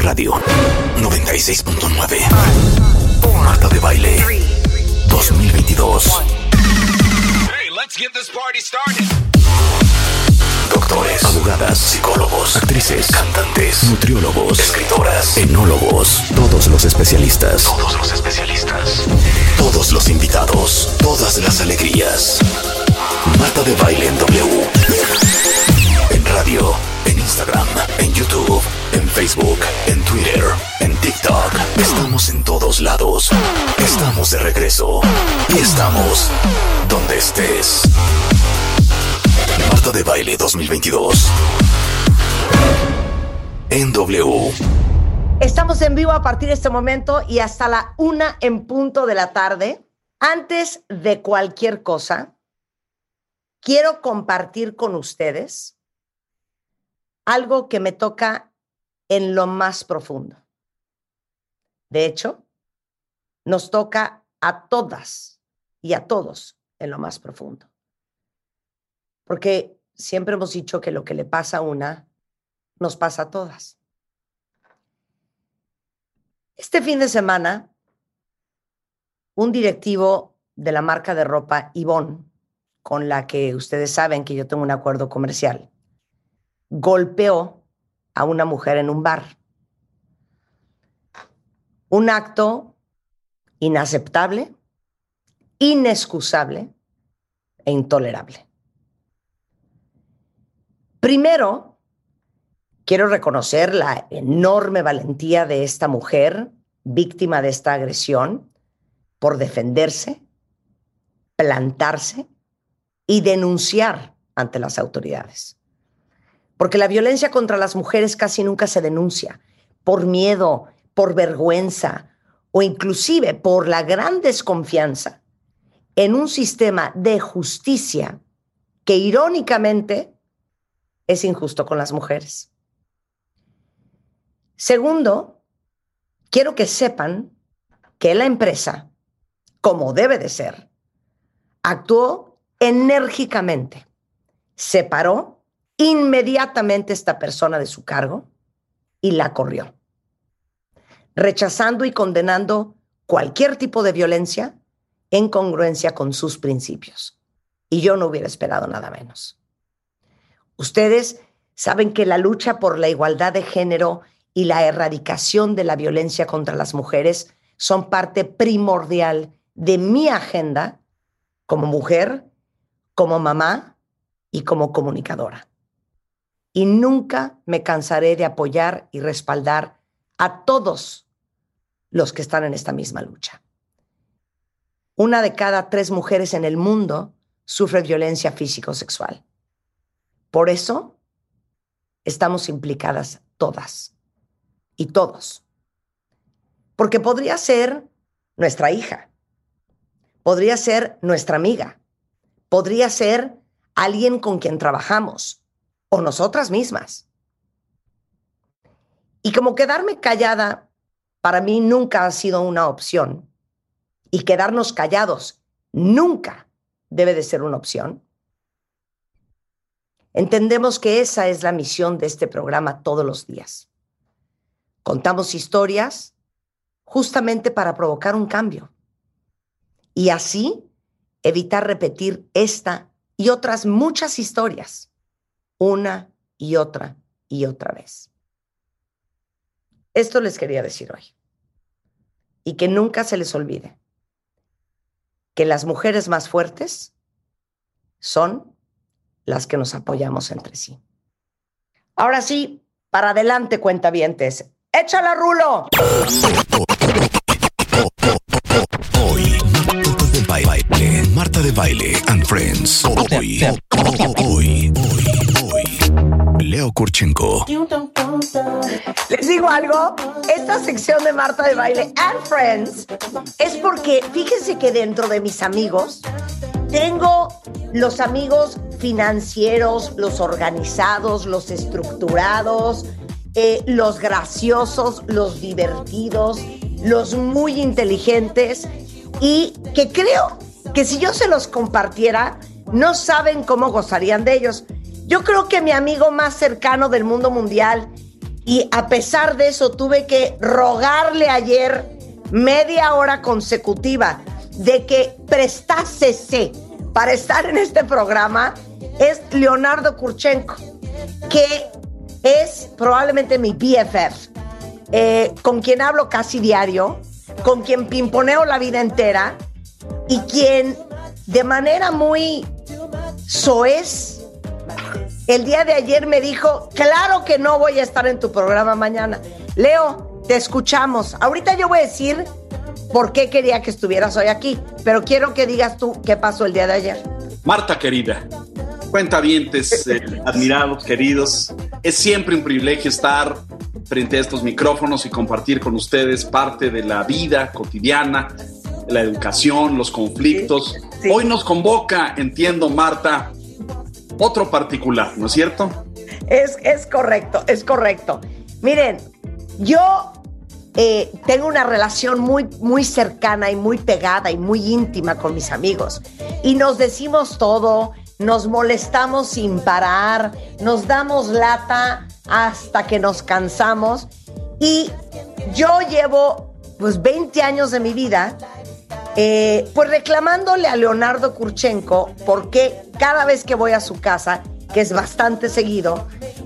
Radio 96.9. Marta de Baile 2022. Hey, let's get this party started. Doctores, abogadas, psicólogos, actrices, cantantes, nutriólogos, escritoras, enólogos, todos los especialistas. Todos los invitados, todas las alegrías. Marta de Baile en W. En radio, en Instagram, en YouTube, en Facebook, en Twitter, en TikTok. Estamos en todos lados. Estamos de regreso. Y estamos donde estés. Marta de Baile 2022. En W. Estamos en vivo a partir de este momento y hasta la 1 en punto de la tarde. Antes de cualquier cosa, quiero compartir con ustedes algo que me toca en lo más profundo. De hecho, nos toca a todas y a todos en lo más profundo. Porque siempre hemos dicho que lo que le pasa a una, nos pasa a todas. Este fin de semana, un directivo de la marca de ropa Yvonne, con la que ustedes saben que yo tengo un acuerdo comercial, golpeó a una mujer en un bar. Un acto inaceptable, inexcusable e intolerable. Primero, quiero reconocer la enorme valentía de esta mujer, víctima de esta agresión, por defenderse, plantarse y denunciar ante las autoridades. Porque la violencia contra las mujeres casi nunca se denuncia por miedo, por vergüenza o inclusive por la gran desconfianza en un sistema de justicia que irónicamente es injusto con las mujeres. Segundo, quiero que sepan que la empresa, como debe de ser, actuó enérgicamente, separó inmediatamente a esta persona de su cargo y la corrió, rechazando y condenando cualquier tipo de violencia en congruencia con sus principios. Y yo no hubiera esperado nada menos. Ustedes saben que la lucha por la igualdad de género y la erradicación de la violencia contra las mujeres son parte primordial de mi agenda como mujer, como mamá y como comunicadora. Y nunca me cansaré de apoyar y respaldar a todos los que están en esta misma lucha. 1 de cada 3 mujeres en el mundo sufre violencia físico-sexual. Por eso estamos implicadas todas y todos. Porque podría ser nuestra hija, podría ser nuestra amiga, podría ser alguien con quien trabajamos o nosotras mismas. Y como quedarme callada para mí nunca ha sido una opción y quedarnos callados nunca debe de ser una opción, entendemos que esa es la misión de este programa todos los días. Contamos historias justamente para provocar un cambio y así evitar repetir esta y otras muchas historias una y otra vez. Esto les quería decir hoy y que nunca se les olvide que las mujeres más fuertes son las que nos apoyamos entre sí. Ahora sí, para adelante, cuentavientes. ¡Échala, Rulo! Hoy, Marta de Baile and Friends. Hoy, Leo Kurchenko. Les digo algo, esta sección de Marta de Baile and Friends es porque fíjense que dentro de mis amigos tengo los amigos financieros, los organizados, los estructurados, los graciosos, los divertidos, los muy inteligentes y que creo que si yo se los compartiera, no saben cómo gozarían de ellos. Yo creo que mi amigo más cercano del mundo mundial Y a pesar de eso tuve que rogarle ayer media hora consecutiva de que prestásese para estar en este programa. Es Leonardo Kurchenko, que es probablemente mi BFF, con quien hablo casi diario, con quien pimponeo la vida entera y quien de manera muy soez el día de ayer me dijo, claro que no voy a estar en tu programa mañana. Leo, te escuchamos. Ahorita yo voy a decir por qué quería que estuvieras hoy aquí, pero quiero que digas tú qué pasó el día de ayer. Marta querida, cuentavientes, admirados, queridos, es siempre un privilegio estar frente a estos micrófonos y compartir con ustedes parte de la vida cotidiana, de la educación, los conflictos. Sí. Hoy nos convoca, entiendo, Marta, otro particular, ¿no es cierto? Es correcto, es correcto. Miren, yo tengo una relación muy cercana y muy pegada y muy íntima con mis amigos. Y nos decimos todo, nos molestamos sin parar, nos damos lata hasta que nos cansamos. Y yo llevo pues 20 años de mi vida pues reclamándole a Leonardo Kurchenko porque cada vez que voy a su casa, que es bastante seguido,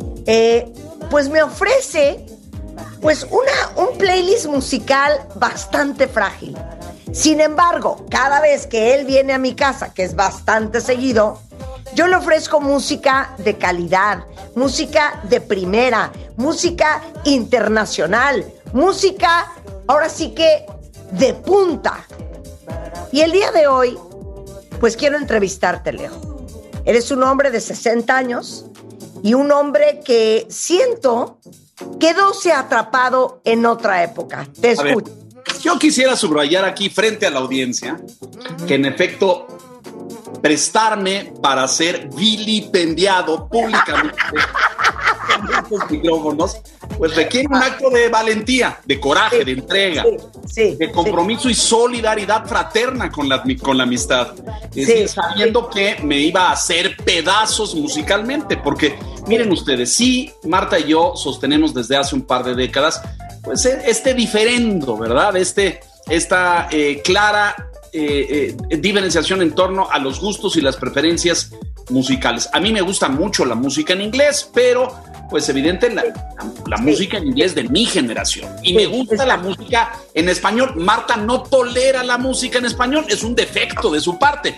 pues me ofrece pues un playlist musical bastante frágil. Sin embargo, cada vez que él viene a mi casa, que es bastante seguido, yo le ofrezco música de calidad, música de primera, música internacional, música, ahora sí que de punta. Y el día de hoy, pues quiero entrevistarte, Leo. Eres un hombre de 60 años y un hombre que siento quedóse atrapado en otra época. Te escucho. Yo quisiera subrayar aquí frente a la audiencia que en efecto prestarme para ser vilipendiado públicamente en estos micrófonos, pues requiere un acto de valentía, de coraje, de entrega, de compromiso y solidaridad fraterna con la amistad. Es decir, sabiendo que me iba a hacer pedazos musicalmente, porque miren ustedes, sí, Marta y yo sostenemos desde hace un par de décadas, pues este diferendo, ¿verdad? Esta clara diferenciación en torno a los gustos y las preferencias musicales. A mí me gusta mucho la música en inglés, pero pues evidente la música en inglés de mi generación. Y me gusta la música en español. Marta no tolera la música en español, es un defecto de su parte.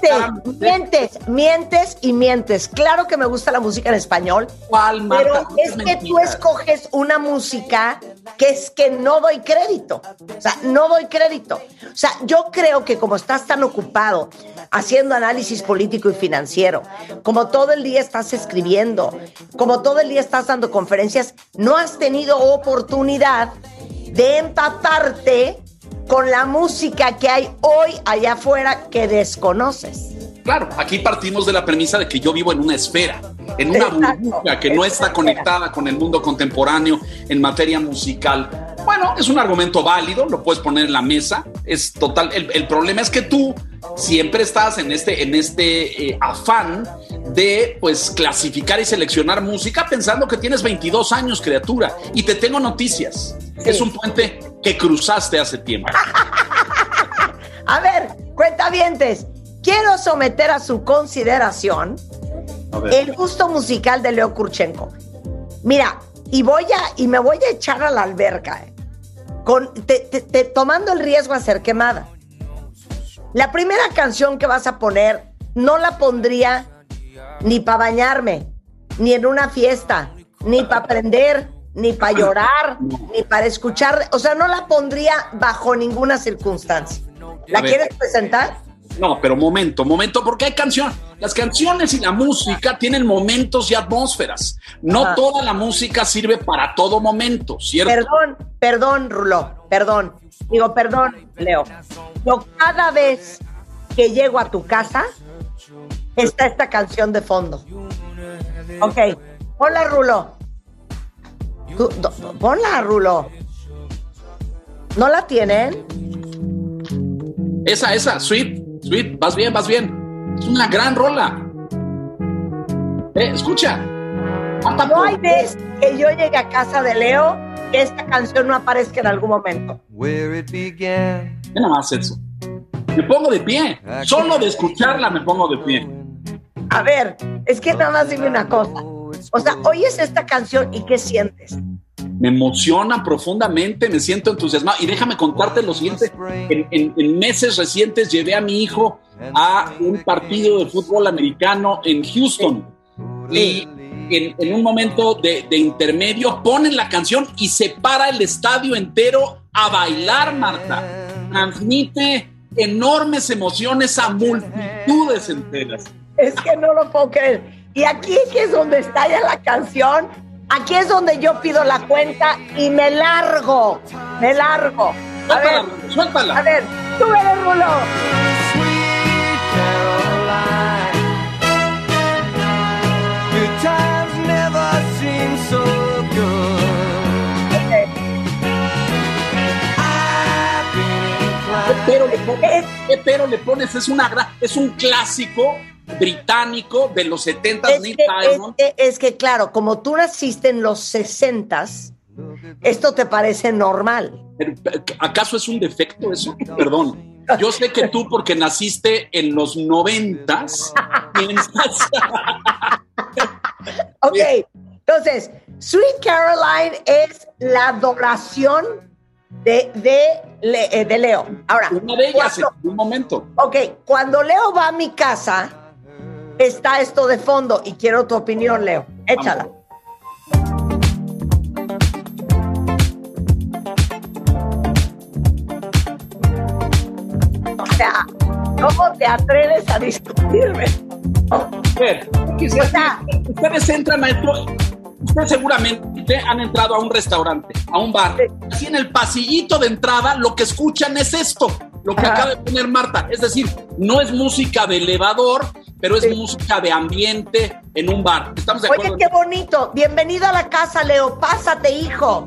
Mientes. Claro que me gusta la música en español. ¿Cuál, Marta? Pero es que tú escoges una música que es que no doy crédito. O sea, no doy crédito. O sea, yo creo que como estás tan ocupado haciendo análisis político y financiero, como todo el día estás escribiendo, como todo el día estás dando conferencias, no has tenido oportunidad de empaparte con la música que hay hoy allá afuera que desconoces. Claro, aquí partimos de la premisa de que yo vivo en una esfera, en una burbuja que no está conectada con el mundo contemporáneo en materia musical. Bueno, es un argumento válido, lo puedes poner en la mesa, es total. El problema es que tú siempre estás en este afán de pues clasificar y seleccionar música pensando que tienes 22 años, criatura, y te tengo noticias. Sí. Es un puente que cruzaste hace tiempo. A ver, cuentavientes, quiero someter a su consideración el gusto musical de Leo Kurchenko. Mira, y me voy a echar a la alberca, tomando el riesgo a ser quemada. La primera canción que vas a poner no la pondría ni para bañarme, ni en una fiesta, ni para aprender, ni para llorar, ni para escuchar. O sea, no la pondría bajo ninguna circunstancia. ¿La quieres presentar? No, pero momento, porque hay canciones. Las canciones y la música tienen momentos y atmósferas. No toda la música sirve para todo momento, ¿cierto? Perdón, Rulo, perdón. Digo, perdón, Leo. Yo cada vez que llego a tu casa, está esta canción de fondo. Ok. Hola, Rulo. Ponla, Rulo. ¿No la tienen? Esa, Sweet, vas bien. Es una gran rola. Escucha. No hay vez que yo llegue a casa de Leo que esta canción no aparezca en algún momento. Ve nada más eso. Me pongo de pie. Solo de escucharla me pongo de pie. A ver, es que nada más dime una cosa. O sea, oyes esta canción y ¿qué sientes? Me emociona profundamente, me siento entusiasmado. Y déjame contarte lo siguiente. En meses recientes llevé a mi hijo a un partido de fútbol americano en Houston. Y en un momento de intermedio ponen la canción y se para el estadio entero a bailar, Marta. Transmite enormes emociones a multitudes enteras. Es que no lo puedo creer. Y aquí que es donde está ya la canción, aquí es donde yo pido la cuenta y me largo. Suéltala. A ver, súbele, Rulo. Sweet Caroline, good times never seem so good. Okay. I've been inclined. Pero le pones, es un clásico británico de los 70s, Neil Diamond. Es que claro, como tú naciste en los 60s, esto te parece normal. ¿Acaso es un defecto eso? Perdón. Yo sé que tú, porque naciste en los 90s, piensas... Ok, entonces, Sweet Caroline es la adoración de Leo. Ahora, Una de ellas, en un momento. Ok, cuando Leo va a mi casa, está esto de fondo y quiero tu opinión, Leo. Échala. O sea, ¿cómo te atreves a discutirme? A ver, ustedes entran a esto. Ustedes seguramente han entrado a un restaurante, a un bar. Así en el pasillito de entrada, lo que escuchan es esto, lo que acaba de poner Marta. Es decir, no es música de elevador, pero es música de ambiente en un bar. ¿Estamos de acuerdo? Oye, qué bonito. Bienvenido a la casa, Leo. Pásate, hijo.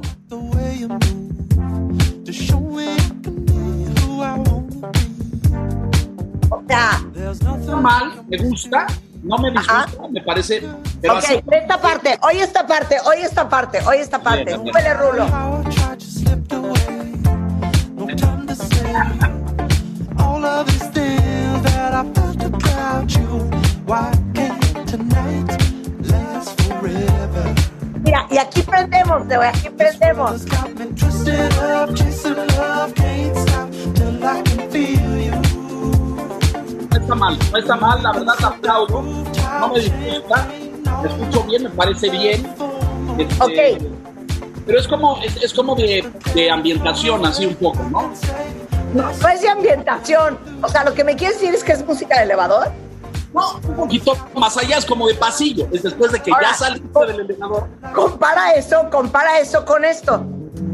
O sea, No mal, me gusta, no me disgusta, me parece. Pero ok, así, esta parte, oye esta parte. Bien, Súbele, Rulo. All of these things that I felt about you, why can't tonight last forever? Mira, y aquí prendemos, Leo, aquí prendemos. Got me twisted up, chasing love, can't stop till I can feel you. no está mal, la verdad la aplaudo, no me disgusta, me escucho bien, me parece bien. Ok. Pero es como de ambientación, así un poco, ¿no? No es de ambientación. O sea, lo que me quieres decir es que es música de elevador. No, un poquito más allá, es como de pasillo, es después de que Ahora, ya saliste del elevador. Compara eso con esto.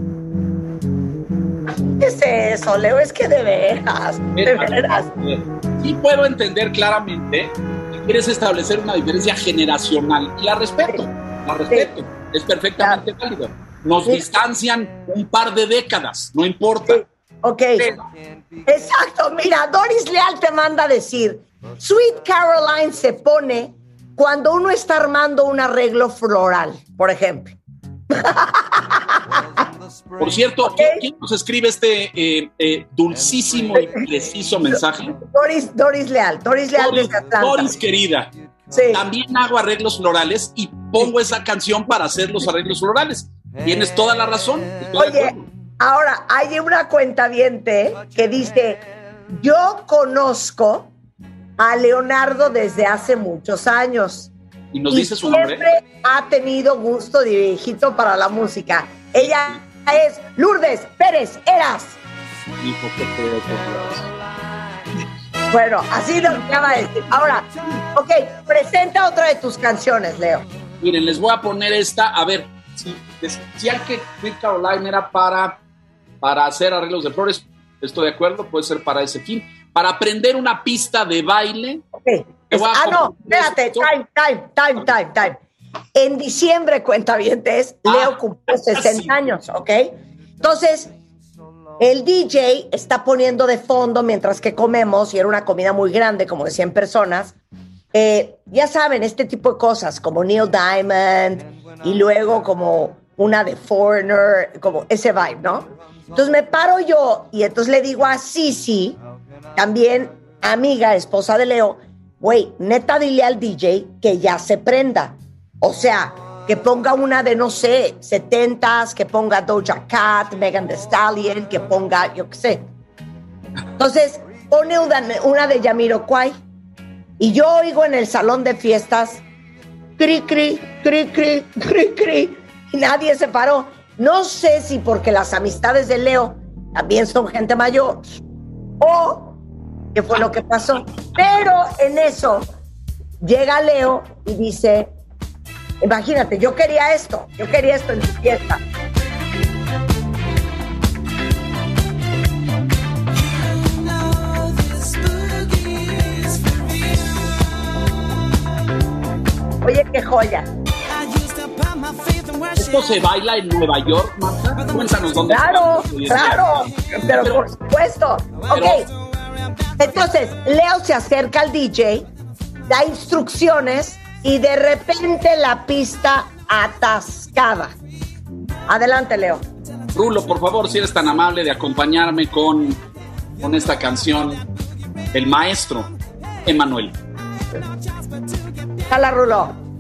¿Qué es eso, Leo? Es que de veras. Sí puedo entender claramente que quieres establecer una diferencia generacional y la respeto, es perfectamente válido. Nos distancian un par de décadas, no importa. Sí. Ok, exacto. Mira, Doris Leal te manda a decir, Sweet Caroline se pone cuando uno está armando un arreglo floral, por ejemplo. Por cierto, ¿quién nos escribe este dulcísimo y preciso mensaje? Doris Leal desde Atlanta. Doris, querida, sí. También hago arreglos florales y pongo esa canción para hacer los arreglos florales. Tienes toda la razón. Oye, ahora hay una cuentaviente que dice, yo conozco a Leonardo desde hace muchos años. Y nos dice su nombre. Siempre ha tenido gusto de viejito para la música. Ella es Lourdes Pérez Eras. Hijo, qué feo, Bueno, así lo acaba de decir. Ahora, ok, presenta otra de tus canciones, Leo. Miren, les voy a poner esta. A ver, si decían que Sweet Caroline era para hacer arreglos de flores, estoy de acuerdo, puede ser para ese fin. Para aprender una pista de baile. Okay. No, espérate, time. En diciembre, cuentavientes, Leo cumplió 60 años, ¿ok? Entonces, el DJ está poniendo de fondo mientras que comemos, y era una comida muy grande, como de 100 personas, ya saben, este tipo de cosas, como Neil Diamond, y luego como una de Foreigner, como ese vibe, ¿no? Entonces me paro yo, y entonces le digo a Sisi, también amiga, esposa de Leo, güey, neta dile al DJ que ya se prenda. O sea, que ponga una de, no sé, 70s, que ponga Doja Cat, Megan Thee Stallion, que ponga, yo qué sé. Entonces, pone una de Jamiroquai, y yo oigo en el salón de fiestas, cri, cri, cri, cri, cri, cri, y nadie se paró. No sé si porque las amistades de Leo también son gente mayor, o qué fue lo que pasó. Pero en eso llega Leo y dice, imagínate, yo quería esto en mi fiesta. Oye, qué joya. ¿Esto se baila en Nueva York, Marta? Cuéntanos dónde. Claro, pero por supuesto. Ok, entonces Leo se acerca al DJ, da instrucciones y de repente la pista atascada. Adelante, Leo. Rulo, por favor, si eres tan amable de acompañarme con esta canción, El Maestro, Emanuel. Jala, Rulo.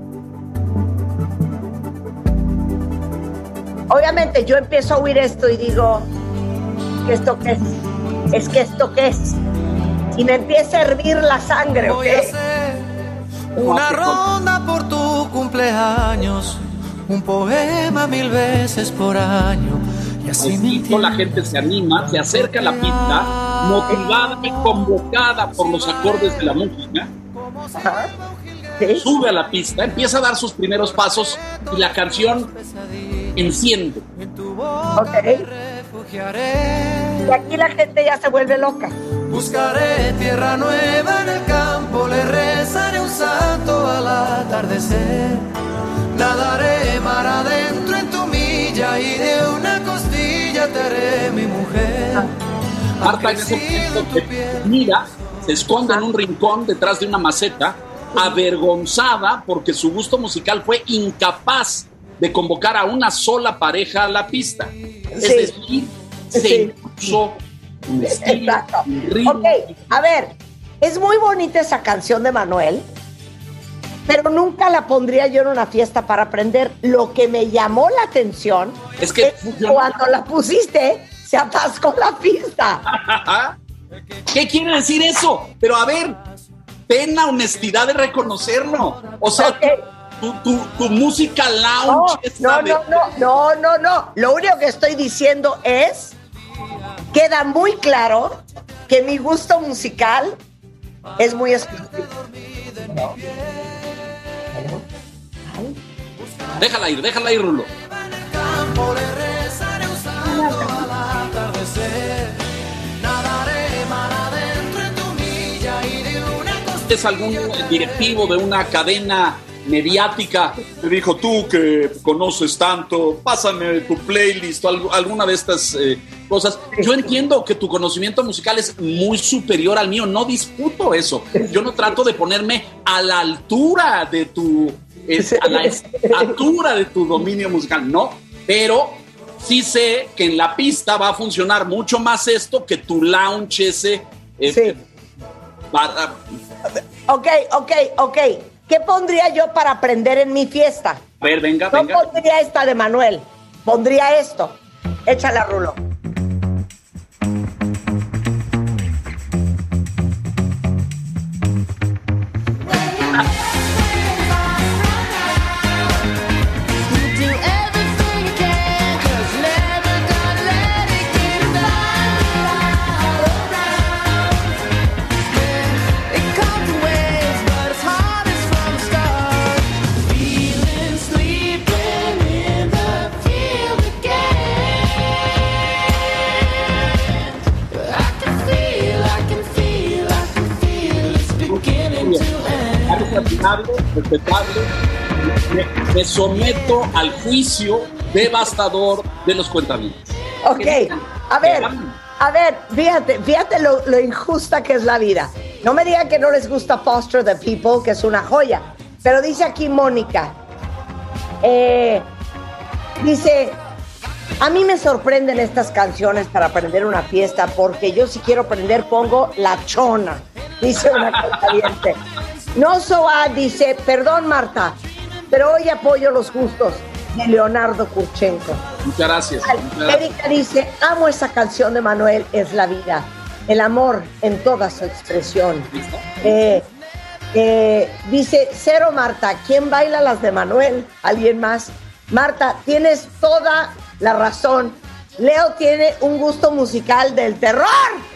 Obviamente yo empiezo a oír esto y digo, ¿esto qué es? Es que ¿esto qué es? Y me empieza a hervir la sangre, ¿ok? Voy a hacer una ronda por tu cumpleaños, un poema 1000 veces por año. Y así La gente se anima, se acerca a la pista, motivada y convocada por los acordes de la música. Ajá. ¿Sí? Sube a la pista, empieza a dar sus primeros pasos y la canción enciende. Ok. Y aquí la gente ya se vuelve loca. Buscaré tierra nueva en el campo, le rezaré un santo al atardecer. Nadaré mar adentro en tu milla y de una costilla te haré mi mujer. Marta en ese momento mira, se esconde en un rincón detrás de una maceta, avergonzada porque su gusto musical fue incapaz de convocar a una sola pareja a la pista. Es decir, se impuso un estilo, un ritmo. Ok, a ver, es muy bonita esa canción de Manuel, pero nunca la pondría yo en una fiesta para aprender. Lo que me llamó la atención es que cuando la pusiste, se atascó la pista. ¿Qué quiere decir eso? Pero a ver, ten la honestidad de reconocerlo. O sea, Okay. tu música lounge. No. Lo único que estoy diciendo es, queda muy claro que mi gusto musical es muy exclusivo. Déjala ir, Rulo. Es algún directivo de una cadena mediática te dijo, tú que conoces tanto, pásame tu playlist o alguna de estas cosas. Yo entiendo que tu conocimiento musical es muy superior al mío, no disputo eso. Yo no trato de ponerme a la altura de tu a la estatura de tu dominio musical, no, pero sí sé que en la pista va a funcionar mucho más esto que tu lounge ese. Ok. ¿Qué pondría yo para aprender en mi fiesta? A ver, venga. No pondría esta de Manuel, pondría esto. Échala, Rulo. Respetable, me someto al juicio devastador de los cuentavientes. Ok, a ver, fíjate lo injusta que es la vida. No me digan que no les gusta Foster the People, que es una joya. Pero dice aquí Mónica, dice, a mí me sorprenden estas canciones para aprender una fiesta, porque yo si quiero aprender pongo La Chona, dice una cuentaviente. No Soa dice, perdón Marta, pero hoy apoyo los gustos de Leonardo Kurchenko. Muchas gracias. Erika dice, amo esa canción de Manuel, Es la vida, el amor en toda su expresión. Dice, cero Marta, ¿quién baila las de Manuel? ¿Alguien más? Marta, tienes toda la razón. Leo tiene un gusto musical del terror.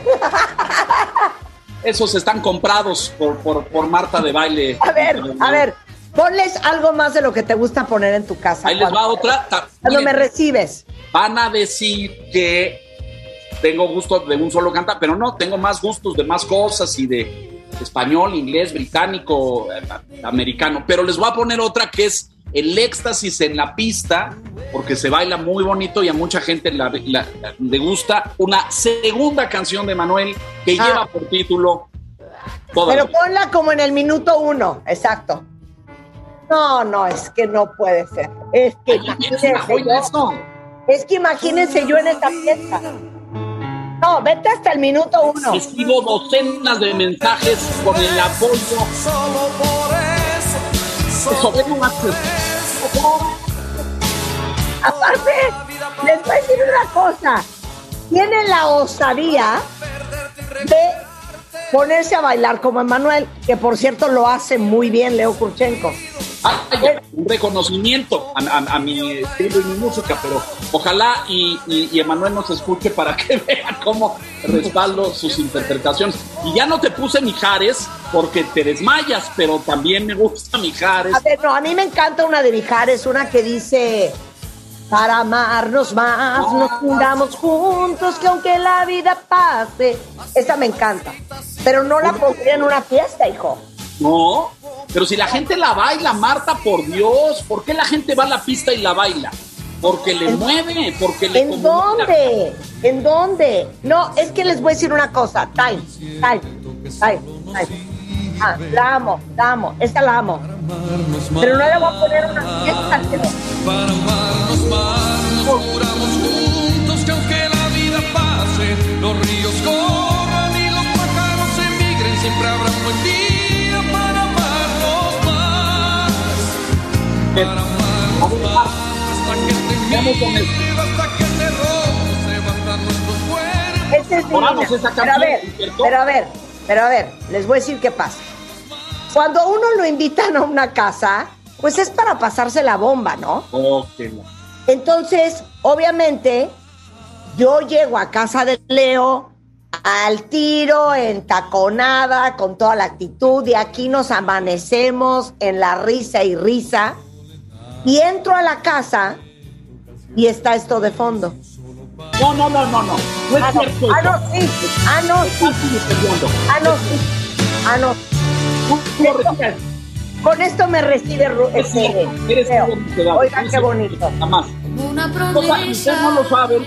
Esos están comprados por Marta de Baile. A ver, ponles algo más de lo que te gusta poner en tu casa. Ahí les va otra. Cuando me recibes. Van a decir que tengo gusto de un solo canta, pero no, tengo más gustos de más cosas y de español, inglés, británico, americano. Pero les voy a poner otra que es el éxtasis en la pista, porque se baila muy bonito y a mucha gente le gusta. Una segunda canción de Manuel que lleva por título Pero ponla como en el minuto 1, exacto. No, es que no puede ser. Es que imagínense yo en esta fiesta. No, vete hasta el minuto 1. Escribo docenas de mensajes con el apoyo. Solo por eso. Eso, ven nomás. Aparte, les voy a decir una cosa. Tienen la osadía de ponerse a bailar como Emmanuel, que por cierto lo hace muy bien Leo Kurchenko. Un reconocimiento a mi estilo y mi música, pero ojalá y Emmanuel nos escuche para que vean cómo respaldo sus interpretaciones. Y ya no te puse Mijares porque te desmayas, pero también me gusta Mijares. A ver, no, a mí me encanta una de Mijares, una que dice: para amarnos más, nos fundamos juntos, que aunque la vida pase. Esa me encanta, pero no la pondría en una fiesta, hijo. No, pero si la gente la baila, Marta, por Dios, ¿por qué la gente va a la pista y la baila? Porque le mueve, porque le ¿En dónde? ¿En dónde? No, es que les voy a decir una cosa. Time. La amo, esta la amo. Pero no le voy a poner una fiesta. Para amarnos más, nos juramos juntos que aunque la vida pase, los ríos corran y los pájaros emigren, siempre habrá un buen día para amarnos más. Para amarnos más, hasta que te mire, hasta que te roce, bastan nuestros cuerpos. Esta es divina. Pero a ver, les voy a decir qué pasa. Cuando a uno lo invitan a una casa, pues es para pasarse la bomba, ¿no? Okay. Entonces, obviamente, yo llego a casa de Leo al tiro, entaconada, con toda la actitud, y aquí nos amanecemos en la risa y risa, y entro a la casa y está esto de fondo. No. No es cierto. Con esto me recibe Leo. Oigan qué bonito. Nada más. Usted no lo sabe.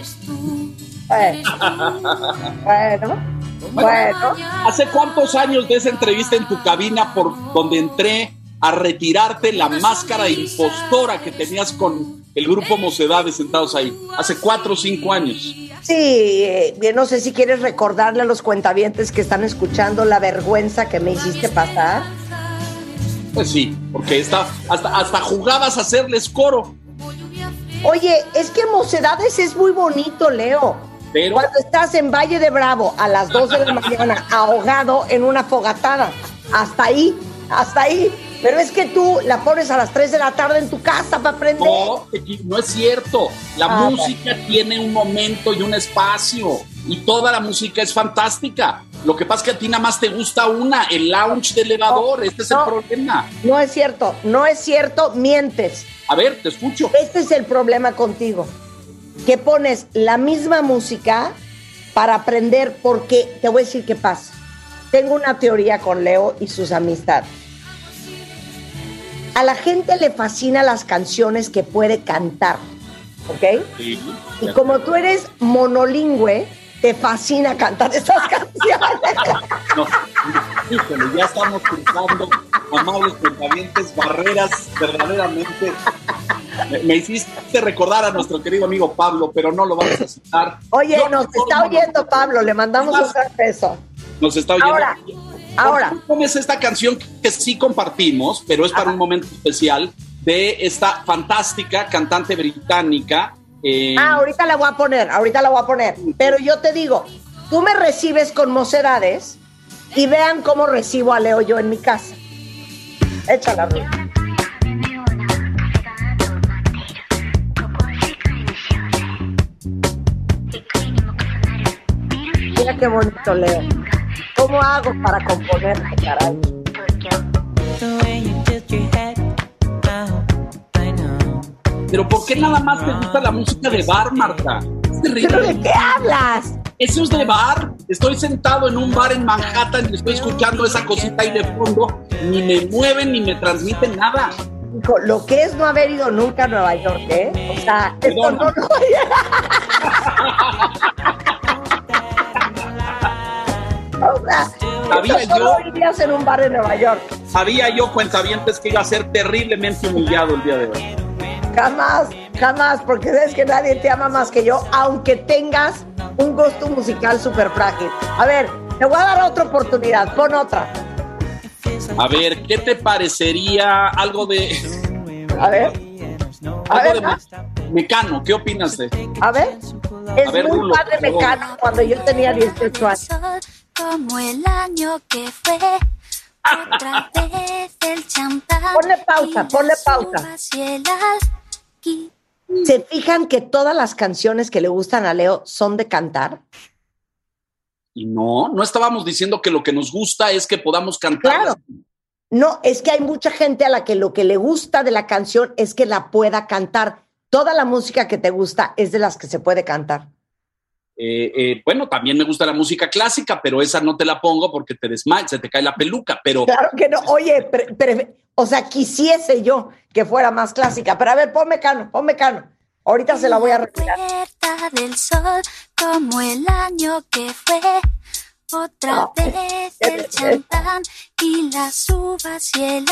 Bueno. ¿Hace cuántos años de esa entrevista en tu cabina por donde entré a retirarte la máscara impostora que tenías con el grupo Mocedades sentados ahí? Hace 4 o 5 años. Sí, no sé si quieres recordarle a los cuentavientes que están escuchando la vergüenza que me hiciste pasar. Pues sí, porque hasta jugabas a hacerles coro. Oye, es que Mocedades es muy bonito, Leo. Pero cuando estás en Valle de Bravo a las 2 de la mañana ahogado en una fogatada, hasta ahí. Pero es que tú la pones a las 3 de la tarde en tu casa para aprender. No es cierto. La música tiene un momento y un espacio. Y toda la música es fantástica. Lo que pasa es que a ti nada más te gusta el lounge de elevador. Este es el problema. No es cierto, mientes. A ver, te escucho. Este es el problema contigo. Que pones la misma música para aprender, porque te voy a decir qué pasa. Tengo una teoría con Leo y sus amistades. A la gente le fascinan las canciones que puede cantar, ¿ok? Sí. Y como tú eres monolingüe, te fascina cantar esas canciones. No, Híjole, ya estamos cruzando, amables cuentavientes, barreras verdaderamente. Me hiciste recordar a nuestro querido amigo Pablo, pero no lo vamos a citar. Oye, nos está oyendo Pablo, le mandamos un gran beso. Nos está oyendo. Ahora. ¿Cómo es esta canción que sí compartimos, pero es para un momento especial, de esta fantástica cantante británica? Ahorita la voy a poner. Pero yo te digo, tú me recibes con mocedades y vean cómo recibo a Leo yo en mi casa. Échala, Ruth. Mira qué bonito, Leo. ¿Cómo hago para componerte, caray? Pero ¿por qué nada más te gusta la música de bar, Marta? Es terrible. ¿Pero de qué hablas? Eso es de bar. Estoy sentado en un bar en Manhattan y estoy escuchando esa cosita ahí de fondo. Ni me mueven ni me transmiten nada. Hijo, lo que es no haber ido nunca a Nueva York, ¿eh? O sea, esto no lo O sea, sabía solo yo, irías en un bar en Nueva York. sabía yo, cuentavientes, que iba a ser terriblemente humillado el día de hoy. Jamás, porque sabes que nadie te ama más que yo, aunque tengas un gusto musical súper frágil. A ver, te voy a dar otra oportunidad, pon otra. A ver, ¿qué te parecería algo de... A ver, Mecano? ¿Qué opinas de...? a ver. Es ver, muy Rulo, padre por favor. Mecano cuando yo tenía 18 años. Como el año que fue, otra vez el champán. Ponle pausa. ¿Se fijan que todas las canciones que le gustan a Leo son de cantar? Y no estábamos diciendo que lo que nos gusta es que podamos cantar. Claro. No, es que hay mucha gente a la que lo que le gusta de la canción es que la pueda cantar. Toda la música que te gusta es de las que se puede cantar. Bueno, también me gusta la música clásica, pero esa no te la pongo porque te desmayas, se te cae la peluca, pero... Claro que no. Oye, o sea, quisiese yo que fuera más clásica. Pero a ver, ponme Mecano. Ahorita se la voy a retirar. Puerta del sol, como el año que fue, otra vez el champán y las uvas y el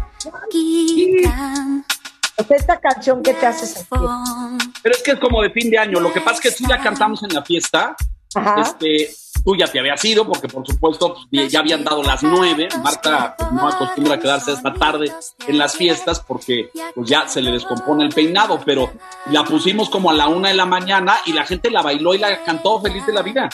alquitrán. O sea, esta canción que te hace sentir. Pero es que es como de fin de año. Lo que pasa es que sí la cantamos en la fiesta. Ajá. Tú ya te habías ido porque, por supuesto, ya habían dado las 9. Marta pues, no acostumbra a quedarse esta tarde en las fiestas porque pues, ya se le descompone el peinado, pero la pusimos como a la 1 de la mañana y la gente la bailó y la cantó feliz de la vida.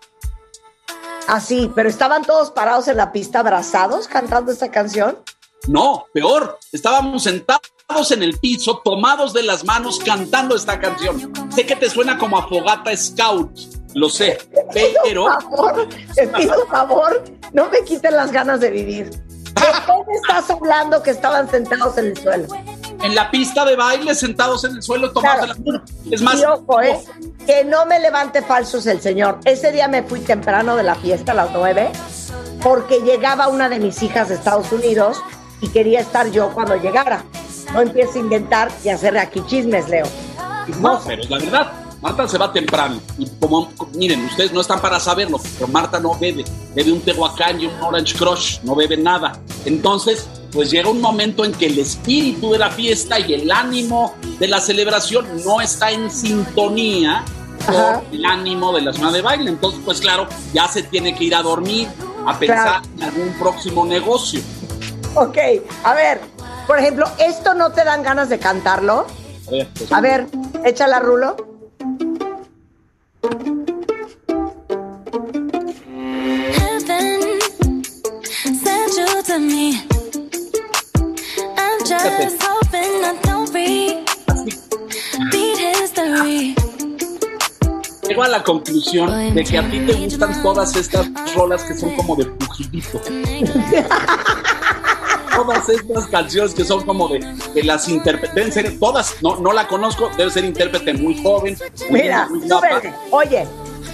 Ah, sí, pero estaban todos parados en la pista abrazados cantando esta canción. No, peor, estábamos sentados en el piso, tomados de las manos, cantando esta canción. Sé que te suena como a fogata scout, lo sé, pero... Te pido un favor, no me quiten las ganas de vivir. ¿De qué me estás hablando que estaban sentados en el suelo? En la pista de baile, sentados en el suelo, tomados de las manos. Es más... Y ojo, que no me levante falsos el señor. Ese día me fui temprano de la fiesta, a las 9, porque llegaba una de mis hijas de Estados Unidos y quería estar yo cuando llegara. No empieces a inventar y hacer aquí chismes, Leo. No, pero es la verdad. Marta se va temprano. Y como, miren, ustedes no están para saberlo, pero Marta no bebe. Bebe un Tehuacán y un Orange Crush. No bebe nada. Entonces, pues llega un momento en que el espíritu de la fiesta y el ánimo de la celebración no está en sintonía con el ánimo de la zona de baile. Entonces, pues claro, ya se tiene que ir a dormir, a pensar en algún próximo negocio. Ok, a ver, por ejemplo, ¿esto no te dan ganas de cantarlo? A ver, échala, Rulo. Llego a la conclusión de que a ti te gustan todas estas rolas que son como de pugilito. Todas estas canciones que son como de las intérpretes, deben ser todas, no la conozco, debe ser intérprete muy joven. Mira, muy guapa. Oye.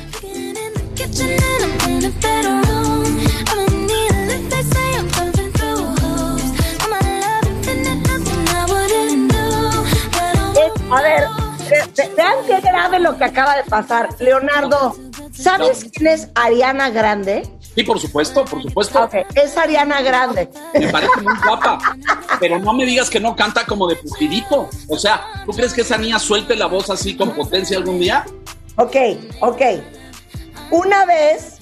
A ver, vean qué grave lo que acaba de pasar. Leonardo, ¿sabes quién es Ariana Grande? Sí, por supuesto, por supuesto. Ok, es Ariana Grande. Me parece muy guapa, pero no me digas que no canta como de pujidito. O sea, ¿tú crees que esa niña suelte la voz así con potencia algún día? Ok. Una vez,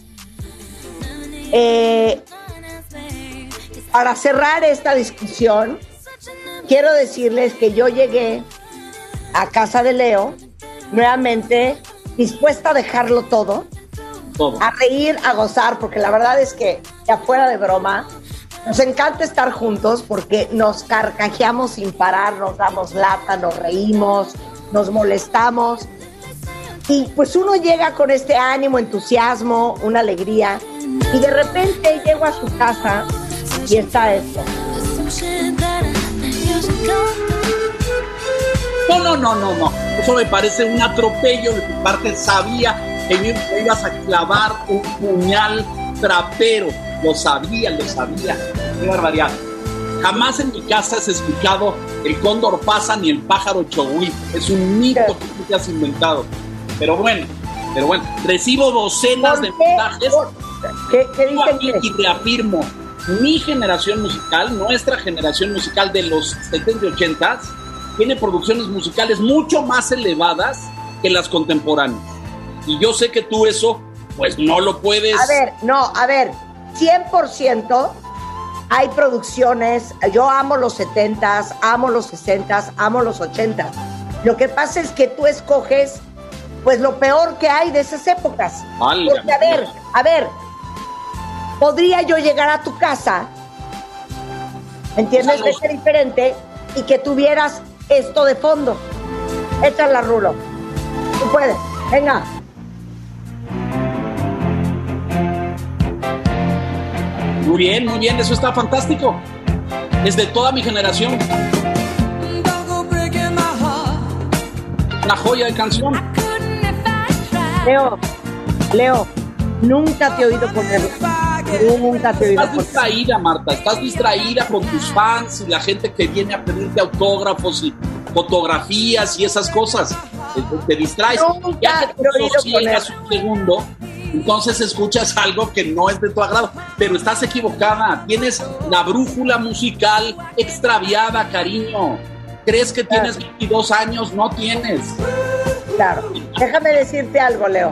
para cerrar esta discusión, quiero decirles que yo llegué a casa de Leo, nuevamente dispuesta a dejarlo todo, a reír, a gozar, porque la verdad es que, ya fuera de broma, nos encanta estar juntos porque nos carcajeamos sin parar, nos damos lata, nos reímos, nos molestamos. Y pues uno llega con este ánimo, entusiasmo, una alegría, y de repente llego a su casa y está esto. No. Eso me parece un atropello de tu parte. Sabía que me ibas a clavar un puñal trapero. Lo sabía. Qué barbaridad. Jamás en mi casa has escuchado el cóndor pasa ni el pájaro chohuí. Es un mito que tú te has inventado. Pero bueno, recibo docenas de mensajes. ¿Qué dicen? Y reafirmo, mi generación musical, nuestra generación musical de los 70 y 80s, tiene producciones musicales mucho más elevadas que las contemporáneas. Y yo sé que tú eso, pues no lo puedes... A ver, 100% hay producciones. Yo amo los 70s, amo los 60s, amo los 80s. Lo que pasa es que tú escoges pues lo peor que hay de esas épocas. Porque a ver, podría yo llegar a tu casa, ¿entiendes? De ser diferente y que tuvieras esto de fondo. Échala, Rulo. Tú puedes. Venga. Muy bien, eso está fantástico. Es de toda mi generación. Una joya de canción. Leo, nunca te he oído ponerlo. Estás distraída, Marta, estás distraída con tus fans y la gente que viene a pedirte autógrafos y fotografías y esas cosas. Te distraes. Ya que te sosiegas un segundo, entonces escuchas algo que no es de tu agrado. Pero estás equivocada. Tienes la brújula musical extraviada, cariño. ¿Crees que tienes 22 años? No tienes. Claro. Déjame decirte algo, Leo.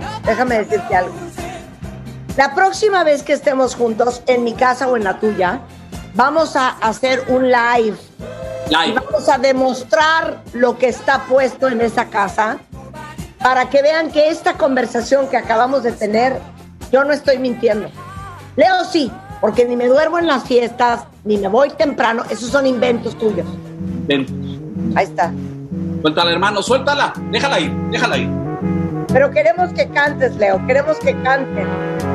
La próxima vez que estemos juntos, en mi casa o en la tuya, vamos a hacer un live. Y vamos a demostrar lo que está puesto en esa casa para que vean que esta conversación que acabamos de tener, yo no estoy mintiendo. Leo sí, porque ni me duermo en las fiestas, ni me voy temprano. Esos son inventos tuyos. Ahí está. Suéltala, hermano, suéltala. Déjala ir. Pero queremos que cantes, Leo. Queremos que cantes.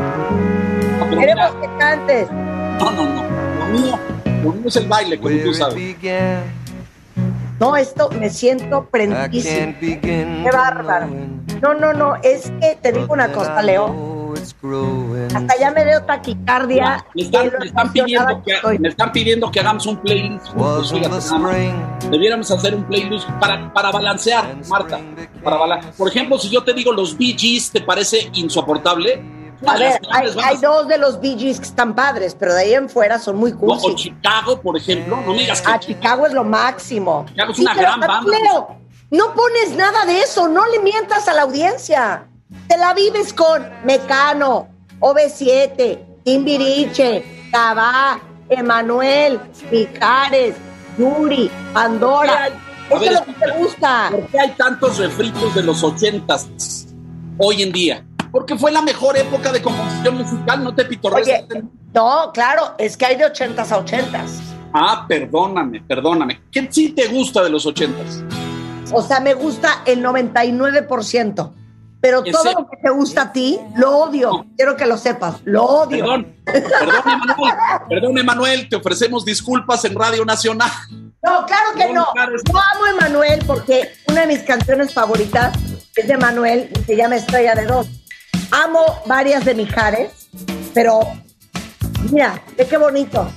No. Lo mío es el baile, como tú sabes. No, esto me siento prendísimo. Qué bárbaro. No, es que te digo una cosa, Leo. Hasta ya me dio taquicardia. Me están pidiendo que hagamos un playlist. Debiéramos hacer un playlist para balancear, Marta. Por ejemplo, si yo te digo los Bee Gees, ¿te parece insoportable? A ver, hay dos de los Bee Gees que están padres, pero de ahí en fuera son muy cool. O Chicago, por ejemplo. No me digas que Chicago es lo máximo. Chicago es una gran banda. Leo, no pones nada de eso, no le mientas a la audiencia. Te la vives con Mecano, OV7, Timbiriche, Cabá, Emanuel, Mijares, Yuri, Pandora. Eso es lo que te gusta. ¿Por qué hay tantos refritos de los 80s hoy en día? Porque fue la mejor época de composición musical, no te pitorrees. Oye, no, claro, es que hay de 80s a 80s. Ah, perdóname. ¿Qué sí te gusta de los 80s? O sea, me gusta el 99%. Pero todo lo que te gusta a ti, lo odio. No. Quiero que lo sepas, lo odio. Perdón, Emanuel, te ofrecemos disculpas en Radio Nacional. No, claro que no. Yo amo a Emanuel porque una de mis canciones favoritas es de Emanuel y se llama Estrella de Dos. Amo varias de Mijares, pero mira, ve qué bonito.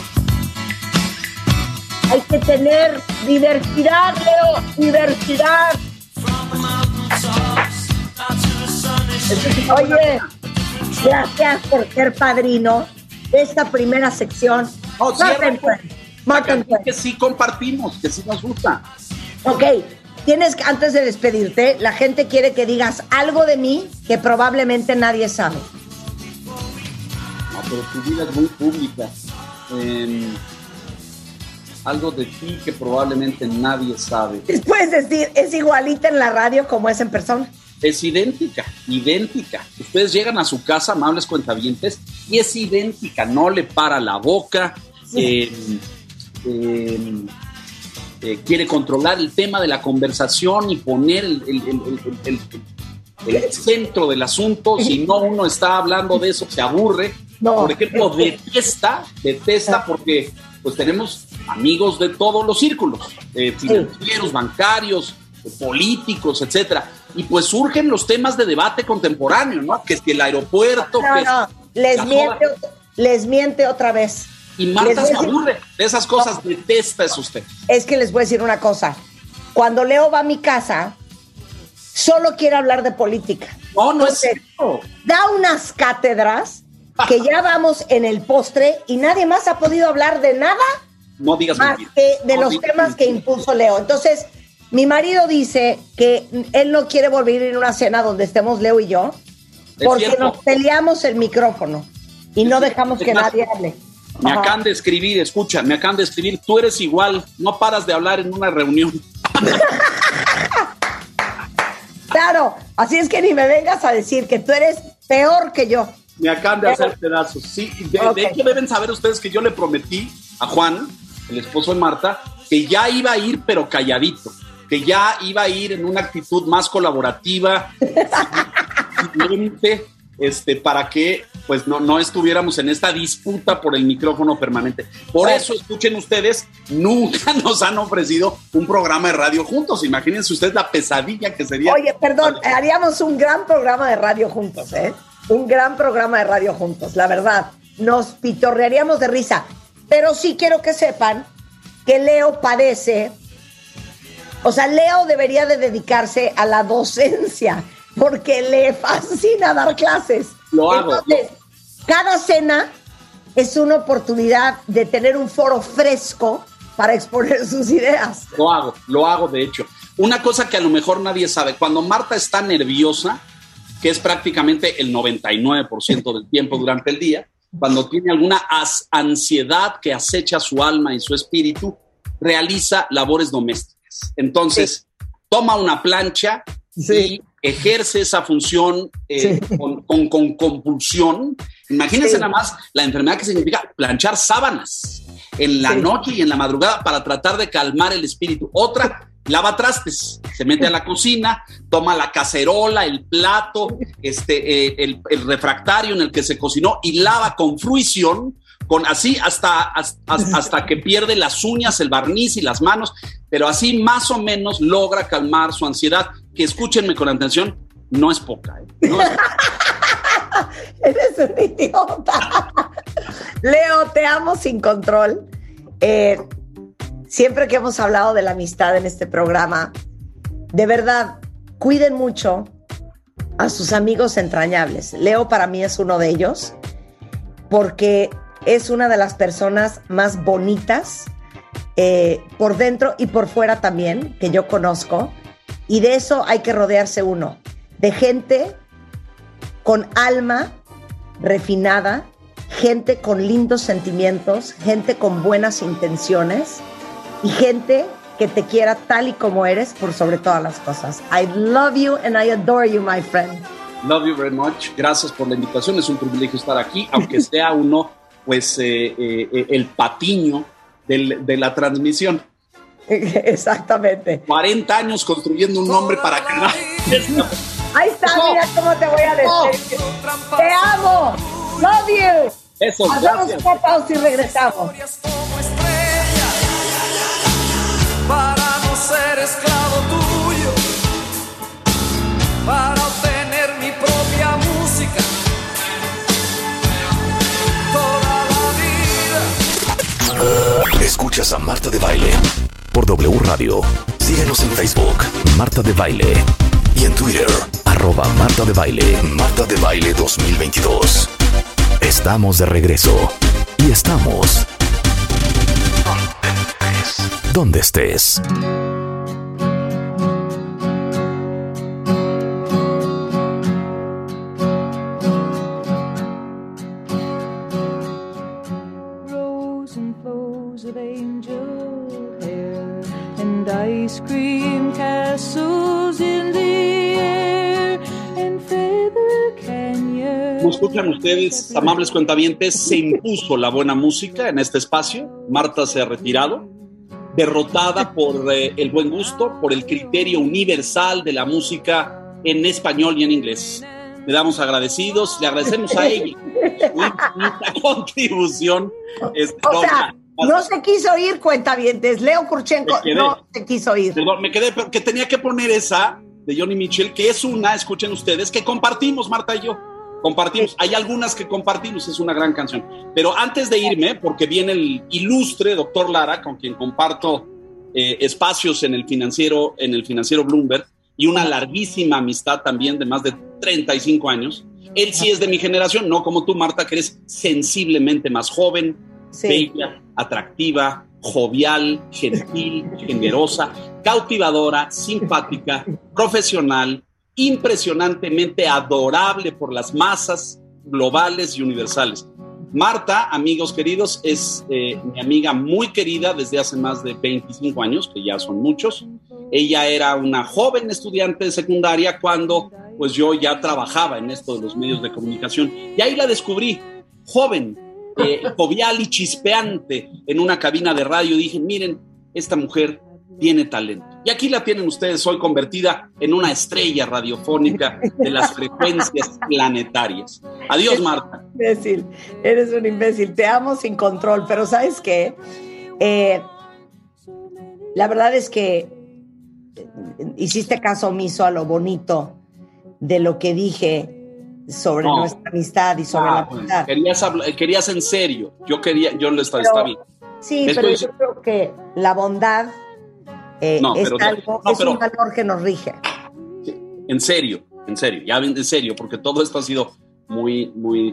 Hay que tener diversidad, Leo, diversidad. Oye, Gracias por ser padrino de esta primera sección. Marten, que sí compartimos, que sí nos gusta. Ok, tienes que, antes de despedirte, la gente quiere que digas algo de mí que probablemente nadie sabe. No, pero tu vida es muy pública. Algo de ti que probablemente nadie sabe. Puedes decir, es igualita en la radio como es en persona. Es idéntica. Ustedes llegan a su casa, amables cuentavientes, y es idéntica, no le para la boca, sí. Quiere controlar el tema de la conversación y poner el centro del asunto. Si no uno está hablando de eso, se aburre. No, por ejemplo, detesta porque pues tenemos amigos de todos los círculos, financieros, bancarios, políticos, etcétera. Y pues surgen los temas de debate contemporáneo, ¿no? Que es que el aeropuerto... Les miente otra vez. Y Marta se aburre de esas cosas, detesta eso usted. Es que les voy a decir una cosa. Cuando Leo va a mi casa, solo quiere hablar de política. No es cierto. Da unas cátedras que ya vamos en el postre y nadie más ha podido hablar de nada más que de los temas que impuso Leo. Entonces... Mi marido dice que él no quiere volver a ir a una cena donde estemos Leo y yo, porque nos peleamos el micrófono y no dejamos que nadie hable. Me acaban de escribir, tú eres igual, no paras de hablar en una reunión. Claro, así es que ni me vengas a decir que tú eres peor que yo. Me acaban de hacer pedazos, sí. De hecho, deben saber ustedes que yo le prometí a Juan, el esposo de Marta, que ya iba a ir, pero calladito. Que ya iba a ir en una actitud más colaborativa, para que pues no estuviéramos en esta disputa por el micrófono permanente. Por eso, escuchen ustedes, nunca nos han ofrecido un programa de radio juntos. Imagínense ustedes la pesadilla que sería. Oye, perdón, haríamos un gran programa de radio juntos, ¿eh? Un gran programa de radio juntos, la verdad. Nos pitorrearíamos de risa. Pero sí quiero que sepan que Leo padece... O sea, Leo debería de dedicarse a la docencia porque le fascina dar clases. Lo hago. Entonces, cada cena es una oportunidad de tener un foro fresco para exponer sus ideas. Lo hago de hecho. Una cosa que a lo mejor nadie sabe, cuando Marta está nerviosa, que es prácticamente el 99% del tiempo durante el día, cuando tiene alguna ansiedad que acecha su alma y su espíritu, realiza labores domésticas. Entonces, toma una plancha y ejerce esa función con compulsión. Imagínense nada más la enfermedad que significa planchar sábanas en la noche y en la madrugada para tratar de calmar el espíritu. Otra, lava trastes, se mete a la cocina, toma la cacerola, el plato, el refractario en el que se cocinó y lava con fruición, hasta que pierde las uñas, el barniz y las manos, pero así más o menos logra calmar su ansiedad, que escúchenme con atención, no es poca, no es poca. Eres un idiota. Leo, te amo sin control. Siempre que hemos hablado de la amistad en este programa, de verdad, cuiden mucho a sus amigos entrañables. Leo para mí es uno de ellos, porque es una de las personas más bonitas por dentro y por fuera también, que yo conozco, y de eso hay que rodearse uno, de gente con alma refinada, gente con lindos sentimientos, gente con buenas intenciones y gente que te quiera tal y como eres por sobre todas las cosas. I love you and I adore you, my friend. Love you very much. Gracias por la invitación. Es un privilegio estar aquí, aunque sea uno, pues, el patiño de la transmisión. Exactamente. 40 años construyendo un nombre para que nadie... Ahí está, mira cómo te voy a decir. ¡Te amo! ¡Love you! Eso, hacemos una pausa y regresamos. Para no ser esclavo tuyo, para obtener mi propia música, toda la vida. Escuchas a Marta de Baile por W Radio. Síguenos en Facebook, Marta de Baile, y en Twitter, @Marta de Baile. Marta de Baile 2022. Estamos de regreso. Y estamos donde estés. Ice cream castles in the air and Feather Canyon. Como escuchan ustedes, amables cuentavientes, se impuso la buena música en este espacio. Marta se ha retirado, derrotada por el buen gusto, por el criterio universal de la música en español y en inglés. Le damos agradecidos, le agradecemos a ella su infinita contribución. O sea, no se quiso ir, cuentavientes. Leo Kurchenko no se quiso ir. Perdón, me quedé, pero que tenía que poner esa de Johnny Mitchell, que es una, escuchen ustedes, que compartimos, Marta y yo. Compartimos. Sí. Hay algunas que compartimos, es una gran canción. Pero antes de irme, porque viene el ilustre doctor Lara, con quien comparto espacios en el financiero Bloomberg, y una larguísima amistad también de más de 35 años. Él sí es de mi generación, no como tú, Marta, que eres sensiblemente más joven, sí, bella, atractiva, jovial, gentil, generosa, cautivadora, simpática, profesional, impresionantemente adorable por las masas globales y universales. Marta, amigos queridos, es mi amiga muy querida desde hace más de 25 años, que ya son muchos. Ella era una joven estudiante de secundaria cuando pues yo ya trabajaba en esto de los medios de comunicación. Y ahí la descubrí, joven, jovial y chispeante en una cabina de radio. Dije, miren, esta mujer tiene talento. Y aquí la tienen ustedes hoy convertida en una estrella radiofónica de las frecuencias planetarias. Adiós, Marta. Imbécil, eres un imbécil. Te amo sin control, pero ¿sabes qué? La verdad es que hiciste caso omiso a lo bonito de lo que dije sobre nuestra amistad y sobre la amistad. Querías en serio. Yo lo estaba bien. Sí, pero yo creo que la bondad es un valor que nos rige. Sí, en serio, ya en serio, porque todo esto ha sido muy, muy...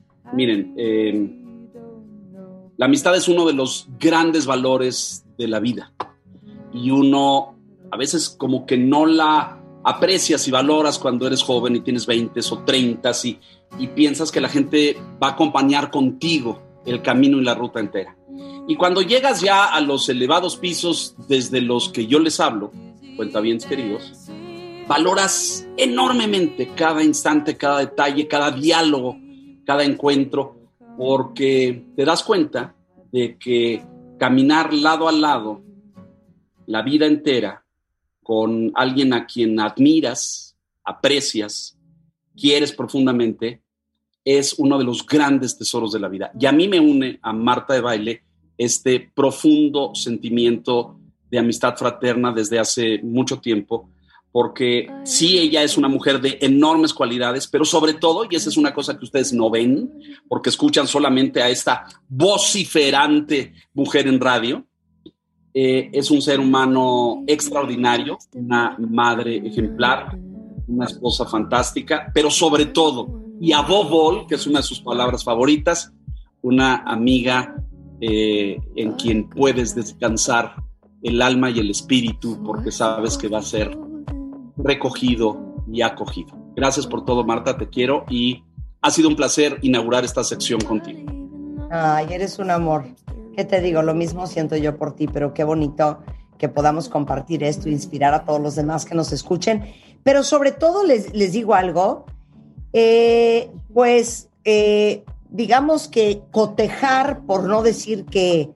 Miren, la amistad es uno de los grandes valores de la vida. Y uno a veces como que no la aprecias y valoras cuando eres joven y tienes 20 o 30 y piensas que la gente va a acompañar contigo el camino y la ruta entera. Y cuando llegas ya a los elevados pisos desde los que yo les hablo, cuentavientes queridos, valoras enormemente cada instante, cada detalle, cada diálogo, cada encuentro, porque te das cuenta de que caminar lado a lado la vida entera con alguien a quien admiras, aprecias, quieres profundamente, es uno de los grandes tesoros de la vida. Y a mí me une a Marta de Baile este profundo sentimiento de amistad fraterna desde hace mucho tiempo, porque sí, ella es una mujer de enormes cualidades, pero sobre todo, y esa es una cosa que ustedes no ven, porque escuchan solamente a esta vociferante mujer en radio, es un ser humano extraordinario, una madre ejemplar, una esposa fantástica, pero sobre todo, y above all, que es una de sus palabras favoritas, una amiga en quien puedes descansar el alma y el espíritu, porque sabes que va a ser recogido y acogido. Gracias por todo, Marta, te quiero y ha sido un placer inaugurar esta sección contigo. Ay, eres un amor. ¿Qué te digo? Lo mismo siento yo por ti, pero qué bonito que podamos compartir esto e inspirar a todos los demás que nos escuchen. Pero sobre todo les digo algo, digamos que cotejar, por no decir que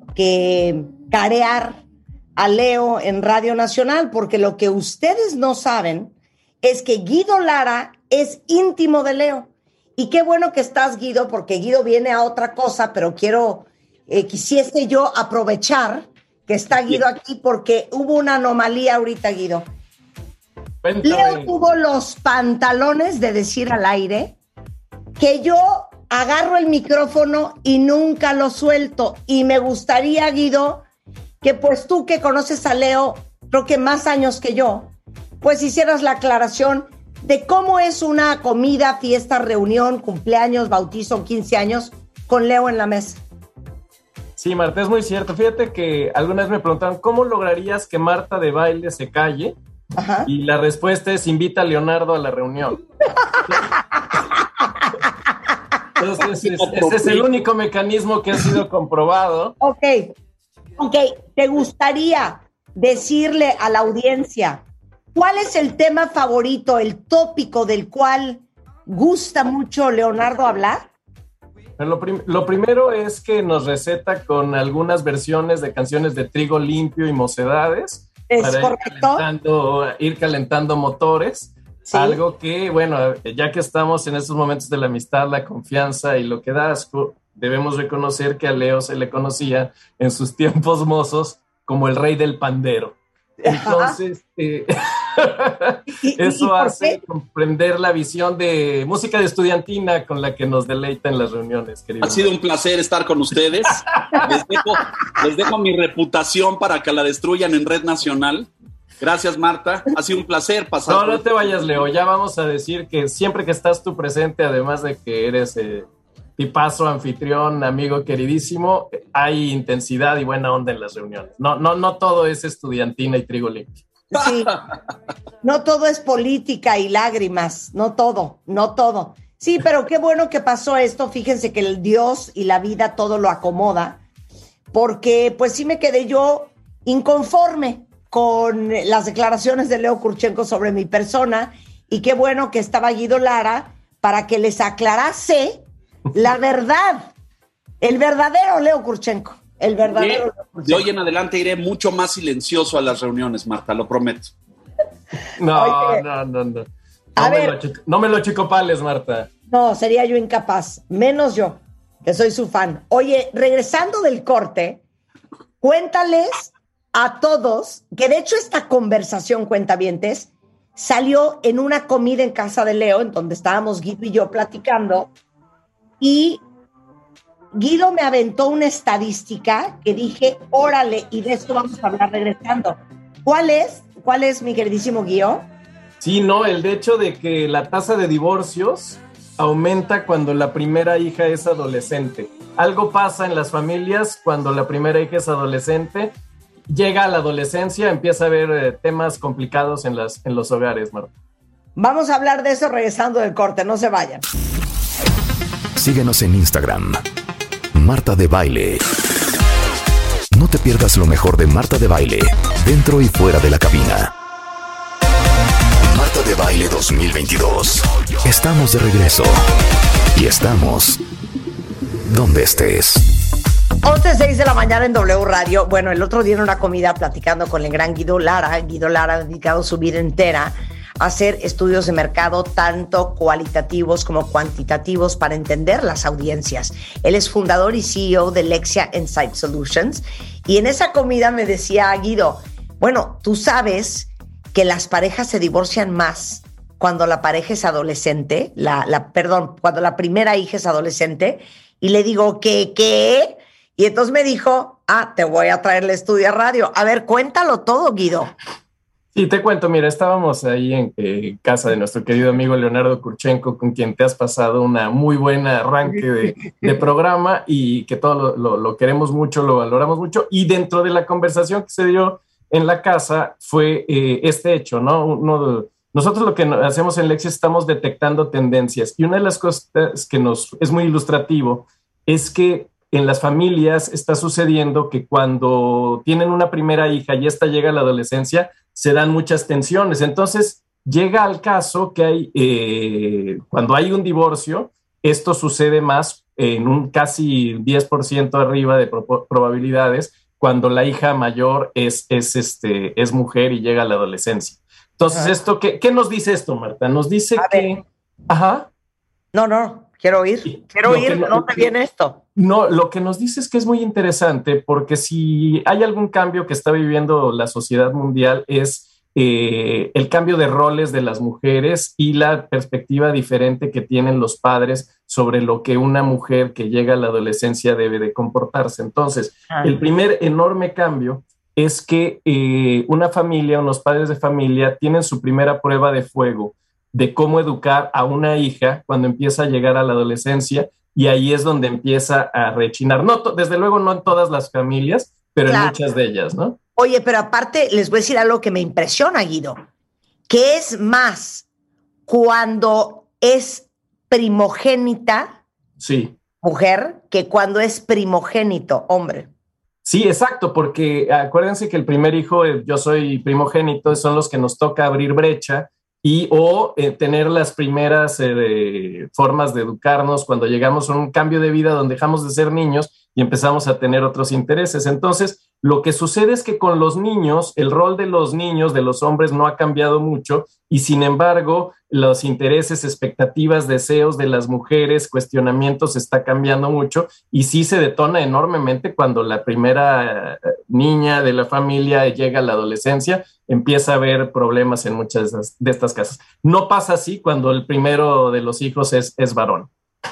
carear a Leo en Radio Nacional, porque lo que ustedes no saben es que Guido Lara es íntimo de Leo. Y qué bueno que estás, Guido, porque Guido viene a otra cosa, pero quisiese yo aprovechar que está Guido aquí porque hubo una anomalía ahorita, Guido. Leo tuvo los pantalones de decir al aire que yo agarro el micrófono y nunca lo suelto. Y me gustaría, Guido, que pues tú que conoces a Leo, creo que más años que yo, pues hicieras la aclaración de cómo es una comida, fiesta, reunión, cumpleaños, bautizo, 15 años con Leo en la mesa. Sí, Marta, es muy cierto. Fíjate que algunas me preguntaron, ¿cómo lograrías que Marta de Baile se calle? Ajá. Y la respuesta es, invita a Leonardo a la reunión. Entonces, ese es el único mecanismo que ha sido comprobado. Ok, ¿te gustaría decirle a la audiencia cuál es el tema favorito, el tópico del cual gusta mucho Leonardo hablar? Lo primero es que nos receta con algunas versiones de canciones de Trigo Limpio y Mocedades. ¿Es para correcto? ir calentando motores. Sí. Algo que, bueno, ya que estamos en estos momentos de la amistad, la confianza y lo que da asco, debemos reconocer que a Leo se le conocía en sus tiempos mozos como el rey del pandero. Entonces, eso hace comprender la visión de música de estudiantina con la que nos deleita en las reuniones, querido. Ha sido un placer estar con ustedes. Les dejo mi reputación para que la destruyan en Red Nacional. Gracias, Marta. Ha sido un placer pasar. No te vayas, Leo. Ya vamos a decir que siempre que estás tú presente, además de que eres tipazo, anfitrión, amigo queridísimo, hay intensidad y buena onda en las reuniones. No todo es estudiantina y Trigo Limpio. Sí, no todo es política y lágrimas, no todo. Sí, pero qué bueno que pasó esto. Fíjense que el Dios y la vida todo lo acomoda, porque pues sí me quedé yo inconforme con las declaraciones de Leo Kurchenko sobre mi persona, y qué bueno que estaba Guido Lara para que les aclarase la verdad, el verdadero Leo Kurchenko, el verdadero Leo Kurchenko. De hoy en adelante iré mucho más silencioso a las reuniones, Marta, lo prometo. No. No me lo chicopales, Marta. No, sería yo incapaz, menos yo, que soy su fan. Oye, regresando del corte, cuéntales a todos, que de hecho esta conversación, cuentavientes, salió en una comida en casa de Leo, en donde estábamos Guido y yo platicando, y Guido me aventó una estadística que dije, órale, y de esto vamos a hablar regresando. ¿Cuál es, mi queridísimo Guido? Sí, no, el hecho de que la tasa de divorcios aumenta cuando la primera hija es adolescente. Algo pasa en las familias cuando la primera hija es adolescente. Llega a la adolescencia, empieza a haber temas complicados en los hogares, Marta. Vamos a hablar de eso regresando del corte, no se vayan. Síguenos en Instagram, Marta de Baile. No te pierdas lo mejor de Marta de Baile, dentro y fuera de la cabina. Marta de Baile 2022. Estamos de regreso. Y estamos donde estés. 11:06 de la mañana en W Radio. Bueno, el otro día en una comida platicando con el gran Guido Lara ha dedicado su vida entera a hacer estudios de mercado tanto cualitativos como cuantitativos para entender las audiencias. Él es fundador y CEO de Lexia Insight Solutions, y en esa comida me decía Guido, bueno, tú sabes que las parejas se divorcian más cuando la pareja es adolescente, cuando la primera hija es adolescente, y le digo, ¿qué? Y entonces me dijo, te voy a traer el estudio a radio. A ver, cuéntalo todo, Guido. Sí, te cuento, mira, estábamos ahí en casa de nuestro querido amigo Leonardo Kurchenko, con quien te has pasado una muy buena arranque de programa, y que todo lo queremos mucho, lo valoramos mucho, y dentro de la conversación que se dio en la casa fue este hecho, ¿no? Nosotros lo que hacemos en Lexia, estamos detectando tendencias, y una de las cosas que es muy ilustrativo es que en las familias está sucediendo que cuando tienen una primera hija y esta llega a la adolescencia, se dan muchas tensiones. Entonces llega al caso que hay, cuando hay un divorcio, esto sucede más en un casi 10% arriba de probabilidades cuando la hija mayor es mujer y llega a la adolescencia. Entonces, esto, ¿qué nos dice esto, Marta? Nos dice que... Ajá. No, quiero oír. ¿No te viene esto? No, lo que nos dice es que es muy interesante, porque si hay algún cambio que está viviendo la sociedad mundial es el cambio de roles de las mujeres y la perspectiva diferente que tienen los padres sobre lo que una mujer que llega a la adolescencia debe de comportarse. Entonces, el primer enorme cambio es que una familia, unos padres de familia tienen su primera prueba de fuego de cómo educar a una hija cuando empieza a llegar a la adolescencia, y ahí es donde empieza a rechinar. No, desde luego no en todas las familias, pero en muchas de ellas, ¿no? Oye, pero aparte les voy a decir algo que me impresiona, Guido, que es más cuando es primogénita, sí, mujer, que cuando es primogénito, hombre. Sí, exacto, porque acuérdense que el primer hijo, yo soy primogénito, son los que nos toca abrir brecha o tener las primeras formas de educarnos cuando llegamos a un cambio de vida donde dejamos de ser niños y empezamos a tener otros intereses. Entonces, lo que sucede es que con los niños, el rol de los niños, de los hombres, no ha cambiado mucho, y sin embargo, los intereses, expectativas, deseos de las mujeres, cuestionamientos está cambiando mucho, y sí se detona enormemente cuando la primera niña de la familia llega a la adolescencia, empieza a haber problemas en muchas de estas casas. No pasa así cuando el primero de los hijos es varón.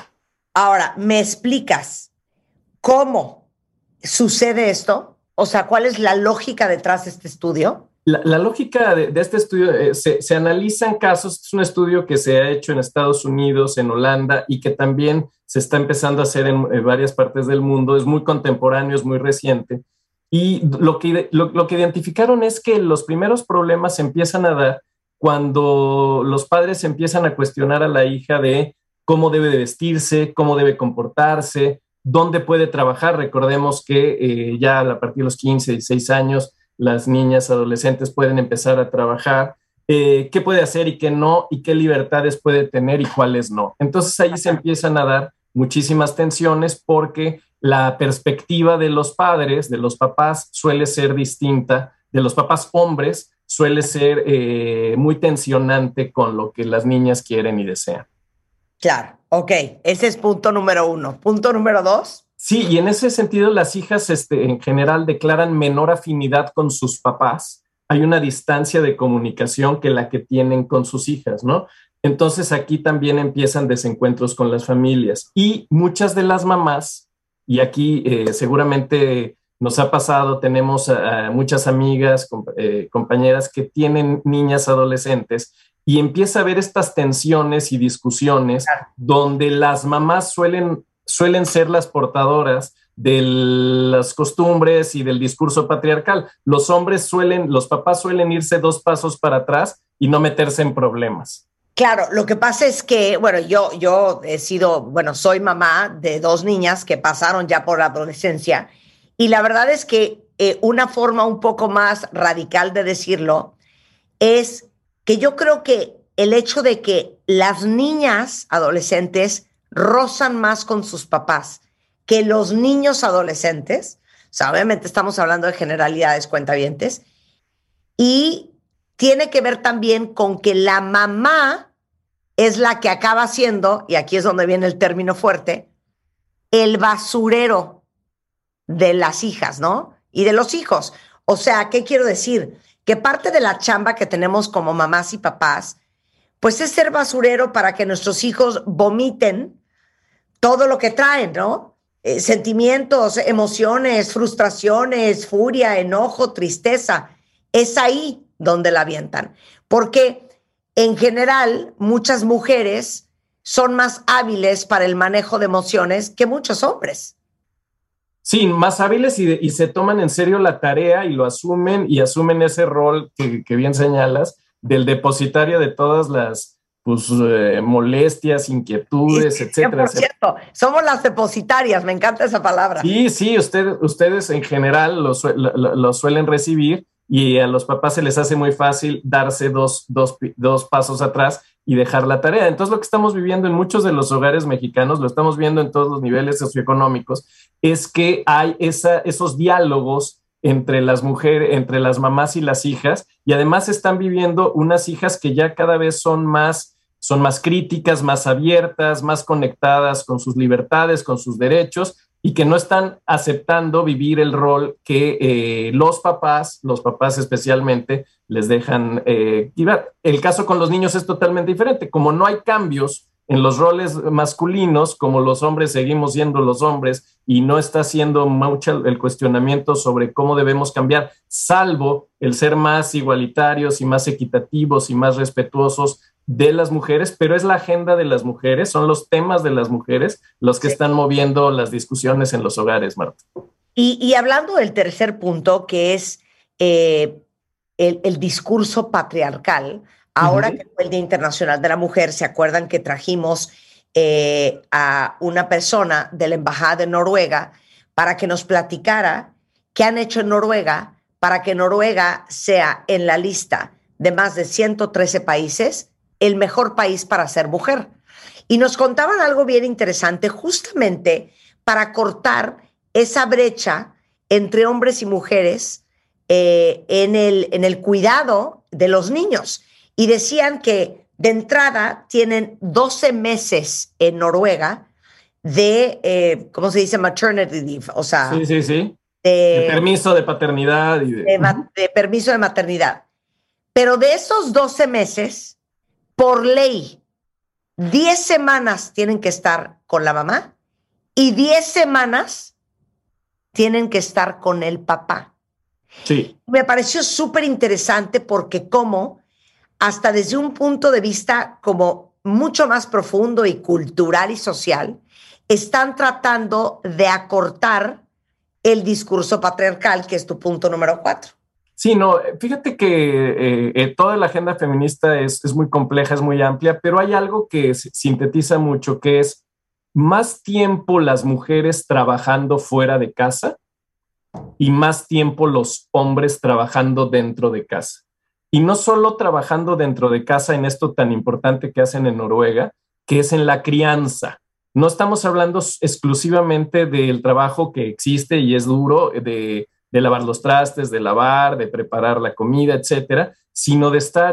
Ahora, ¿me explicas cómo sucede esto? O sea, ¿cuál es la lógica detrás de este estudio? La lógica de este estudio, se analizan casos, es un estudio que se ha hecho en Estados Unidos, en Holanda, y que también se está empezando a hacer en varias partes del mundo. Es muy contemporáneo, es muy reciente. Y lo que identificaron es que los primeros problemas se empiezan a dar cuando los padres empiezan a cuestionar a la hija de cómo debe de vestirse, cómo debe comportarse, dónde puede trabajar. Recordemos que ya a partir de los 15, 16 años, las niñas adolescentes pueden empezar a trabajar, qué puede hacer y qué no, y qué libertades puede tener y cuáles no. Entonces ahí se empiezan a dar muchísimas tensiones porque la perspectiva de los padres, de los papás, suele ser distinta, de los papás hombres suele ser muy tensionante con lo que las niñas quieren y desean. Claro, ok, ese es punto número 1. Punto número 2. Sí, y en ese sentido las hijas en general declaran menor afinidad con sus papás. Hay una distancia de comunicación que la que tienen con sus hijas, ¿no? Entonces aquí también empiezan desencuentros con las familias. Y muchas de las mamás, y aquí seguramente nos ha pasado, tenemos a muchas amigas, compañeras que tienen niñas adolescentes, y empieza a haber estas tensiones y discusiones donde las mamás suelen ser las portadoras de las costumbres y del discurso patriarcal. Los papás suelen irse 2 pasos para atrás y no meterse en problemas. Claro, lo que pasa es que, bueno, yo soy mamá de 2 niñas que pasaron ya por la adolescencia, y la verdad es que una forma un poco más radical de decirlo es que yo creo que el hecho de que las niñas adolescentes rozan más con sus papás que los niños adolescentes, o sea, obviamente estamos hablando de generalidades, cuentavientes, y tiene que ver también con que la mamá es la que acaba siendo, y aquí es donde viene el término fuerte, el basurero de las hijas, ¿no? Y de los hijos. O sea, ¿qué quiero decir? Que parte de la chamba que tenemos como mamás y papás, pues es ser basurero para que nuestros hijos vomiten todo lo que traen, ¿no? Sentimientos, emociones, frustraciones, furia, enojo, tristeza. Es ahí donde la avientan. Porque en general muchas mujeres son más hábiles para el manejo de emociones que muchos hombres. Sí, más hábiles y se toman en serio la tarea y lo asumen ese rol que bien señalas del depositario de todas las molestias, inquietudes, sí, etcétera. 100%. Somos las depositarias, me encanta esa palabra. Sí, ustedes en general lo suelen recibir, y a los papás se les hace muy fácil darse dos pasos atrás y dejar la tarea. Entonces, lo que estamos viviendo en muchos de los hogares mexicanos, lo estamos viendo en todos los niveles socioeconómicos, es que hay esos diálogos entre las mujeres, entre las mamás y las hijas, y además están viviendo unas hijas que ya cada vez son más críticas, más abiertas, más conectadas con sus libertades, con sus derechos, y que no están aceptando vivir el rol que los papás especialmente, les dejan llevar. El caso con los niños es totalmente diferente. Como no hay cambios en los roles masculinos, como los hombres seguimos siendo los hombres, y no está haciendo mucho el cuestionamiento sobre cómo debemos cambiar, salvo el ser más igualitarios y más equitativos y más respetuosos de las mujeres, pero es la agenda de las mujeres, son los temas de las mujeres los que están moviendo las discusiones en los hogares, Marta. Y hablando del tercer punto, que es el discurso patriarcal, ahora que fue el Día Internacional de la Mujer, ¿se acuerdan que trajimos a una persona de la Embajada de Noruega para que nos platicara qué han hecho en Noruega para que Noruega sea en la lista de más de 113 países el mejor país para ser mujer? Y nos contaban algo bien interesante, justamente para cortar esa brecha entre hombres y mujeres en el cuidado de los niños. Y decían que de entrada tienen 12 meses en Noruega de, ¿cómo se dice? Maternity leave, o sea... Sí. De permiso de paternidad. Y de permiso de maternidad. Pero de esos 12 meses, por ley, 10 semanas tienen que estar con la mamá y 10 semanas tienen que estar con el papá. Sí. Me pareció súper interesante porque como hasta desde un punto de vista como mucho más profundo y cultural y social, están tratando de acortar el discurso patriarcal, que es tu punto número 4. Sí, no, fíjate que toda la agenda feminista es muy compleja, es muy amplia, pero hay algo que sintetiza mucho, que es más tiempo las mujeres trabajando fuera de casa y más tiempo los hombres trabajando dentro de casa. Y no solo trabajando dentro de casa en esto tan importante que hacen en Noruega, que es en la crianza. No estamos hablando exclusivamente del trabajo que existe y es duro, de lavar los trastes, de lavar, de preparar la comida, etcétera, sino de estar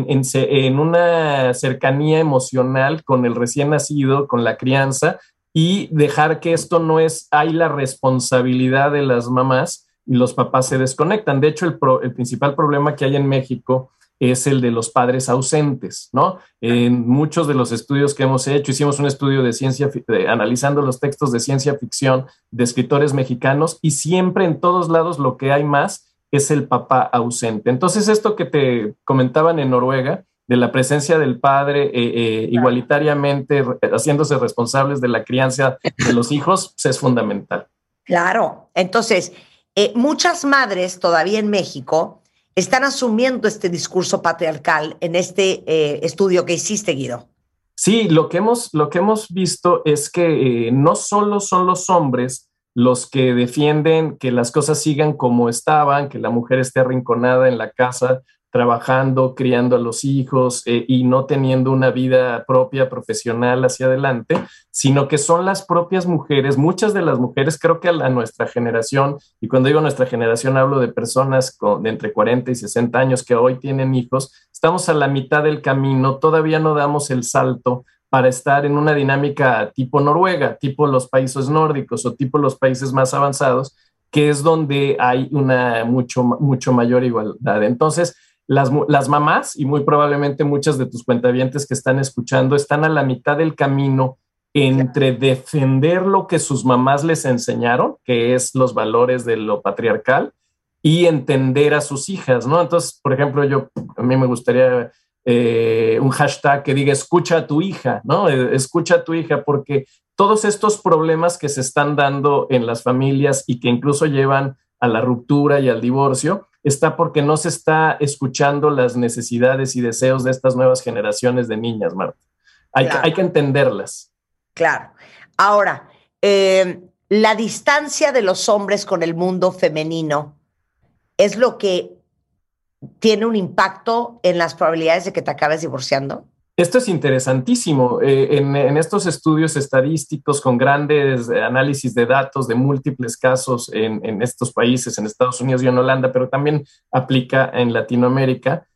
en una cercanía emocional con el recién nacido, con la crianza, y dejar que esto no es, hay la responsabilidad de las mamás y los papás se desconectan. De hecho, el principal problema que hay en México es el de los padres ausentes, ¿no? En muchos de los estudios que hemos hecho, hicimos un estudio analizando los textos de ciencia ficción de escritores mexicanos y siempre en todos lados lo que hay más es el papá ausente. Entonces, esto que te comentaban en Noruega, de la presencia del padre igualitariamente haciéndose responsables de la crianza de los hijos, es fundamental. Claro. Entonces, muchas madres todavía en México están asumiendo este discurso patriarcal en este estudio que hiciste, Guido. Sí, lo que hemos visto es que no solo son los hombres los que defienden que las cosas sigan como estaban, que la mujer esté arrinconada en la casa, trabajando, criando a los hijos y no teniendo una vida propia, profesional hacia adelante, sino que son las propias mujeres, muchas de las mujeres, creo que a nuestra generación, y cuando digo nuestra generación hablo de personas de entre 40 y 60 años que hoy tienen hijos, estamos a la mitad del camino, todavía no damos el salto para estar en una dinámica tipo Noruega, tipo los países nórdicos o tipo los países más avanzados, que es donde hay una mucho mayor igualdad. Entonces, las mamás, y muy probablemente muchas de tus cuentavientes que están escuchando, están a la mitad del camino entre defender lo que sus mamás les enseñaron, que es los valores de lo patriarcal, y entender a sus hijas, ¿no? Entonces, por ejemplo, a mí me gustaría un hashtag que diga escucha a tu hija, ¿no? Escucha a tu hija, porque todos estos problemas que se están dando en las familias y que incluso llevan a la ruptura y al divorcio, está porque no se está escuchando las necesidades y deseos de estas nuevas generaciones de niñas, Marta. Hay que entenderlas. Claro. Ahora, la distancia de los hombres con el mundo femenino es lo que tiene un impacto en las probabilidades de que te acabes divorciando. Esto es interesantísimo. En estos estudios estadísticos con grandes análisis de datos de múltiples casos en estos países, en Estados Unidos y en Holanda, pero también aplica en Latinoamérica,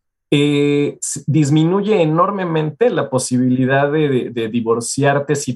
disminuye enormemente la posibilidad de divorciarte si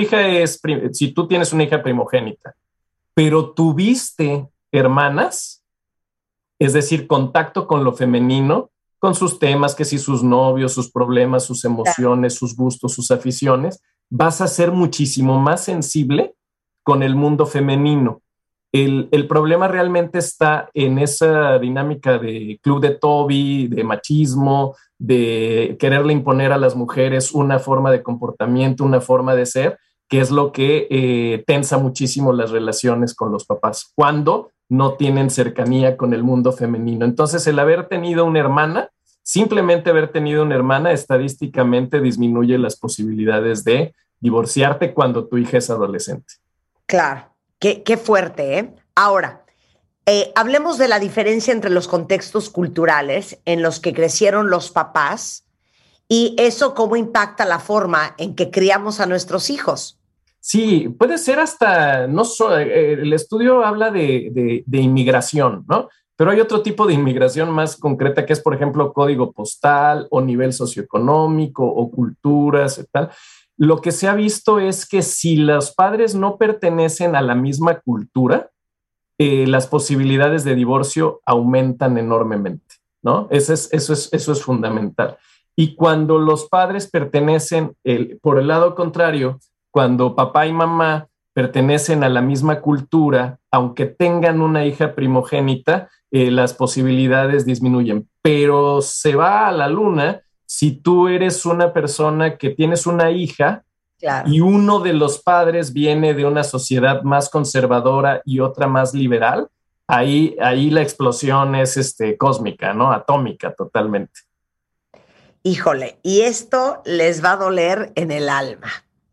tú tienes una hija primogénita, pero tuviste hermanas, es decir, contacto con lo femenino, con sus temas, que si sus novios, sus problemas, sus emociones, sus gustos, sus aficiones, vas a ser muchísimo más sensible con el mundo femenino. El problema realmente está en esa dinámica de club de Toby, de machismo, de quererle imponer a las mujeres una forma de comportamiento, una forma de ser, que es lo que tensa muchísimo las relaciones con los papás, cuando no tienen cercanía con el mundo femenino. Entonces, el haber tenido una hermana, simplemente haber tenido una hermana, estadísticamente disminuye las posibilidades de divorciarte cuando tu hija es adolescente. Claro, qué fuerte, ¿eh? Ahora, hablemos de la diferencia entre los contextos culturales en los que crecieron los papás y eso cómo impacta la forma en que criamos a nuestros hijos. Sí, puede ser hasta, el estudio habla de inmigración, ¿no? Pero hay otro tipo de inmigración más concreta que es, por ejemplo, código postal o nivel socioeconómico o culturas y tal. Lo que se ha visto es que si los padres no pertenecen a la misma cultura, las posibilidades de divorcio aumentan enormemente, ¿no? Eso es fundamental. Y cuando los padres pertenecen, por el lado contrario, cuando papá y mamá pertenecen a la misma cultura, aunque tengan una hija primogénita, las posibilidades disminuyen. Pero se va a la luna si tú eres una persona que tienes una hija, claro, y uno de los padres viene de una sociedad más conservadora y otra más liberal, ahí la explosión es cósmica, ¿no? Atómica totalmente. Híjole, y esto les va a doler en el alma.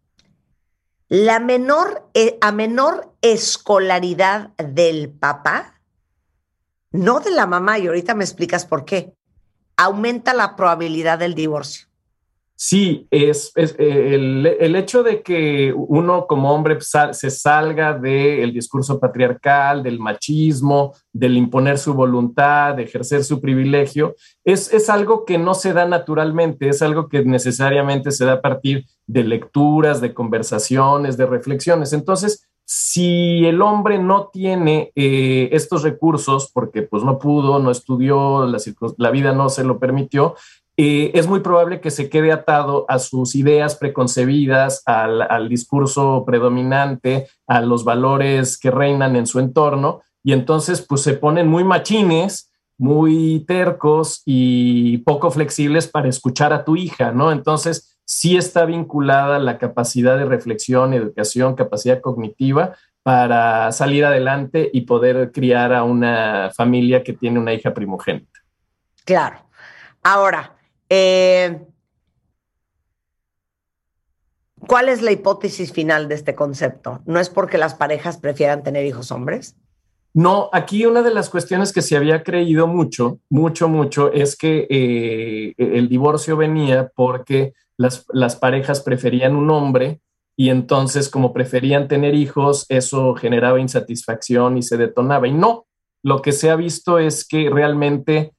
A menor escolaridad del papá, no de la mamá, y ahorita me explicas por qué, aumenta la probabilidad del divorcio. Sí, es el hecho de que uno como hombre se salga del discurso patriarcal, del machismo, del imponer su voluntad, de ejercer su privilegio, es algo que no se da naturalmente, es algo que necesariamente se da a partir de lecturas, de conversaciones, de reflexiones. Entonces, si el hombre no tiene estos recursos, porque pues no pudo, no estudió, la vida no se lo permitió, es muy probable que se quede atado a sus ideas preconcebidas, al discurso predominante, a los valores que reinan en su entorno, y entonces pues se ponen muy machines, muy tercos y poco flexibles para escuchar a tu hija, ¿no? Entonces sí está vinculada la capacidad de reflexión, educación, capacidad cognitiva para salir adelante y poder criar a una familia que tiene una hija primogénita. Claro. Ahora, ¿cuál es la hipótesis final de este concepto? ¿No es porque las parejas prefieran tener hijos hombres? No, aquí una de las cuestiones que se había creído mucho, es que el divorcio venía porque las parejas preferían un hombre y entonces como preferían tener hijos, eso generaba insatisfacción y se detonaba. Y no, lo que se ha visto es que realmente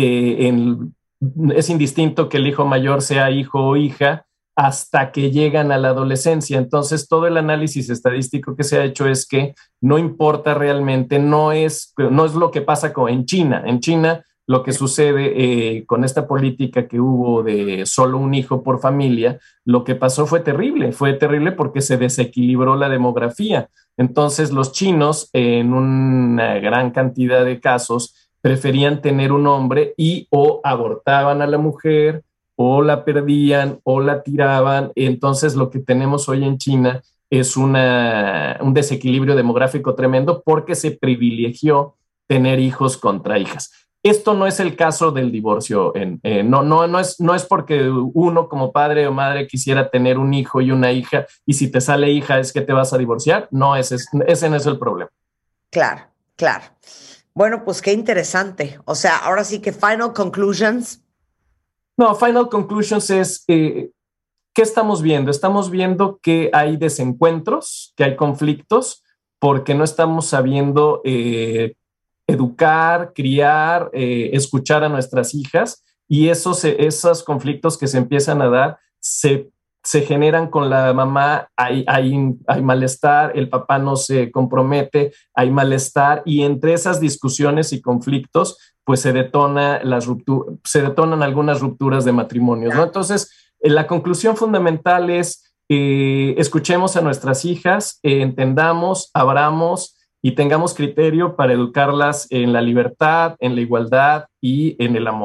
es indistinto que el hijo mayor sea hijo o hija hasta que llegan a la adolescencia. Entonces, todo el análisis estadístico que se ha hecho es que no importa realmente, no es lo que pasa en China. En China, lo que sucede con esta política que hubo de solo un hijo por familia, lo que pasó fue terrible porque se desequilibró la demografía. Entonces, los chinos, en una gran cantidad de casos, preferían tener un hombre y o abortaban a la mujer o la perdían o la tiraban. Entonces lo que tenemos hoy en China es un desequilibrio demográfico tremendo porque se privilegió tener hijos contra hijas. Esto no es el caso del divorcio. No es porque uno como padre o madre quisiera tener un hijo y una hija y si te sale hija es que te vas a divorciar. No, ese no es el problema. Claro, claro. Bueno, pues qué interesante. O sea, ahora sí que final conclusions. No, final conclusions es, ¿qué estamos viendo? Estamos viendo que hay desencuentros, que hay conflictos, porque no estamos sabiendo educar, criar, escuchar a nuestras hijas, y esos conflictos que se empiezan a dar se generan con la mamá, hay malestar, el papá no se compromete, hay malestar, y entre esas discusiones y conflictos, pues se detonan algunas rupturas de matrimonios, ¿no? Entonces, la conclusión fundamental es escuchemos a nuestras hijas, entendamos, abramos y tengamos criterio para educarlas en la libertad, en la igualdad y en el amor.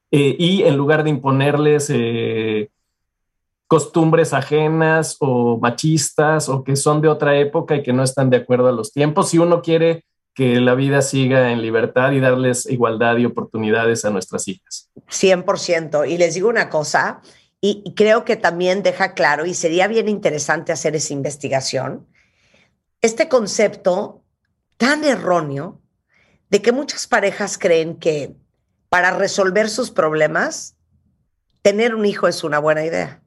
y en lugar de imponerles costumbres ajenas o machistas o que son de otra época y que no están de acuerdo a los tiempos, si uno quiere que la vida siga en libertad y darles igualdad y oportunidades a nuestras hijas. 100%. Y les digo una cosa, y creo que también deja claro, y sería bien interesante hacer esa investigación, este concepto tan erróneo de que muchas parejas creen que para resolver sus problemas, tener un hijo es una buena idea.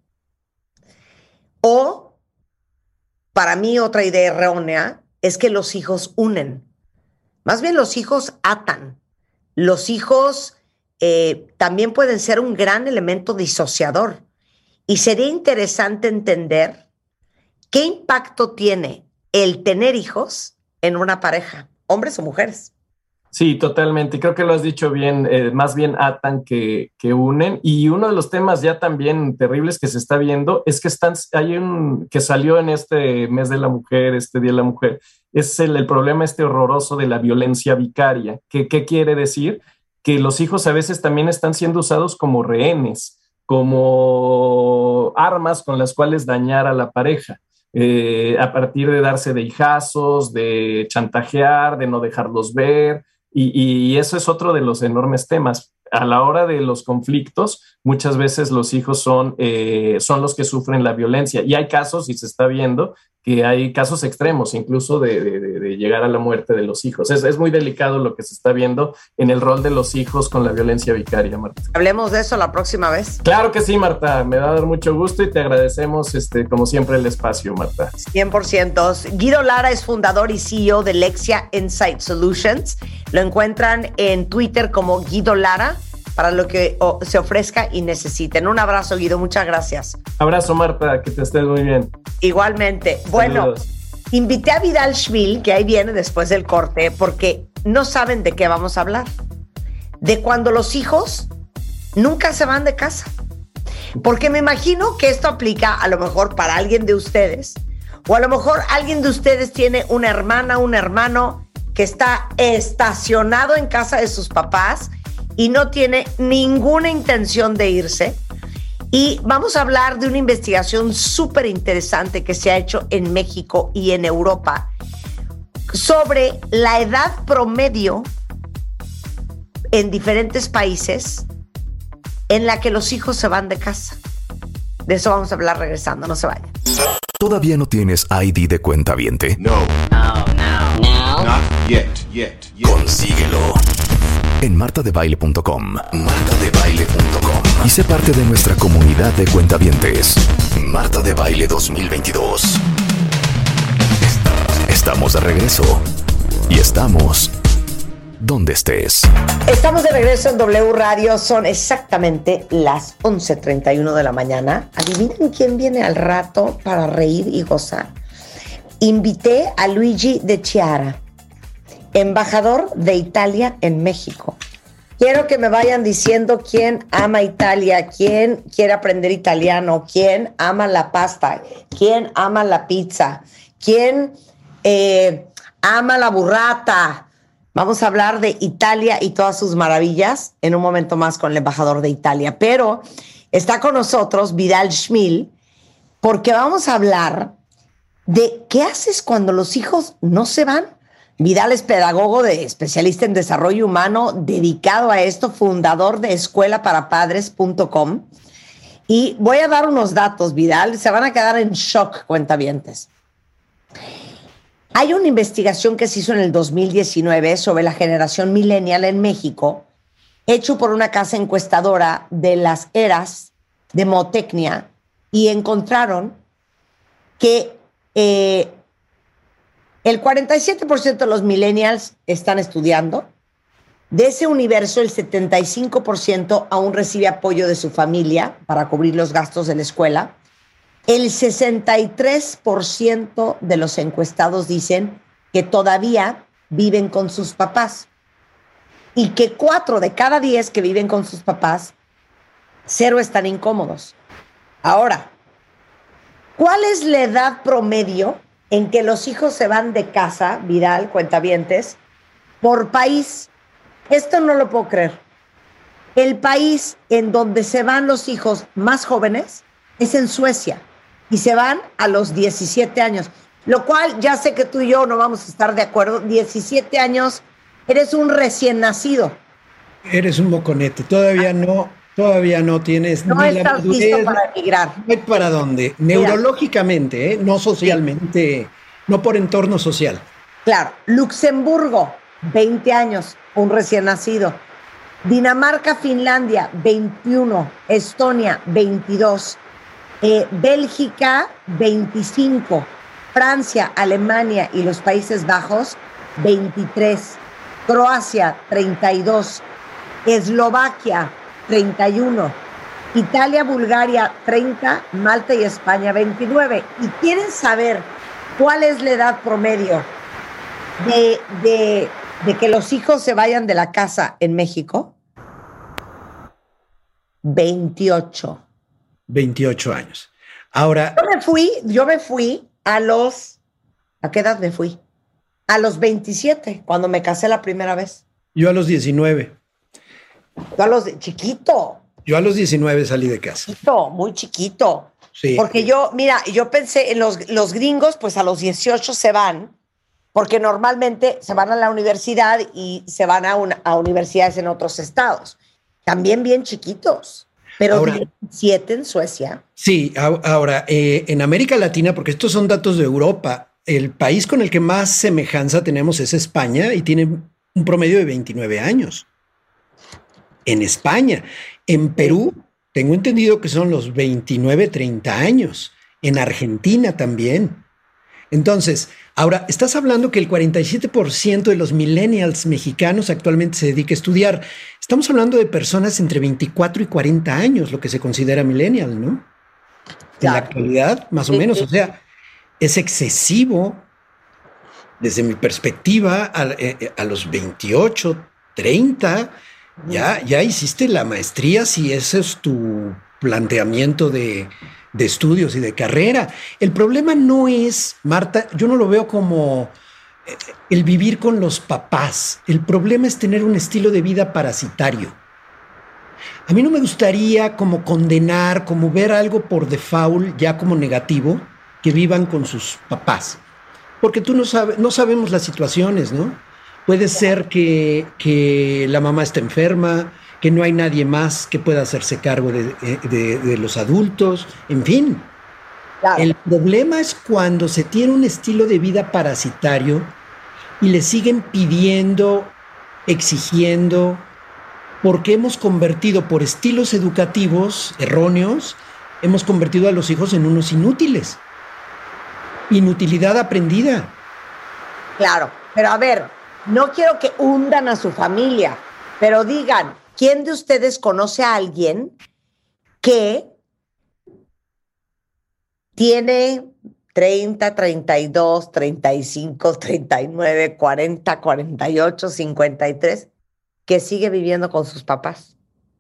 O, para mí, otra idea errónea es que los hijos unen. Más bien los hijos atan. Los hijos también pueden ser un gran elemento disociador. Y sería interesante entender qué impacto tiene el tener hijos en una pareja, hombres o mujeres. Sí, totalmente. Creo que lo has dicho bien, más bien atan que unen. Y uno de los temas ya también terribles que se está viendo es que hay un que salió en este mes de la mujer, este Día de la Mujer, es el problema horroroso de la violencia vicaria. ¿Qué quiere decir? Que los hijos a veces también están siendo usados como rehenes, como armas con las cuales dañar a la pareja. A partir de darse de hijazos, de chantajear, de no dejarlos ver. Y eso es otro de los enormes temas. A la hora de los conflictos, muchas veces los hijos son los que sufren la violencia. Y hay casos, y se está viendo, que hay casos extremos, incluso de llegar a la muerte de los hijos. Es muy delicado lo que se está viendo en el rol de los hijos con la violencia vicaria, Marta. Hablemos de eso la próxima vez. Claro que sí, Marta. Me va a dar mucho gusto y te agradecemos, como siempre, el espacio, Marta. 100%. Guido Lara es fundador y CEO de Lexia Insight Solutions. Lo encuentran en Twitter como Guido Lara para lo que se ofrezca y necesiten. Un abrazo, Guido. Muchas gracias. Abrazo, Marta. Que te estés muy bien. Igualmente. Saludos. Bueno, invité a Vidal Schmil, que ahí viene después del corte, porque no saben de qué vamos a hablar. De cuando los hijos nunca se van de casa. Porque me imagino que esto aplica a lo mejor para alguien de ustedes, o a lo mejor alguien de ustedes tiene una hermana, un hermano que está estacionado en casa de sus papás y no tiene ninguna intención de irse. Y vamos a hablar de una investigación súper interesante que se ha hecho en México y en Europa sobre la edad promedio en diferentes países en la que los hijos se van de casa. De eso vamos a hablar regresando, no se vayan. ¿Todavía no tienes ID de cuentaviente? No. Not yet. Consíguelo en martadebaile.com. martadebaile.com y sé parte de nuestra comunidad de cuentavientes. Marta de Baile 2022. Estamos de regreso y estamos donde estés. Estamos de regreso en W Radio. Son exactamente las 11:31 de la mañana. ¿Adivinen quién viene al rato para reír y gozar? Invité a Luigi De Chiara, embajador de Italia en México. Quiero que me vayan diciendo quién ama Italia, quién quiere aprender italiano, quién ama la pasta, quién ama la pizza, quién ama la burrata. Vamos a hablar de Italia y todas sus maravillas en un momento más con el embajador de Italia. Pero está con nosotros Vidal Schmil porque vamos a hablar de qué haces cuando los hijos no se van. Vidal es pedagogo, especialista en desarrollo humano, dedicado a esto, fundador de escuelaparapadres.com. Y voy a dar unos datos, Vidal, se van a quedar en shock, cuentavientes. Hay una investigación que se hizo en el 2019 sobre la generación millennial en México, hecho por una casa encuestadora de las eras de Motecnia, y encontraron que el 47% de los millennials están estudiando. De ese universo, el 75% aún recibe apoyo de su familia para cubrir los gastos de la escuela. El 63% de los encuestados dicen que todavía viven con sus papás y que 4 de cada 10 que viven con sus papás, 0 están incómodos. Ahora, ¿cuál es la edad promedio en que los hijos se van de casa, Vidal, cuentavientes, por país? Esto no lo puedo creer. El país en donde se van los hijos más jóvenes es en Suecia y se van a los 17 años, lo cual ya sé que tú y yo no vamos a estar de acuerdo. 17 años, eres un recién nacido. Eres un moconete, todavía no tienes No ni estás listo para emigrar. No hay para dónde, neurológicamente, no socialmente, no por entorno social. Claro, Luxemburgo, 20 años, un recién nacido. Dinamarca, Finlandia, 21. Estonia, 22. Bélgica, 25. Francia, Alemania y los Países Bajos, 23. Croacia, 32. Eslovaquia, 31. Italia, Bulgaria, 30. Malta y España, 29. ¿Y quieren saber cuál es la edad promedio de que los hijos se vayan de la casa en México? 28. 28 años. Ahora... Yo me fui ¿a qué edad me fui? A los 27, cuando me casé la primera vez. Yo a los 19. Chiquito. Yo a los 19 salí de casa. Chiquito, muy chiquito. Sí. Porque yo pensé en los gringos, pues a los 18 se van, porque normalmente se van a la universidad y se van a universidades en otros estados. También bien chiquitos, pero ahora, 17 en Suecia. Sí, ahora en América Latina, porque estos son datos de Europa, el país con el que más semejanza tenemos es España y tiene un promedio de 29 años. En España. En Perú, tengo entendido que son los 29, 30 años. En Argentina también. Entonces, ahora, estás hablando que el 47% de los millennials mexicanos actualmente se dedica a estudiar. Estamos hablando de personas entre 24 y 40 años, lo que se considera millennial, ¿no? Claro. En la actualidad, más o menos. O sea, es excesivo, desde mi perspectiva, a los 28, 30, ya hiciste la maestría si ese es tu planteamiento de estudios y de carrera. El problema no es, Marta, yo no lo veo como el vivir con los papás. El problema es tener un estilo de vida parasitario. A mí no me gustaría como condenar, como ver algo por default ya como negativo, que vivan con sus papás. Porque tú no sabemos las situaciones, ¿no? Puede ser que la mamá está enferma, que no hay nadie más que pueda hacerse cargo de los adultos, en fin. Claro. El problema es cuando se tiene un estilo de vida parasitario y le siguen pidiendo, exigiendo, porque hemos convertido por estilos educativos erróneos, hemos convertido a los hijos en unos inútiles. Inutilidad aprendida. Claro, pero a ver, no quiero que hundan a su familia, pero digan, ¿quién de ustedes conoce a alguien que tiene 30, 32, 35, 39, 40, 48, 53, que sigue viviendo con sus papás?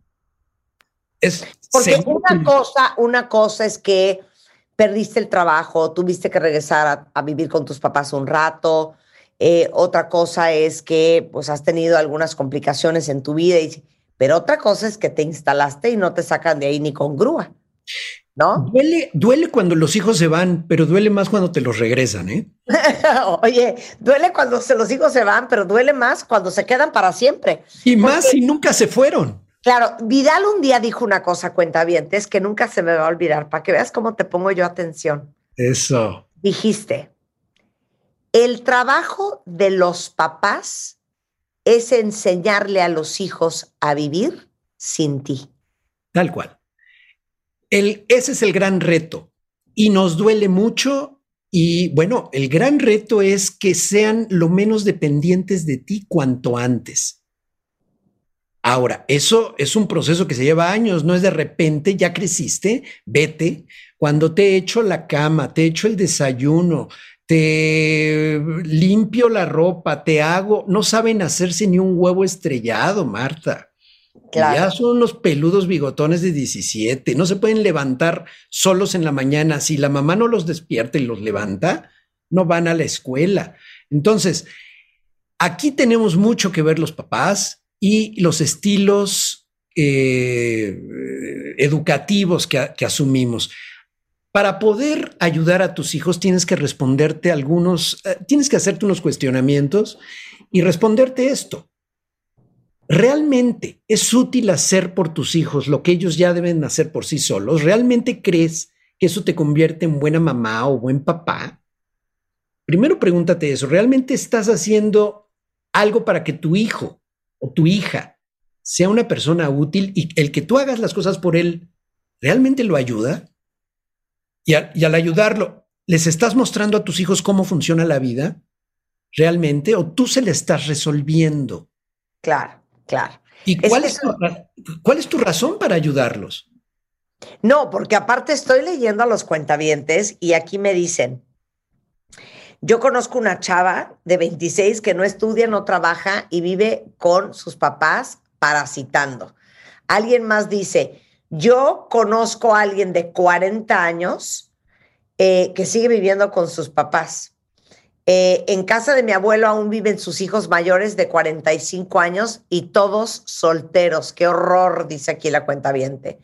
Porque una cosa es que perdiste el trabajo, tuviste que regresar a vivir con tus papás un rato. Otra cosa es que pues, has tenido algunas complicaciones en tu vida, pero otra cosa es que te instalaste y no te sacan de ahí ni con grúa, ¿no? Duele cuando los hijos se van, pero duele más cuando te los regresan, ¿eh? Oye, duele cuando los hijos se van, pero duele más cuando se quedan para siempre. Y más si nunca se fueron. Claro, Vidal un día dijo una cosa, cuentavientes, que nunca se me va a olvidar, para que veas cómo te pongo yo atención. Eso. Dijiste, el trabajo de los papás es enseñarle a los hijos a vivir sin ti. Tal cual. Ese es el gran reto y nos duele mucho y bueno, el gran reto es que sean lo menos dependientes de ti cuanto antes. Ahora, eso es un proceso que se lleva años, no es de repente, ya creciste, vete. Cuando te echo la cama, te echo el desayuno, te limpio la ropa, te hago, no saben hacerse ni un huevo estrellado, Marta. Claro. Ya son unos peludos bigotones de 17, no se pueden levantar solos en la mañana. Si la mamá no los despierta y los levanta, no van a la escuela. Entonces, aquí tenemos mucho que ver los papás y los estilos educativos que asumimos. Para poder ayudar a tus hijos tienes que responderte tienes que hacerte unos cuestionamientos y responderte esto. ¿Realmente es útil hacer por tus hijos lo que ellos ya deben hacer por sí solos? ¿Realmente crees que eso te convierte en buena mamá o buen papá? Primero pregúntate eso. ¿Realmente estás haciendo algo para que tu hijo o tu hija sea una persona útil y el que tú hagas las cosas por él realmente lo ayuda? Y al ayudarlo, ¿les estás mostrando a tus hijos cómo funciona la vida realmente o tú se le estás resolviendo? Claro, claro. ¿Y cuál es tu razón para ayudarlos? No, porque aparte estoy leyendo a los cuentavientes y aquí me dicen, yo conozco una chava de 26 que no estudia, no trabaja y vive con sus papás parasitando. Alguien más dice, yo conozco a alguien de 40 años que sigue viviendo con sus papás. En casa de mi abuelo aún viven sus hijos mayores de 45 años y todos solteros. ¡Qué horror!, dice aquí la cuentaviente.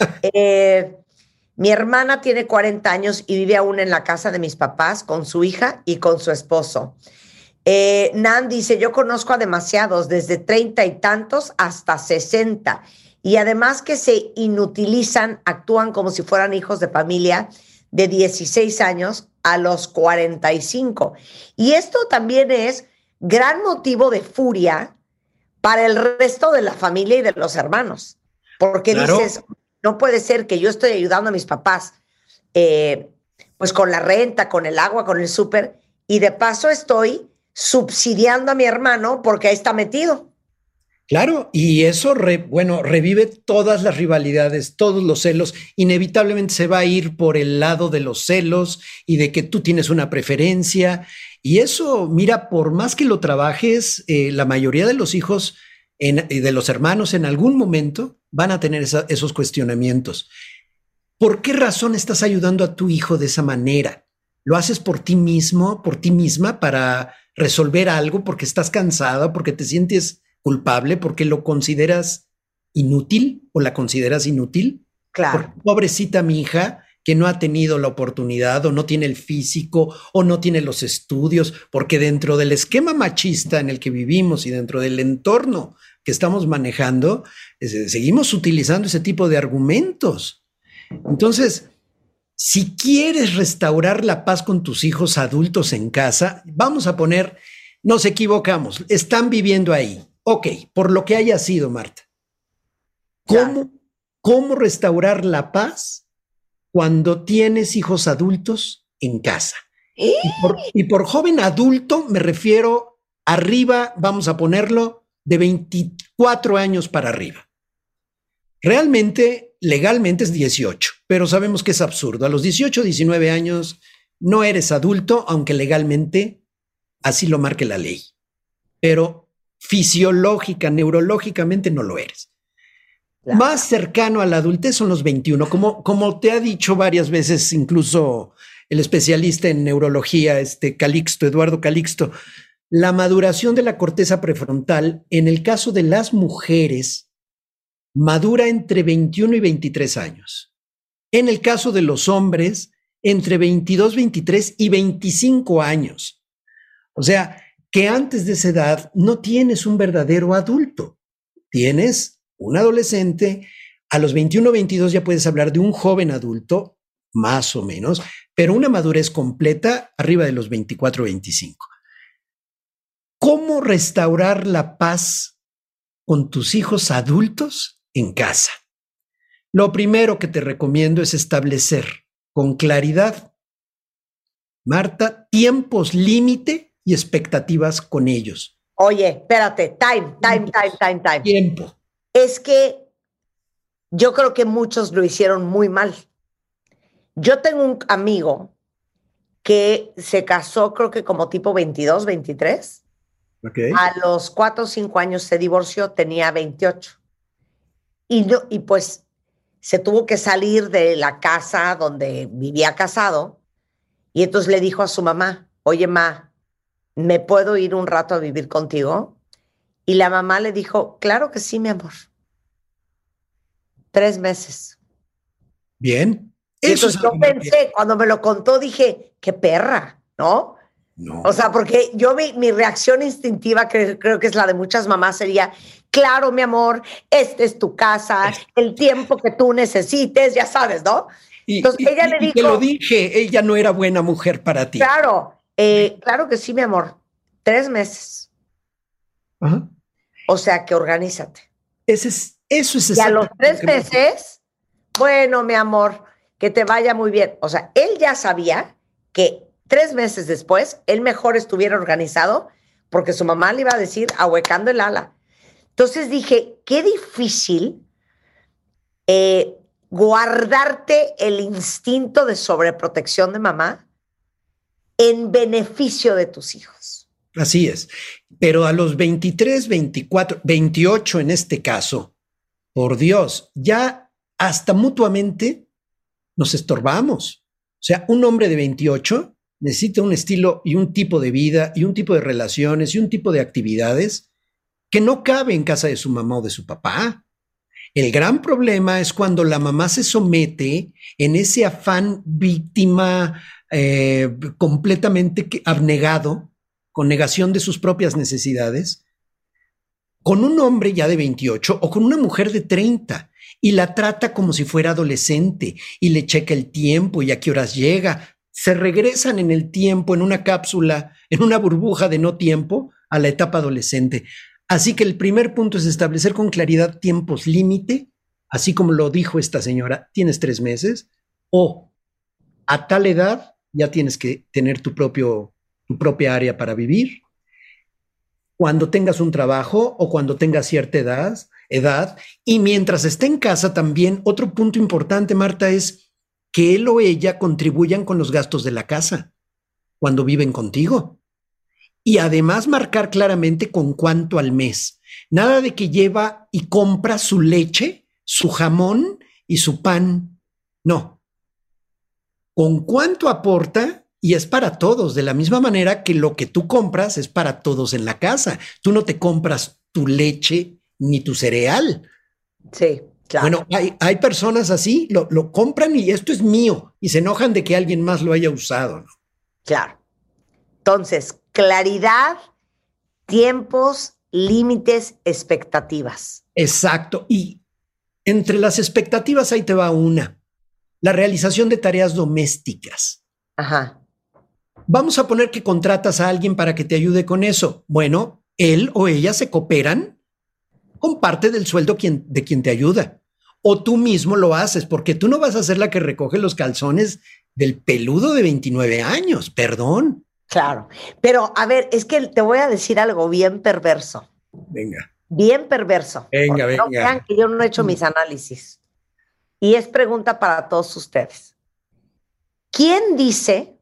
Mi hermana tiene 40 años y vive aún en la casa de mis papás con su hija y con su esposo. Nan dice, yo conozco a demasiados, desde 30 y tantos hasta 60. Y además que se inutilizan, actúan como si fueran hijos de familia de 16 años a los 45. Y esto también es gran motivo de furia para el resto de la familia y de los hermanos. Porque claro, dices, no puede ser que yo estoy ayudando a mis papás pues con la renta, con el agua, con el súper, y de paso estoy subsidiando a mi hermano porque ahí está metido. Claro, y eso revive todas las rivalidades, todos los celos. Inevitablemente se va a ir por el lado de los celos y de que tú tienes una preferencia. Y eso, mira, por más que lo trabajes, la mayoría de los hijos de los hermanos en algún momento van a tener esos cuestionamientos. ¿Por qué razón estás ayudando a tu hijo de esa manera? ¿Lo haces por ti mismo, por ti misma, para resolver algo, porque estás cansada, porque te sientes culpable, porque lo consideras inútil o la consideras inútil? Claro. Porque, pobrecita mi hija, que no ha tenido la oportunidad o no tiene el físico o no tiene los estudios, porque dentro del esquema machista en el que vivimos y dentro del entorno que estamos manejando, seguimos utilizando ese tipo de argumentos. Entonces, si quieres restaurar la paz con tus hijos adultos en casa, vamos a poner, nos equivocamos, están viviendo ahí. Ok, por lo que haya sido, Marta. ¿Cómo restaurar la paz cuando tienes hijos adultos en casa? Y por joven adulto me refiero arriba, vamos a ponerlo, de 24 años para arriba. Realmente, legalmente es 18, pero sabemos que es absurdo. A los 18, 19 años no eres adulto, aunque legalmente así lo marque la ley. Pero fisiológica, neurológicamente no lo eres. Claro. Más cercano a la adultez son los 21, como te ha dicho varias veces, incluso el especialista en neurología, Eduardo Calixto, la maduración de la corteza prefrontal, en el caso de las mujeres, madura entre 21 y 23 años. En el caso de los hombres, entre 22, 23 y 25 años. O sea, que antes de esa edad no tienes un verdadero adulto, tienes un adolescente. A los 21 o 22 ya puedes hablar de un joven adulto, más o menos, pero una madurez completa arriba de los 24 o 25. ¿Cómo restaurar la paz con tus hijos adultos en casa? Lo primero que te recomiendo es establecer con claridad, Marta, tiempos límite y expectativas con ellos. Oye, espérate, time. Tiempo. Es que yo creo que muchos lo hicieron muy mal. Yo tengo un amigo que se casó, creo que como tipo 22, 23. Okay. A los 4 o 5 años se divorció, tenía 28. Y pues se tuvo que salir de la casa donde vivía casado. Y entonces le dijo a su mamá, oye, ma, ¿me puedo ir un rato a vivir contigo? Y la mamá le dijo, claro que sí, mi amor. 3 meses. Bien. Y entonces yo pensé, cuando me lo contó, dije, qué perra, ¿no? No. O sea, porque yo mi reacción instintiva, creo que es la de muchas mamás, sería, claro, mi amor, esta es tu casa, el tiempo que tú necesites, ya sabes, ¿no? Entonces ella le dijo... Te lo dije, ella no era buena mujer para ti. Claro, claro que sí, mi amor. 3 meses. Ajá. O sea, que organízate. Eso es y a los 3 meses, bueno, mi amor, que te vaya muy bien. O sea, él ya sabía que 3 meses después, él mejor estuviera organizado porque su mamá le iba a decir ahuecando el ala. Entonces dije, qué difícil guardarte el instinto de sobreprotección de mamá en beneficio de tus hijos. Así es. Pero a los 23, 24, 28 en este caso, por Dios, ya hasta mutuamente nos estorbamos. O sea, un hombre de 28 necesita un estilo y un tipo de vida y un tipo de relaciones y un tipo de actividades que no cabe en casa de su mamá o de su papá. El gran problema es cuando la mamá se somete en ese afán víctima completamente abnegado, con negación de sus propias necesidades, con un hombre ya de 28 o con una mujer de 30 y la trata como si fuera adolescente y le checa el tiempo y a qué horas llega. Se regresan en el tiempo, en una cápsula, en una burbuja de no tiempo, a la etapa adolescente. Así que el primer punto es establecer con claridad tiempos límite, así como lo dijo esta señora, tienes 3 meses, o a tal edad ya tienes que tener tu propia área para vivir. Cuando tengas un trabajo o cuando tengas cierta edad, y mientras esté en casa también, otro punto importante, Marta, es que él o ella contribuyan con los gastos de la casa cuando viven contigo. Y además marcar claramente con cuánto al mes. Nada de que lleva y compra su leche, su jamón y su pan. No. Con cuánto aporta y es para todos, de la misma manera que lo que tú compras es para todos en la casa. Tú no te compras tu leche ni tu cereal. Sí, claro. Bueno, hay personas así, lo compran y esto es mío y se enojan de que alguien más lo haya usado, ¿no? Claro. Entonces, claridad, tiempos, límites, expectativas. Exacto. Y entre las expectativas ahí te va una. La realización de tareas domésticas. Ajá. Vamos a poner que contratas a alguien para que te ayude con eso. Bueno, él o ella se cooperan con parte del sueldo de quien te ayuda. O tú mismo lo haces, porque tú no vas a ser la que recoge los calzones del peludo de 29 años. Perdón. Claro. Pero, a ver, es que te voy a decir algo bien perverso. Venga. Bien perverso. Venga. No crean que yo no he hecho mis análisis. Y es pregunta para todos ustedes. ¿Quién dice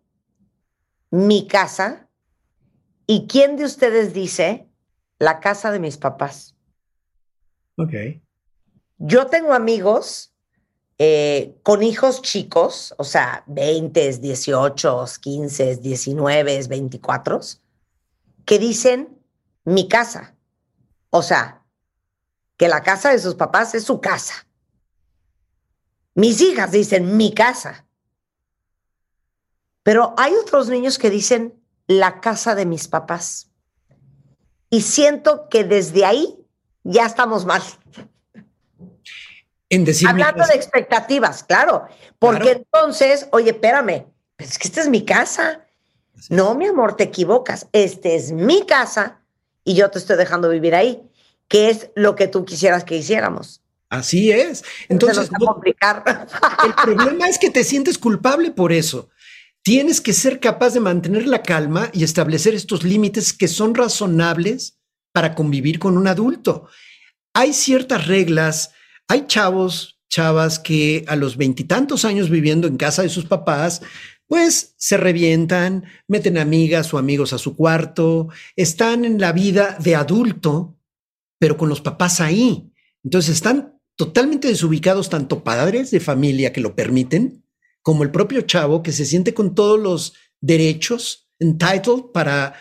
mi casa y quién de ustedes dice la casa de mis papás? Ok. Yo tengo amigos con hijos chicos, o sea, 20, 18, 15, 19, 24, que dicen mi casa. O sea, que la casa de sus papás es su casa. Mis hijas dicen mi casa. Pero hay otros niños que dicen la casa de mis papás. Y siento que desde ahí ya estamos mal. En decir hablando de expectativas, claro. Porque claro. Entonces, oye, espérame, pero es que esta es mi casa. No, mi amor, te equivocas. Esta es mi casa y yo te estoy dejando vivir ahí, que es lo que tú quisieras que hiciéramos. Así es. Entonces, se nos va a complicar. El problema es que te sientes culpable por eso. Tienes que ser capaz de mantener la calma y establecer estos límites que son razonables para convivir con un adulto. Hay ciertas reglas, hay chavas que a los 20 y tantos años viviendo en casa de sus papás, pues se revientan, meten amigas o amigos a su cuarto, están en la vida de adulto, pero con los papás ahí. Entonces están totalmente desubicados, tanto padres de familia que lo permiten, como el propio chavo que se siente con todos los derechos, entitled para,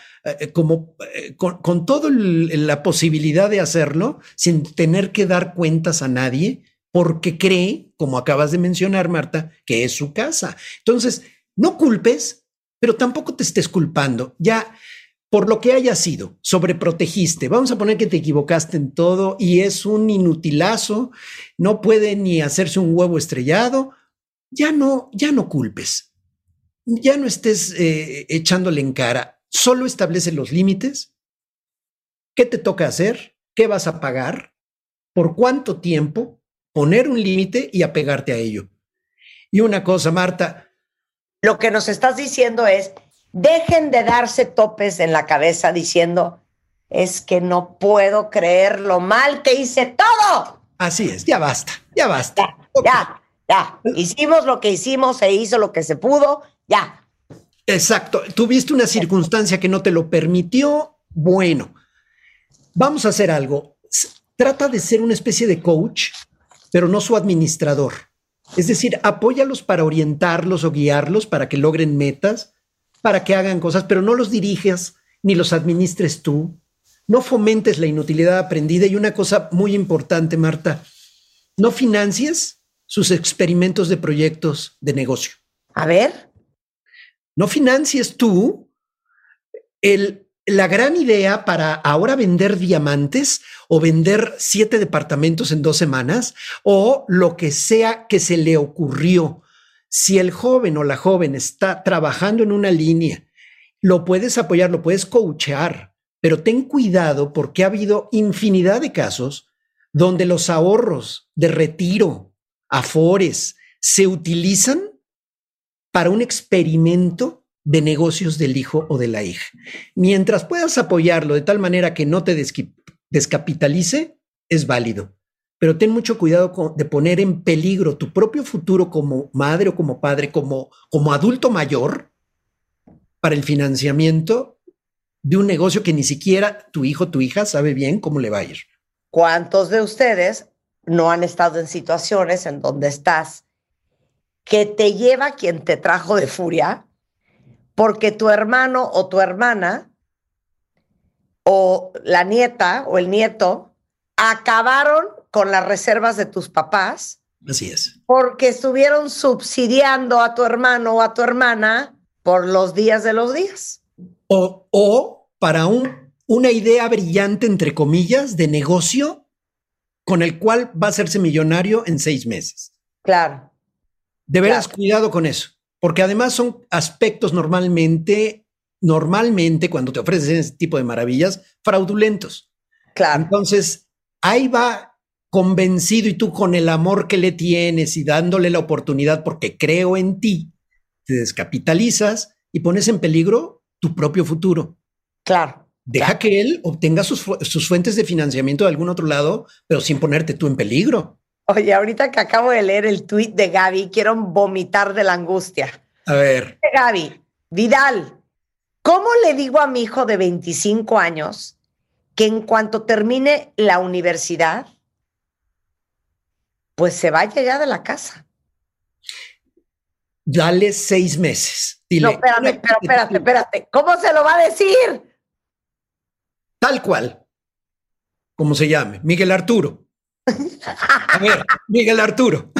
con toda la posibilidad de hacerlo sin tener que dar cuentas a nadie porque cree, como acabas de mencionar, Marta, que es su casa. Entonces, no culpes, pero tampoco te estés culpando. Ya, por lo que haya sido, sobreprotegiste. Vamos a poner que te equivocaste en todo y es un inutilazo, no puede ni hacerse un huevo estrellado. Ya no culpes. Ya no estés echándole en cara. Solo establece los límites. ¿Qué te toca hacer? ¿Qué vas a pagar? ¿Por cuánto tiempo? Poner un límite y apegarte a ello. Y una cosa, Marta. Lo que nos estás diciendo es, dejen de darse topes en la cabeza diciendo, es que no puedo creer lo mal que hice todo. Así es, ya basta, ya basta. Ya. Hicimos lo que hicimos, se hizo lo que se pudo, ya. Exacto. Tuviste una circunstancia que no te lo permitió. Bueno, vamos a hacer algo. Trata de ser una especie de coach, pero no su administrador. Es decir, apóyalos para orientarlos o guiarlos para que logren metas, para que hagan cosas, pero no los diriges ni los administres tú. No fomentes la inutilidad aprendida. Y una cosa muy importante, Marta, no financies sus experimentos de proyectos de negocio. A ver. No financies tú la gran idea para ahora vender diamantes o vender 7 departamentos en 2 semanas o lo que sea que se le ocurrió. Si el joven o la joven está trabajando en una línea, lo puedes apoyar, lo puedes coachear, pero ten cuidado porque ha habido infinidad de casos donde los ahorros de retiro, afores, se utilizan para un experimento de negocios del hijo o de la hija. Mientras puedas apoyarlo de tal manera que no te descapitalice, es válido. Pero ten mucho cuidado de poner en peligro tu propio futuro como madre o como padre, como adulto mayor, para el financiamiento de un negocio que ni siquiera tu hijo o tu hija sabe bien cómo le va a ir. ¿Cuántos de ustedes no han estado en situaciones en donde estás que te lleva quien te trajo de furia porque tu hermano o tu hermana o la nieta o el nieto acabaron con las reservas de tus papás? Así es. Porque estuvieron subsidiando a tu hermano o a tu hermana por los días de los días. O para una idea brillante, entre comillas, de negocio con el cual va a hacerse millonario en 6 meses. Claro. De veras, cuidado con eso, porque además son aspectos normalmente cuando te ofrecen ese tipo de maravillas, fraudulentos. Claro. Entonces, ahí va convencido y tú con el amor que le tienes y dándole la oportunidad porque creo en ti, te descapitalizas y pones en peligro tu propio futuro. Claro. Deja que él obtenga sus fuentes de financiamiento de algún otro lado, pero sin ponerte tú en peligro. Oye, ahorita que acabo de leer el tuit de Gaby, quiero vomitar de la angustia. A ver. Gaby, Vidal, ¿cómo le digo a mi hijo de 25 años que en cuanto termine la universidad, pues se vaya ya de la casa? Dale 6 meses. Dile, no, espérate. ¿Cómo se lo va a decir? Tal cual. Como se llame. Miguel Arturo. A ver, Miguel Arturo.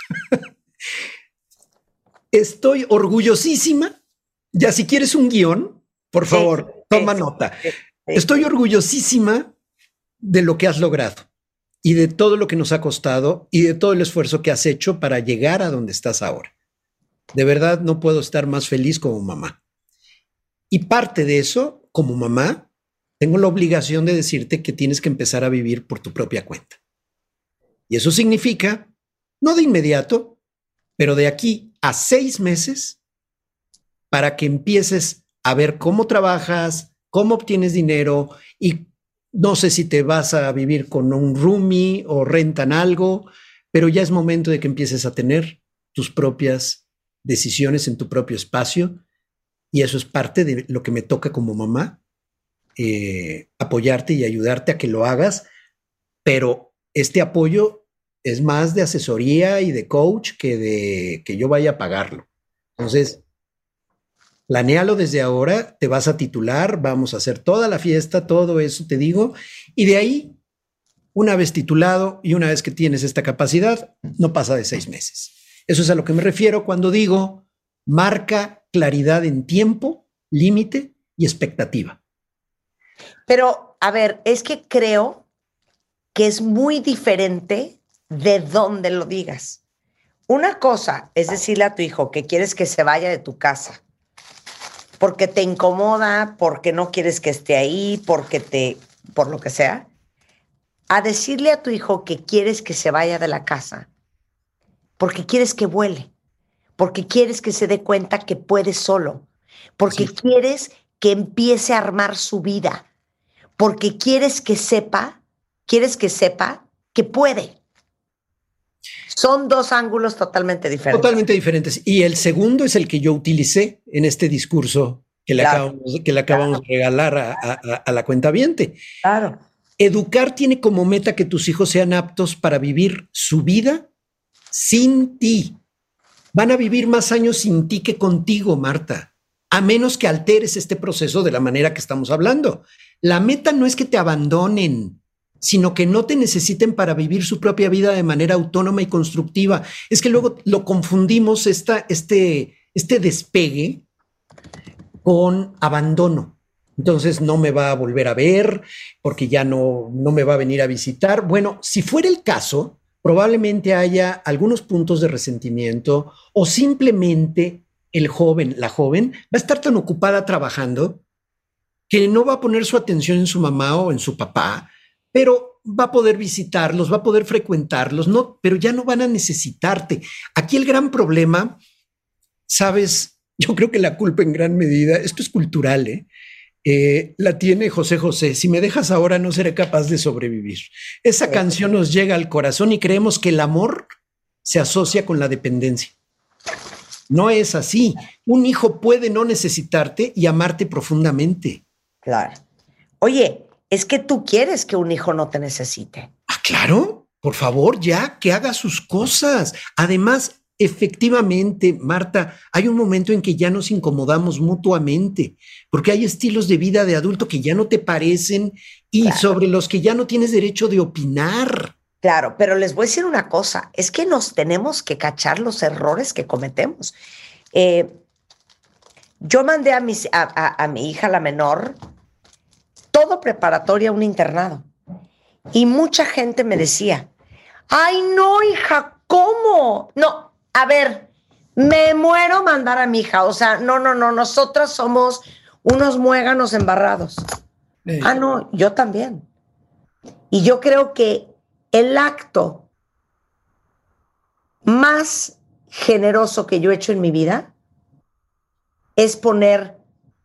Estoy orgullosísima. Ya si quieres un guión, por favor, toma nota. Estoy orgullosísima de lo que has logrado y de todo lo que nos ha costado y de todo el esfuerzo que has hecho para llegar a donde estás ahora. De verdad, no puedo estar más feliz como mamá. Y parte de eso, como mamá, tengo la obligación de decirte que tienes que empezar a vivir por tu propia cuenta. Y eso significa, no de inmediato, pero de aquí a 6 meses, para que empieces a ver cómo trabajas, cómo obtienes dinero y no sé si te vas a vivir con un roomie o rentan algo, pero ya es momento de que empieces a tener tus propias decisiones en tu propio espacio y eso es parte de lo que me toca como mamá, apoyarte y ayudarte a que lo hagas, pero este apoyo es más de asesoría y de coach que de que yo vaya a pagarlo. Entonces, planéalo desde ahora, te vas a titular, vamos a hacer toda la fiesta, todo eso te digo, y de ahí una vez titulado y una vez que tienes esta capacidad, no pasa de 6 meses. Eso es a lo que me refiero cuando digo marca claridad en tiempo, límite y expectativa. Pero, a ver, es que creo que es muy diferente de dónde lo digas. Una cosa es decirle a tu hijo que quieres que se vaya de tu casa porque te incomoda, porque no quieres que esté ahí, por lo que sea, a decirle a tu hijo que quieres que se vaya de la casa porque quieres que vuele, porque quieres que se dé cuenta que puede solo, porque quieres que empiece a armar su vida, porque quieres que sepa que puede. Son 2 ángulos totalmente diferentes. Totalmente diferentes. Y el segundo es el que yo utilicé en este discurso que le acabamos de regalar a la cuentaviente. Claro. Educar tiene como meta que tus hijos sean aptos para vivir su vida sin ti. Van a vivir más años sin ti que contigo, Marta, a menos que alteres este proceso de la manera que estamos hablando. La meta no es que te abandonen, sino que no te necesiten para vivir su propia vida de manera autónoma y constructiva. Es que luego lo confundimos este despegue con abandono. Entonces no me va a volver a ver porque ya no me va a venir a visitar. Bueno, si fuera el caso, probablemente haya algunos puntos de resentimiento o simplemente el joven, la joven, va a estar tan ocupada trabajando que no va a poner su atención en su mamá o en su papá, pero va a poder visitarlos, va a poder frecuentarlos, no, pero ya no van a necesitarte. Aquí el gran problema, sabes, yo creo que la culpa en gran medida, esto es cultural, la tiene José José. Si me dejas ahora no seré capaz de sobrevivir. Esa canción nos llega al corazón y creemos que el amor se asocia con la dependencia. No es así. Un hijo puede no necesitarte y amarte profundamente. Claro. Oye, es que tú quieres que un hijo no te necesite. Ah, claro. Por favor, ya que haga sus cosas. Además, efectivamente, Marta, hay un momento en que ya nos incomodamos mutuamente, porque hay estilos de vida de adulto que ya no te parecen y sobre los que ya no tienes derecho de opinar. Claro, pero les voy a decir una cosa, es que nos tenemos que cachar los errores que cometemos. Yo mandé a mi hija, la menor, todo preparatoria a un internado. Y mucha gente me decía, ay, no, hija, ¿cómo? No, a ver, me muero mandar a mi hija. O sea, no, nosotras somos unos muéganos embarrados. Ah, no, yo también. Y yo creo que el acto más generoso que yo he hecho en mi vida es poner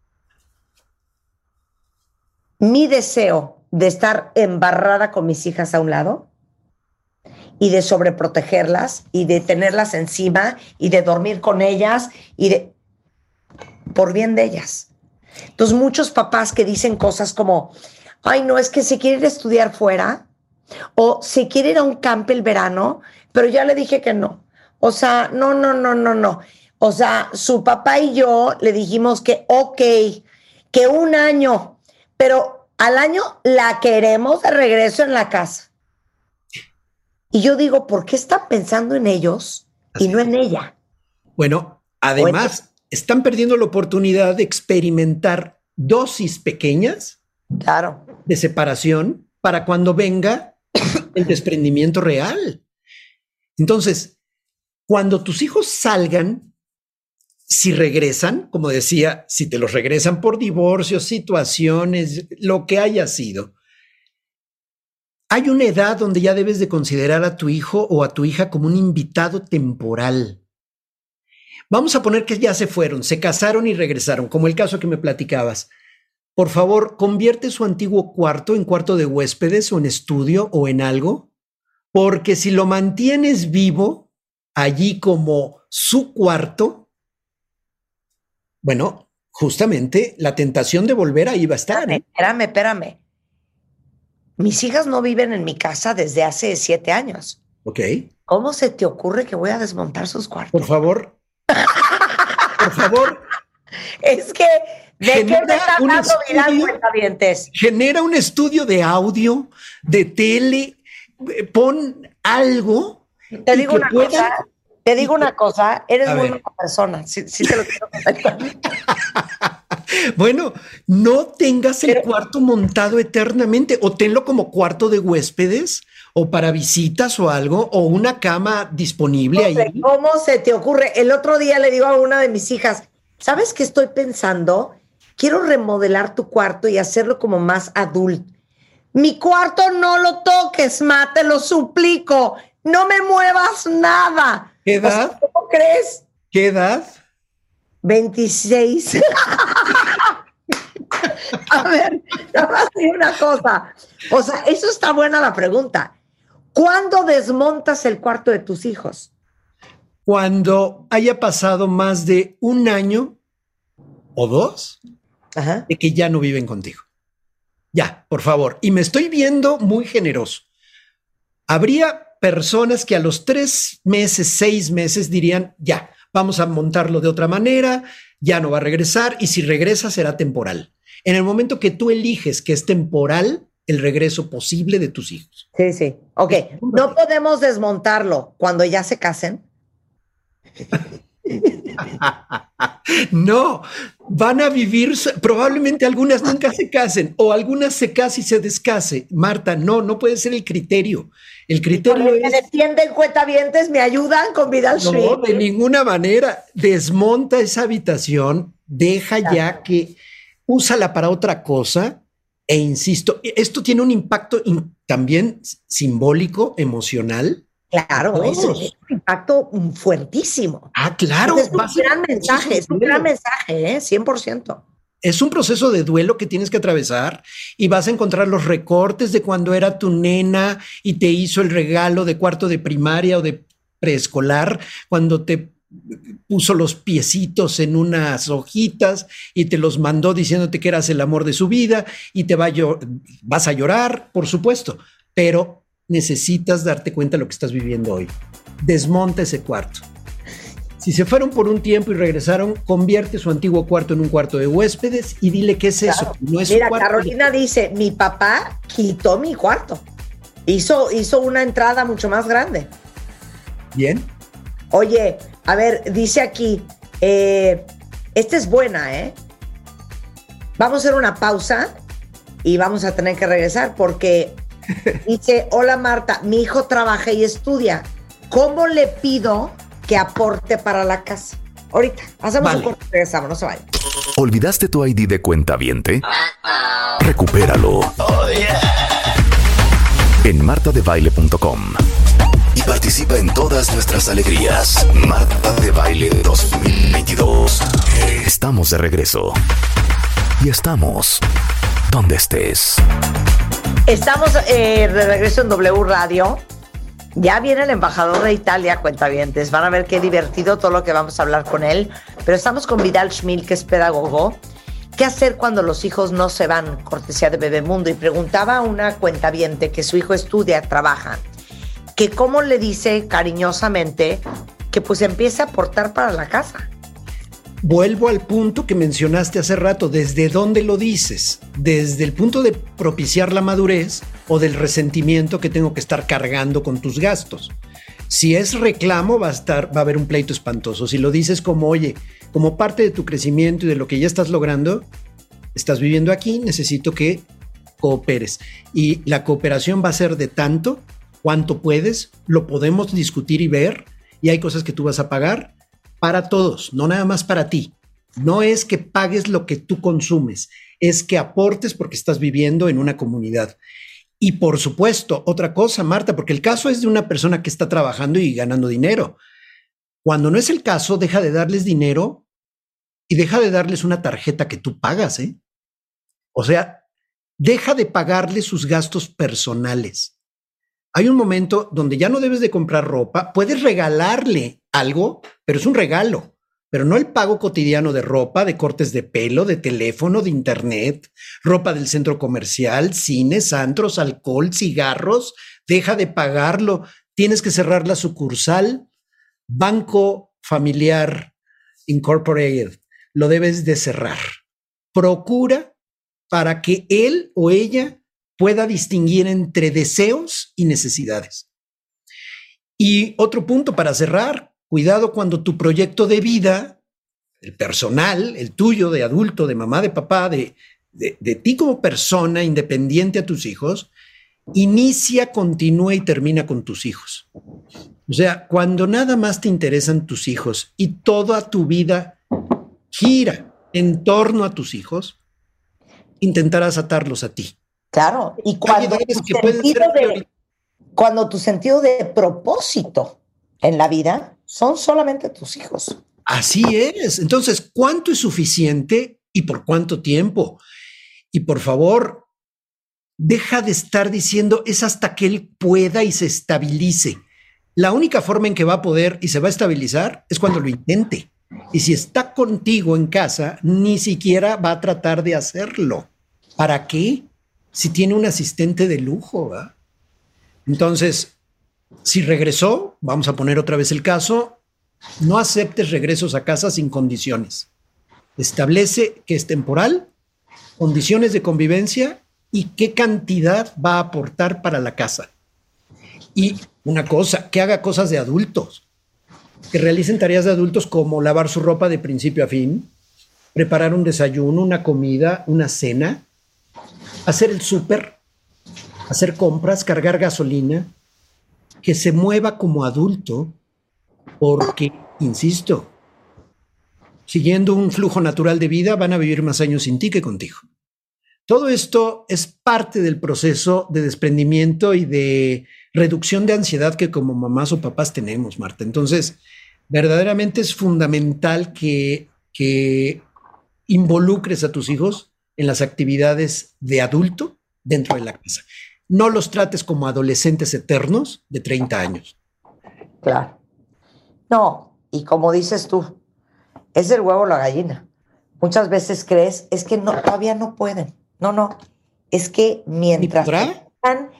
mi deseo de estar embarrada con mis hijas a un lado y de sobreprotegerlas y de tenerlas encima y de dormir con ellas por bien de ellas. Entonces, muchos papás que dicen cosas como, ay, no, es que se quiere ir a estudiar fuera o se quiere ir a un camp el verano, pero ya le dije que no. O sea, no. O sea, su papá y yo le dijimos que ok, que un año, pero al año la queremos de regreso en la casa. Y yo digo, ¿por qué están pensando en ellos y no en ella? Bueno, además, están perdiendo la oportunidad de experimentar dosis pequeñas de separación para cuando venga el desprendimiento real. Entonces, cuando tus hijos salgan, si regresan, como decía, si te los regresan por divorcios, situaciones, lo que haya sido, hay una edad donde ya debes de considerar a tu hijo o a tu hija como un invitado temporal. Vamos a poner que ya se fueron, se casaron y regresaron, como el caso que me platicabas. Por favor, convierte su antiguo cuarto en cuarto de huéspedes o en estudio o en algo, porque si lo mantienes vivo allí como su cuarto, bueno, justamente la tentación de volver ahí va a estar. Espérame. Mis hijas no viven en mi casa desde hace 7 años. Ok. ¿Cómo se te ocurre que voy a desmontar sus cuartos? Por favor. Por favor. Es que, ¿de qué me están dando viral, cuentavientes? Genera un estudio de audio, de tele, pon algo. Te y digo que una puedan- cosa. Te digo una cosa. Eres A muy ver. buena persona. Sí, sí te lo quiero comentar. Bueno, no tengas el Pero- cuarto montado eternamente o tenlo como cuarto de huéspedes o para visitas o algo o una cama disponible Hombre, ahí. ¿cómo se te ocurre? El otro día le digo a una de mis hijas, ¿sabes qué estoy pensando? Quiero remodelar tu cuarto y hacerlo como más adulto. Mi cuarto no lo toques, Ma, te lo suplico. No me muevas nada. ¿Qué O sea, edad? ¿cómo crees? ¿Qué edad? 26. A ver, nada más digo una cosa. O sea, eso está buena la pregunta. ¿Cuándo desmontas el cuarto de tus hijos? Cuando haya pasado más de un año o 2 Ajá. de que ya no viven contigo. Ya, por favor. Y me estoy viendo muy generoso. Habría personas que a los 3 meses, 6 meses dirían, ya, vamos a montarlo de otra manera, ya no va a regresar y si regresa será temporal. En el momento que tú eliges que es temporal el regreso posible de tus hijos. Sí, sí. Ok, no podemos desmontarlo cuando ya se casen. No, van a vivir, probablemente algunas nunca se casen o algunas se casen y se descase. Marta, no puede ser el criterio. El criterio Me es... defienden cuentavientes, me ayudan con Vidal No, Street. de ninguna manera. Desmonta esa habitación, deja ya que úsala para otra cosa e insisto, esto tiene un impacto también simbólico, emocional. Claro, es un impacto fuertísimo. Ah, claro. Es un gran mensaje, es un gran mensaje, 100%. Es un proceso de duelo que tienes que atravesar y vas a encontrar los recortes de cuando era tu nena y te hizo el regalo de cuarto de primaria o de preescolar, cuando te puso los piecitos en unas hojitas y te los mandó diciéndote que eras el amor de su vida y vas a llorar, por supuesto, pero necesitas darte cuenta de lo que estás viviendo hoy. Desmonta ese cuarto. Si se fueron por un tiempo y regresaron, convierte su antiguo cuarto en un cuarto de huéspedes y dile qué es eso. No es Mira, su cuarto. Carolina dice, mi papá quitó mi cuarto. Hizo una entrada mucho más grande. Bien. Oye, a ver, dice aquí, esta es buena, Vamos a hacer una pausa y vamos a tener que regresar porque dice, hola Marta, mi hijo trabaja y estudia. ¿Cómo le pido que aporte para la casa? Ahorita, hacemos un corte y regresamos, no se vayan. ¿Olvidaste tu ID de cuentaviente? Recupéralo. En martadebaile.com y participa en todas nuestras alegrías. Marta de Baile 2022. Estamos de regreso. Y estamos donde estés. Estamos de regreso en W Radio. Ya viene el embajador de Italia, cuentavientes. Van a ver qué divertido todo lo que vamos a hablar con él. Pero estamos con Vidal Schmil, que es pedagogo. ¿Qué hacer cuando los hijos no se van? Cortesía de Bebemundo. Y preguntaba a una cuentaviente que su hijo estudia, trabaja, que cómo le dice cariñosamente que pues empiece a aportar para la casa. Vuelvo al punto que mencionaste hace rato. ¿Desde dónde lo dices? ¿Desde el punto de propiciar la madurez o del resentimiento que tengo que estar cargando con tus gastos? Si es reclamo, va a haber un pleito espantoso. Si lo dices como, oye, como parte de tu crecimiento y de lo que ya estás logrando, estás viviendo aquí, necesito que cooperes. Y la cooperación va a ser de tanto, cuánto puedes, lo podemos discutir y ver, y hay cosas que tú vas a pagar para todos, no nada más para ti. No es que pagues lo que tú consumes, es que aportes porque estás viviendo en una comunidad. Y por supuesto, otra cosa, Marta, porque el caso es de una persona que está trabajando y ganando dinero. Cuando no es el caso, deja de darles dinero y deja de darles una tarjeta que tú pagas, ¿eh? O sea, deja de pagarles sus gastos personales. Hay un momento donde ya no debes de comprar ropa, puedes regalarle algo, pero es un regalo, pero no el pago cotidiano de ropa, de cortes de pelo, de teléfono, de internet, ropa del centro comercial, cines, antros, alcohol, cigarros. Deja de pagarlo. Tienes que cerrar la sucursal. Banco Familiar Incorporated. Lo debes de cerrar. Procura para que él o ella pueda distinguir entre deseos y necesidades. Y otro punto para cerrar, cuidado cuando tu proyecto de vida, el personal, el tuyo de adulto, de mamá, de papá, de ti como persona independiente a tus hijos, inicia, continúa y termina con tus hijos. O sea, cuando nada más te interesan tus hijos y toda tu vida gira en torno a tus hijos, intentarás atarlos a ti. Claro, y cuando tu sentido de propósito en la vida son solamente tus hijos. Así es. Entonces, ¿cuánto es suficiente y por cuánto tiempo? Y por favor, deja de estar diciendo es hasta que él pueda y se estabilice. La única forma en que va a poder y se va a estabilizar es cuando lo intente. Y si está contigo en casa, ni siquiera va a tratar de hacerlo. ¿Para qué? Si tiene un asistente de lujo, ¿verdad? Entonces, si regresó, vamos a poner otra vez el caso, no aceptes regresos a casa sin condiciones. Establece que es temporal, condiciones de convivencia y qué cantidad va a aportar para la casa. Y una cosa, que haga cosas de adultos, que realicen tareas de adultos como lavar su ropa de principio a fin, preparar un desayuno, una comida, una cena, hacer el súper, hacer compras, cargar gasolina, que se mueva como adulto, porque, insisto, siguiendo un flujo natural de vida, van a vivir más años sin ti que contigo. Todo esto es parte del proceso de desprendimiento y de reducción de ansiedad que como mamás o papás tenemos, Marta. Entonces, verdaderamente es fundamental que involucres a tus hijos en las actividades de adulto dentro de la casa. No los trates como adolescentes eternos de 30 años. Claro. No, y como dices tú, es el huevo o la gallina. Tengas veces crees, es que no, todavía no pueden. No, es que mientras tengan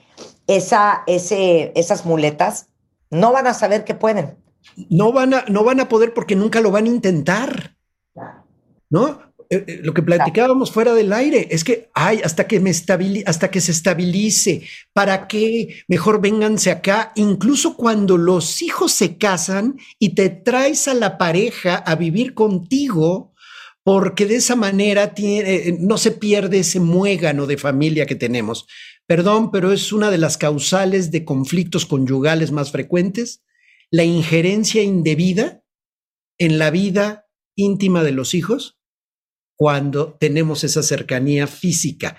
esas muletas, no van a saber que pueden. No van a poder porque nunca lo van a intentar, ¿no? Lo que platicábamos fuera del aire es que, hasta que se estabilice, ¿para qué? Mejor vénganse acá. Incluso cuando los hijos se casan y te traes a la pareja a vivir contigo, porque de esa manera no se pierde ese muégano de familia que tenemos. Perdón, pero es una de las causales de conflictos conyugales más frecuentes, la injerencia indebida en la vida íntima de los hijos cuando tenemos esa cercanía física.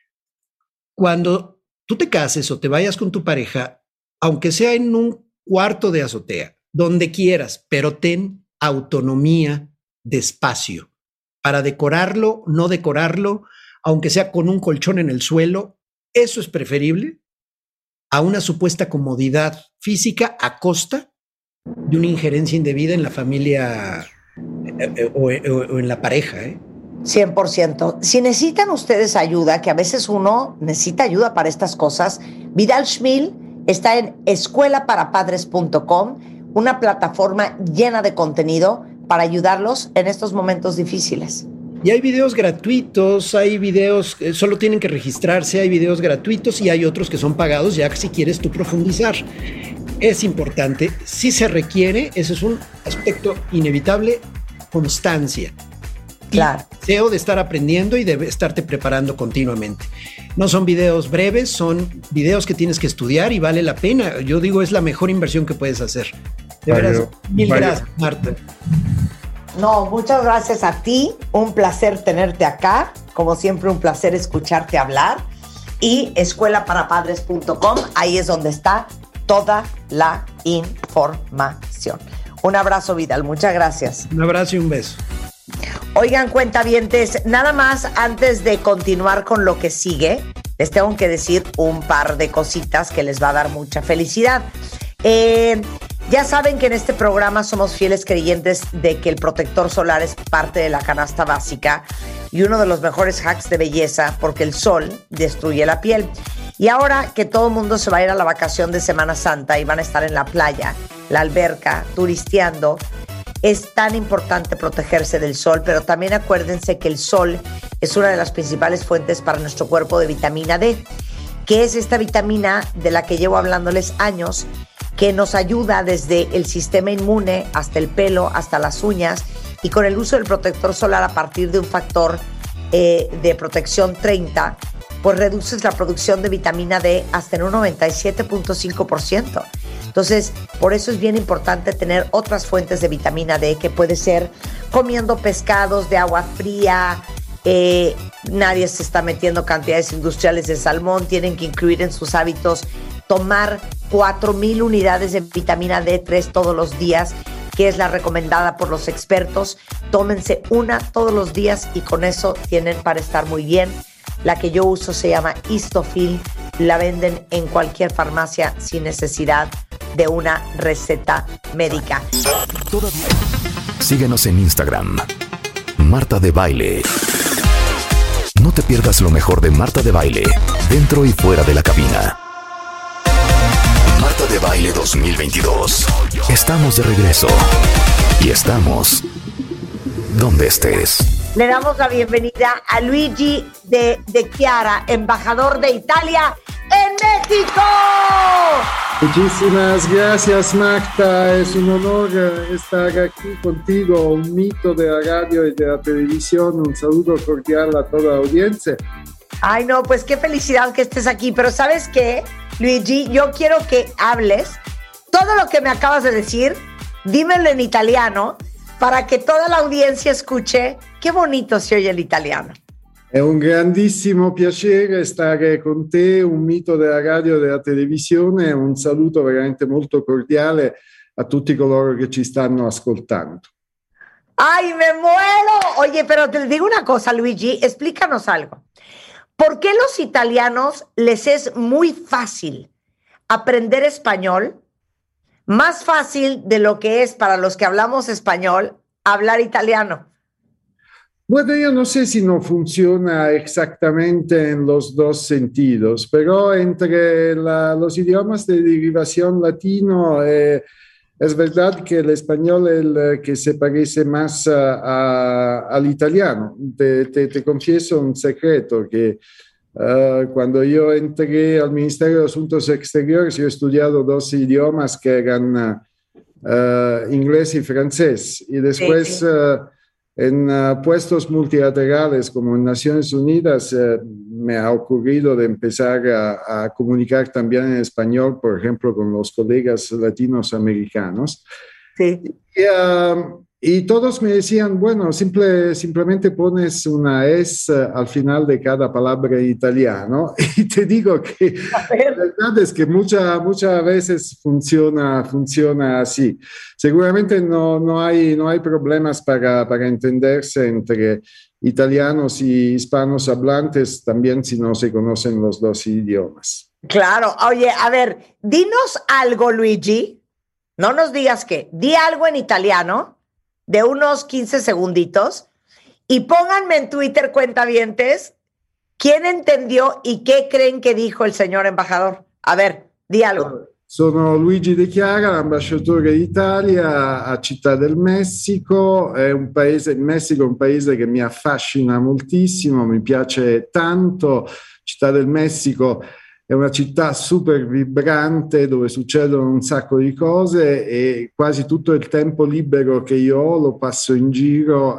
Cuando tú te cases o te vayas con tu pareja, aunque sea en un cuarto de azotea, donde quieras, pero ten autonomía de espacio para decorarlo, no decorarlo, aunque sea con un colchón en el suelo. Eso es preferible a una supuesta comodidad física a costa de una injerencia indebida en la familia o en la pareja, 100%. Si necesitan ustedes ayuda, que a veces uno necesita ayuda para estas cosas, Vidal Schmil está en escuelaparapadres.com, una plataforma llena de contenido para ayudarlos en estos momentos difíciles. Y hay videos gratuitos, hay videos, solo tienen que registrarse, hay videos gratuitos y hay otros que son pagados ya si quieres tú profundizar. Es importante, si se requiere, ese es un aspecto inevitable, constancia. Claro. Y deseo de estar aprendiendo y de estarte preparando continuamente. No son videos breves, son videos que tienes que estudiar y vale la pena. Yo digo, es la mejor inversión que puedes hacer. De veras, mil gracias, Marta. No, muchas gracias a ti. Un placer tenerte acá. Como siempre, un placer escucharte hablar. Y escuelaparapadres.com, ahí es donde está toda la información. Un abrazo, Vidal. Muchas gracias. Un abrazo y un beso. Oigan, cuentavientes, nada más antes de continuar con lo que sigue, les tengo que decir un par de cositas que les va a dar mucha felicidad. Ya saben que en este programa somos fieles creyentes de que el protector solar es parte de la canasta básica y uno de los mejores hacks de belleza porque el sol destruye la piel. Y ahora que todo el mundo se va a ir a la vacación de Semana Santa y van a estar en la playa, la alberca, turisteando, es tan importante protegerse del sol, pero también acuérdense que el sol es una de las principales fuentes para nuestro cuerpo de vitamina D. que es esta vitamina de la que llevo hablándoles años, que nos ayuda desde el sistema inmune hasta el pelo, hasta las uñas, y con el uso del protector solar a partir de un factor de protección 30, pues reduces la producción de vitamina D hasta en un 97.5%. Entonces, por eso es bien importante tener otras fuentes de vitamina D, que puede ser comiendo pescados de agua fría. Nadie se está metiendo cantidades industriales de salmón. Tienen que incluir en sus hábitos tomar 4,000 unidades de vitamina D3 todos los días, que es la recomendada por los expertos. Tómense una todos los días y con eso tienen para estar muy bien. La que yo uso se llama Histofil. La venden en cualquier farmacia sin necesidad de una receta médica. Síguenos en Instagram, Marta de Baile. No te pierdas lo mejor de Marta de Baile, dentro y fuera de la cabina. Marta de Baile 2022. Estamos de regreso. Y estamos donde estés. Le damos la bienvenida a Luigi de Chiara, embajador de Italia en México. Muchísimas gracias, Marta. Es un honor estar aquí contigo, un mito de la radio y de la televisión. Un saludo cordial a toda la audiencia. Ay, no, pues qué felicidad que estés aquí. Pero ¿sabes qué, Luigi? Yo quiero que hables todo lo que me acabas de decir, dímelo en italiano, para que toda la audiencia escuche. Qué bonito se oye el italiano. È un grandissimo piacere stare con te, un mito della radio e della televisione. Un saluto veramente molto cordiale a tutti coloro che ci stanno ascoltando. ¡Ay, me muero! Oye, pero te digo una cosa, Luigi, explícanos algo. ¿Por qué los italianos les es muy fácil aprender español? Más fácil de lo que es para los que hablamos español hablar italiano. Bueno, yo no sé si no funciona exactamente en los dos sentidos, pero entre los idiomas de derivación latino es verdad que el español es el que se parece más al italiano. Te confieso un secreto, que cuando yo entré al Ministerio de Asuntos Exteriores, yo he estudiado dos idiomas que eran inglés y francés, y después... En puestos multilaterales como en Naciones Unidas me ha ocurrido de empezar a comunicar también en español, por ejemplo, con los colegas latinoamericanos. Sí. Y todos me decían, bueno, simplemente pones una S al final de cada palabra en italiano. Y te digo que la verdad es que muchas veces funciona así. Seguramente no hay problemas para entenderse entre italianos y hispanos hablantes, también si no se conocen los dos idiomas. Claro. Oye, a ver, dinos algo, Luigi. No nos digas qué. Di algo en italiano de unos 15 segunditos y pónganme en Twitter, cuentavientes, quién entendió y qué creen que dijo el señor embajador. A ver, di algo. Sono Luigi De Chiara, ambasciatore d'Italia a Città del Messico. È un paese, il Messico è un paese che mi affascina moltissimo, mi piace tanto. Città del Messico è una città super vibrante dove succedono un sacco di cose e quasi tutto il tempo libero che io ho lo passo in giro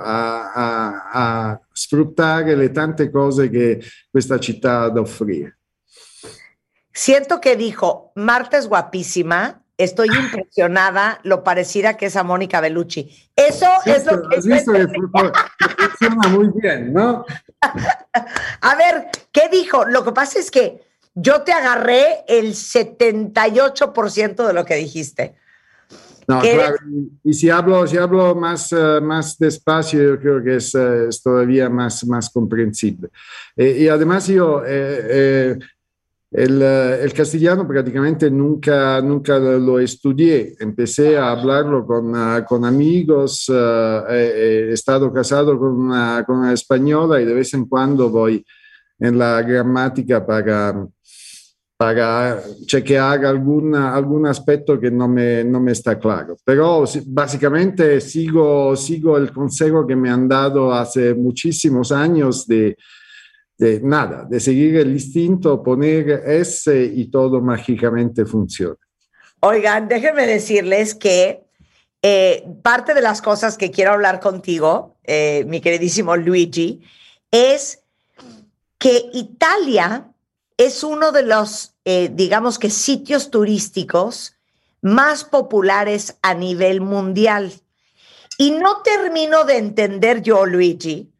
a sfruttare le tante cose che questa città ha da offrire. Siento que dijo, Marta es guapísima, estoy impresionada, lo parecida que es a Mónica Bellucci. Eso sí, es lo que... Has visto que funciona muy bien, ¿no? A ver, ¿qué dijo? Lo que pasa es que yo te agarré el 78% de lo que dijiste. No, claro, y si hablo más despacio, yo creo que es todavía más comprensible. Y además yo... El castellano prácticamente nunca lo estudié. Empecé a hablarlo con amigos, he estado casado con una española y de vez en cuando voy en la gramática para chequear algún aspecto que no me está claro. Pero básicamente sigo el consejo que me han dado hace muchísimos años de de seguir el instinto, poner ese y todo mágicamente funciona. Oigan, déjenme decirles que parte de las cosas que quiero hablar contigo, mi queridísimo Luigi, es que Italia es uno de los, digamos que, sitios turísticos más populares a nivel mundial. Y no termino de entender yo, Luigi,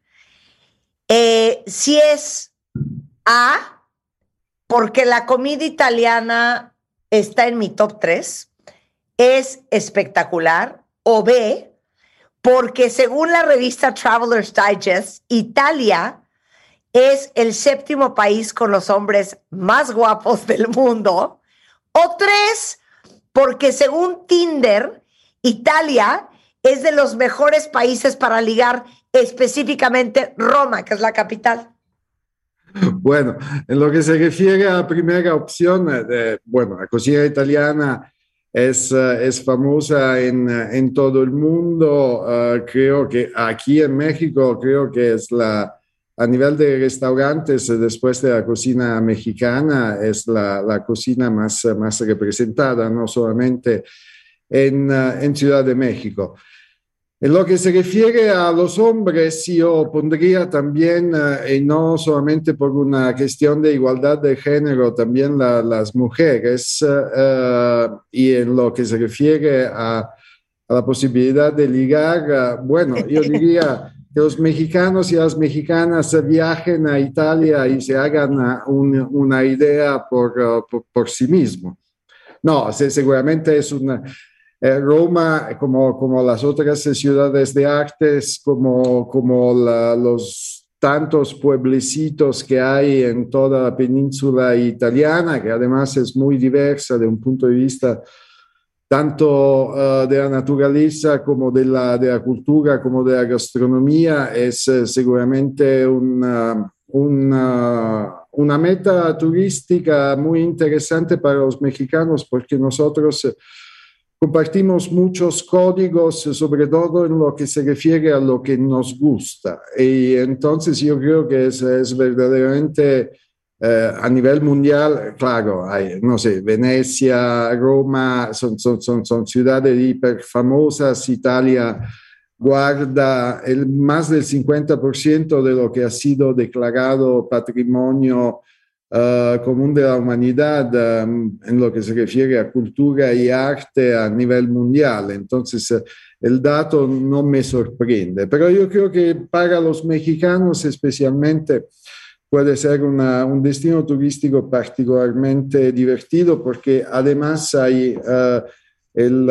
si es A, porque la comida italiana está en mi top 3, es espectacular, o B, porque según la revista Traveler's Digest, Italia es el 7º país con los hombres más guapos del mundo, o 3, porque según Tinder, Italia es de los mejores países para ligar, específicamente Roma, que es la capital. Bueno, en lo que se refiere a la primera opción, la cocina italiana es famosa en todo el mundo. Creo que aquí en México, creo que es a nivel de restaurantes, después de la cocina mexicana, es la cocina más representada, no solamente en Ciudad de México. En lo que se refiere a los hombres, yo pondría también, y no solamente por una cuestión de igualdad de género, también las mujeres, y en lo que se refiere a la posibilidad de ligar, yo diría que los mexicanos y las mexicanas viajen a Italia y se hagan una idea por sí mismos. No, seguramente es una... Roma, como las otras ciudades de artes, como los tantos pueblecitos que hay en toda la península italiana, que además es muy diversa de un punto de vista tanto de la naturaleza como de la cultura, como de la gastronomía, es seguramente una meta turística muy interesante para los mexicanos, porque nosotros compartimos muchos códigos, sobre todo en lo que se refiere a lo que nos gusta. Y entonces yo creo que es verdaderamente a nivel mundial, claro, hay, no sé, Venecia, Roma, son ciudades hiper famosas. Italia guarda más del 50% de lo que ha sido declarado patrimonio común de la humanidad en lo que se refiere a cultura y arte a nivel mundial. Entonces, el dato no me sorprende. Pero yo creo que para los mexicanos especialmente puede ser un destino turístico particularmente divertido, porque además hay el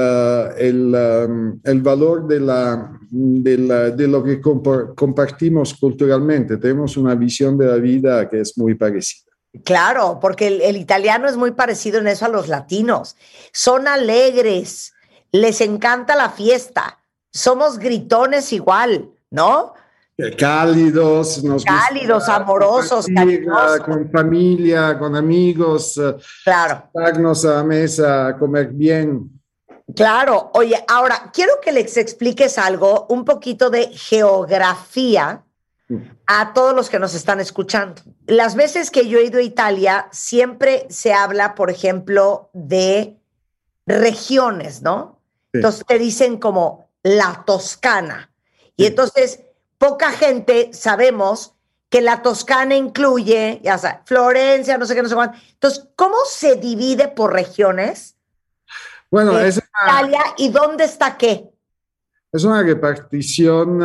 valor de lo que compartimos culturalmente. Tenemos una visión de la vida que es muy parecida. Claro, porque el italiano es muy parecido en eso a los latinos. Son alegres, les encanta la fiesta, somos gritones igual, ¿no? Cálidos, amorosos, cariñosos. Con familia, con amigos. Claro. Sentarnos a la mesa, comer bien. Claro. Oye, ahora quiero que les expliques algo, un poquito de geografía a todos los que nos están escuchando. Las veces que yo he ido a Italia, siempre se habla, por ejemplo, de regiones, ¿no? Sí. Entonces te dicen como la Toscana. Y entonces poca gente sabemos que la Toscana incluye, ya sabes, Florencia, no sé qué, no sé cuánto. Entonces, ¿cómo se divide por regiones? Bueno, es Italia, ¿y dónde está qué? Es una repartición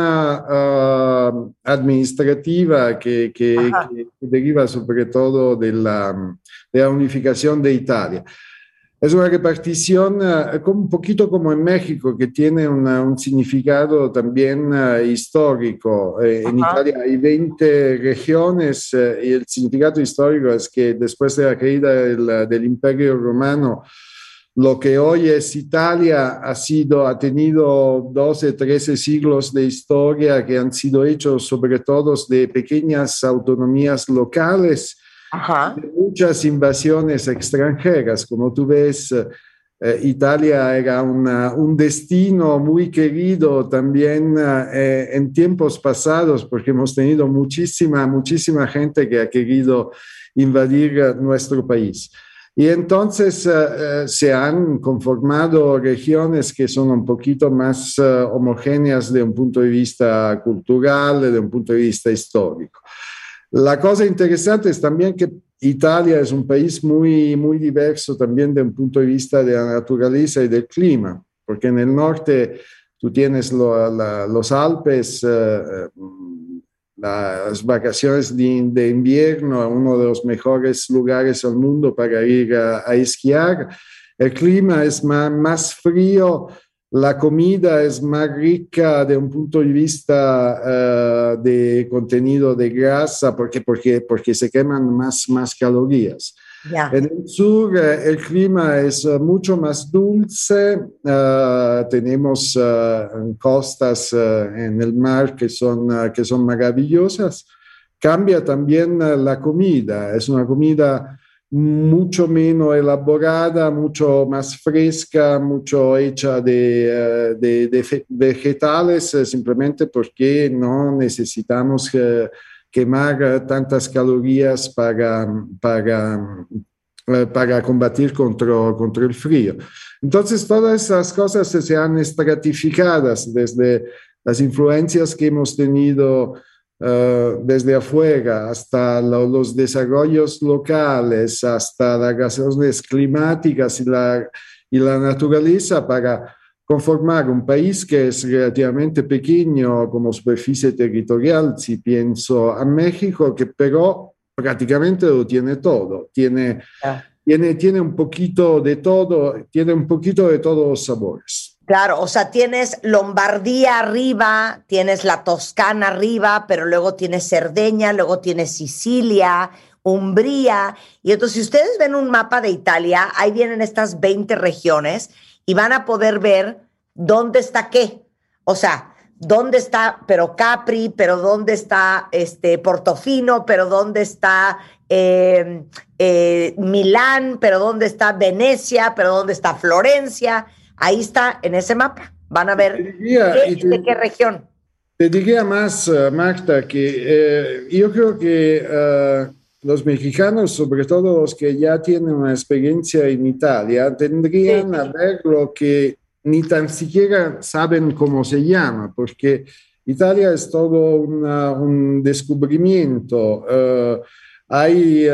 administrativa que deriva sobre todo de la unificación de Italia. Es una repartición un poquito como en México, que tiene un significado también histórico. En Italia hay 20 regiones y el significado histórico es que después de la caída del Imperio Romano, lo que hoy es Italia ha tenido 12, 13 siglos de historia que han sido hechos sobre todo de pequeñas autonomías locales, de muchas invasiones extranjeras. Como tú ves, Italia era un destino muy querido también en tiempos pasados, porque hemos tenido muchísima gente que ha querido invadir nuestro país. Y entonces se han conformado regiones que son un poquito más homogéneas de un punto de vista cultural, de un punto de vista histórico. La cosa interesante es también que Italia es un país muy diverso también de un punto de vista de la naturaleza y del clima, porque en el norte tú tienes los Alpes, las vacaciones de invierno, uno de los mejores lugares del mundo para ir a esquiar. El clima es más frío, la comida es más rica de un punto de vista de contenido de grasa, porque se queman más calorías. Yeah. En el sur el clima es mucho más dulce, tenemos costas en el mar que son maravillosas. Cambia también la comida, es una comida mucho menos elaborada, mucho más fresca, mucho hecha de vegetales, simplemente porque no necesitamos quemar tantas calorías para combatir contra el frío. Entonces, todas esas cosas se han estratificadas desde las influencias que hemos tenido desde afuera hasta los desarrollos locales, hasta las razones climáticas y la naturaleza para conformar un país que es relativamente pequeño como superficie territorial, si pienso a México, que pero prácticamente lo tiene todo, tiene un poquito de todo, tiene un poquito de todos los sabores. Claro, o sea, tienes Lombardía arriba, tienes la Toscana arriba, pero luego tienes Cerdeña, luego tienes Sicilia, Umbría. Y entonces, si ustedes ven un mapa de Italia, ahí vienen estas 20 regiones y van a poder ver dónde está qué. O sea, dónde está, pero Capri, pero dónde está Portofino, pero dónde está Milán, pero dónde está Venecia, pero dónde está Florencia. Ahí está, en ese mapa. Van a ver de qué región. Te diría más, Marta, que yo creo que los mexicanos, sobre todo los que ya tienen una experiencia en Italia, tendrían a ver lo que ni tan siquiera saben cómo se llama, porque Italia es todo un descubrimiento. Hay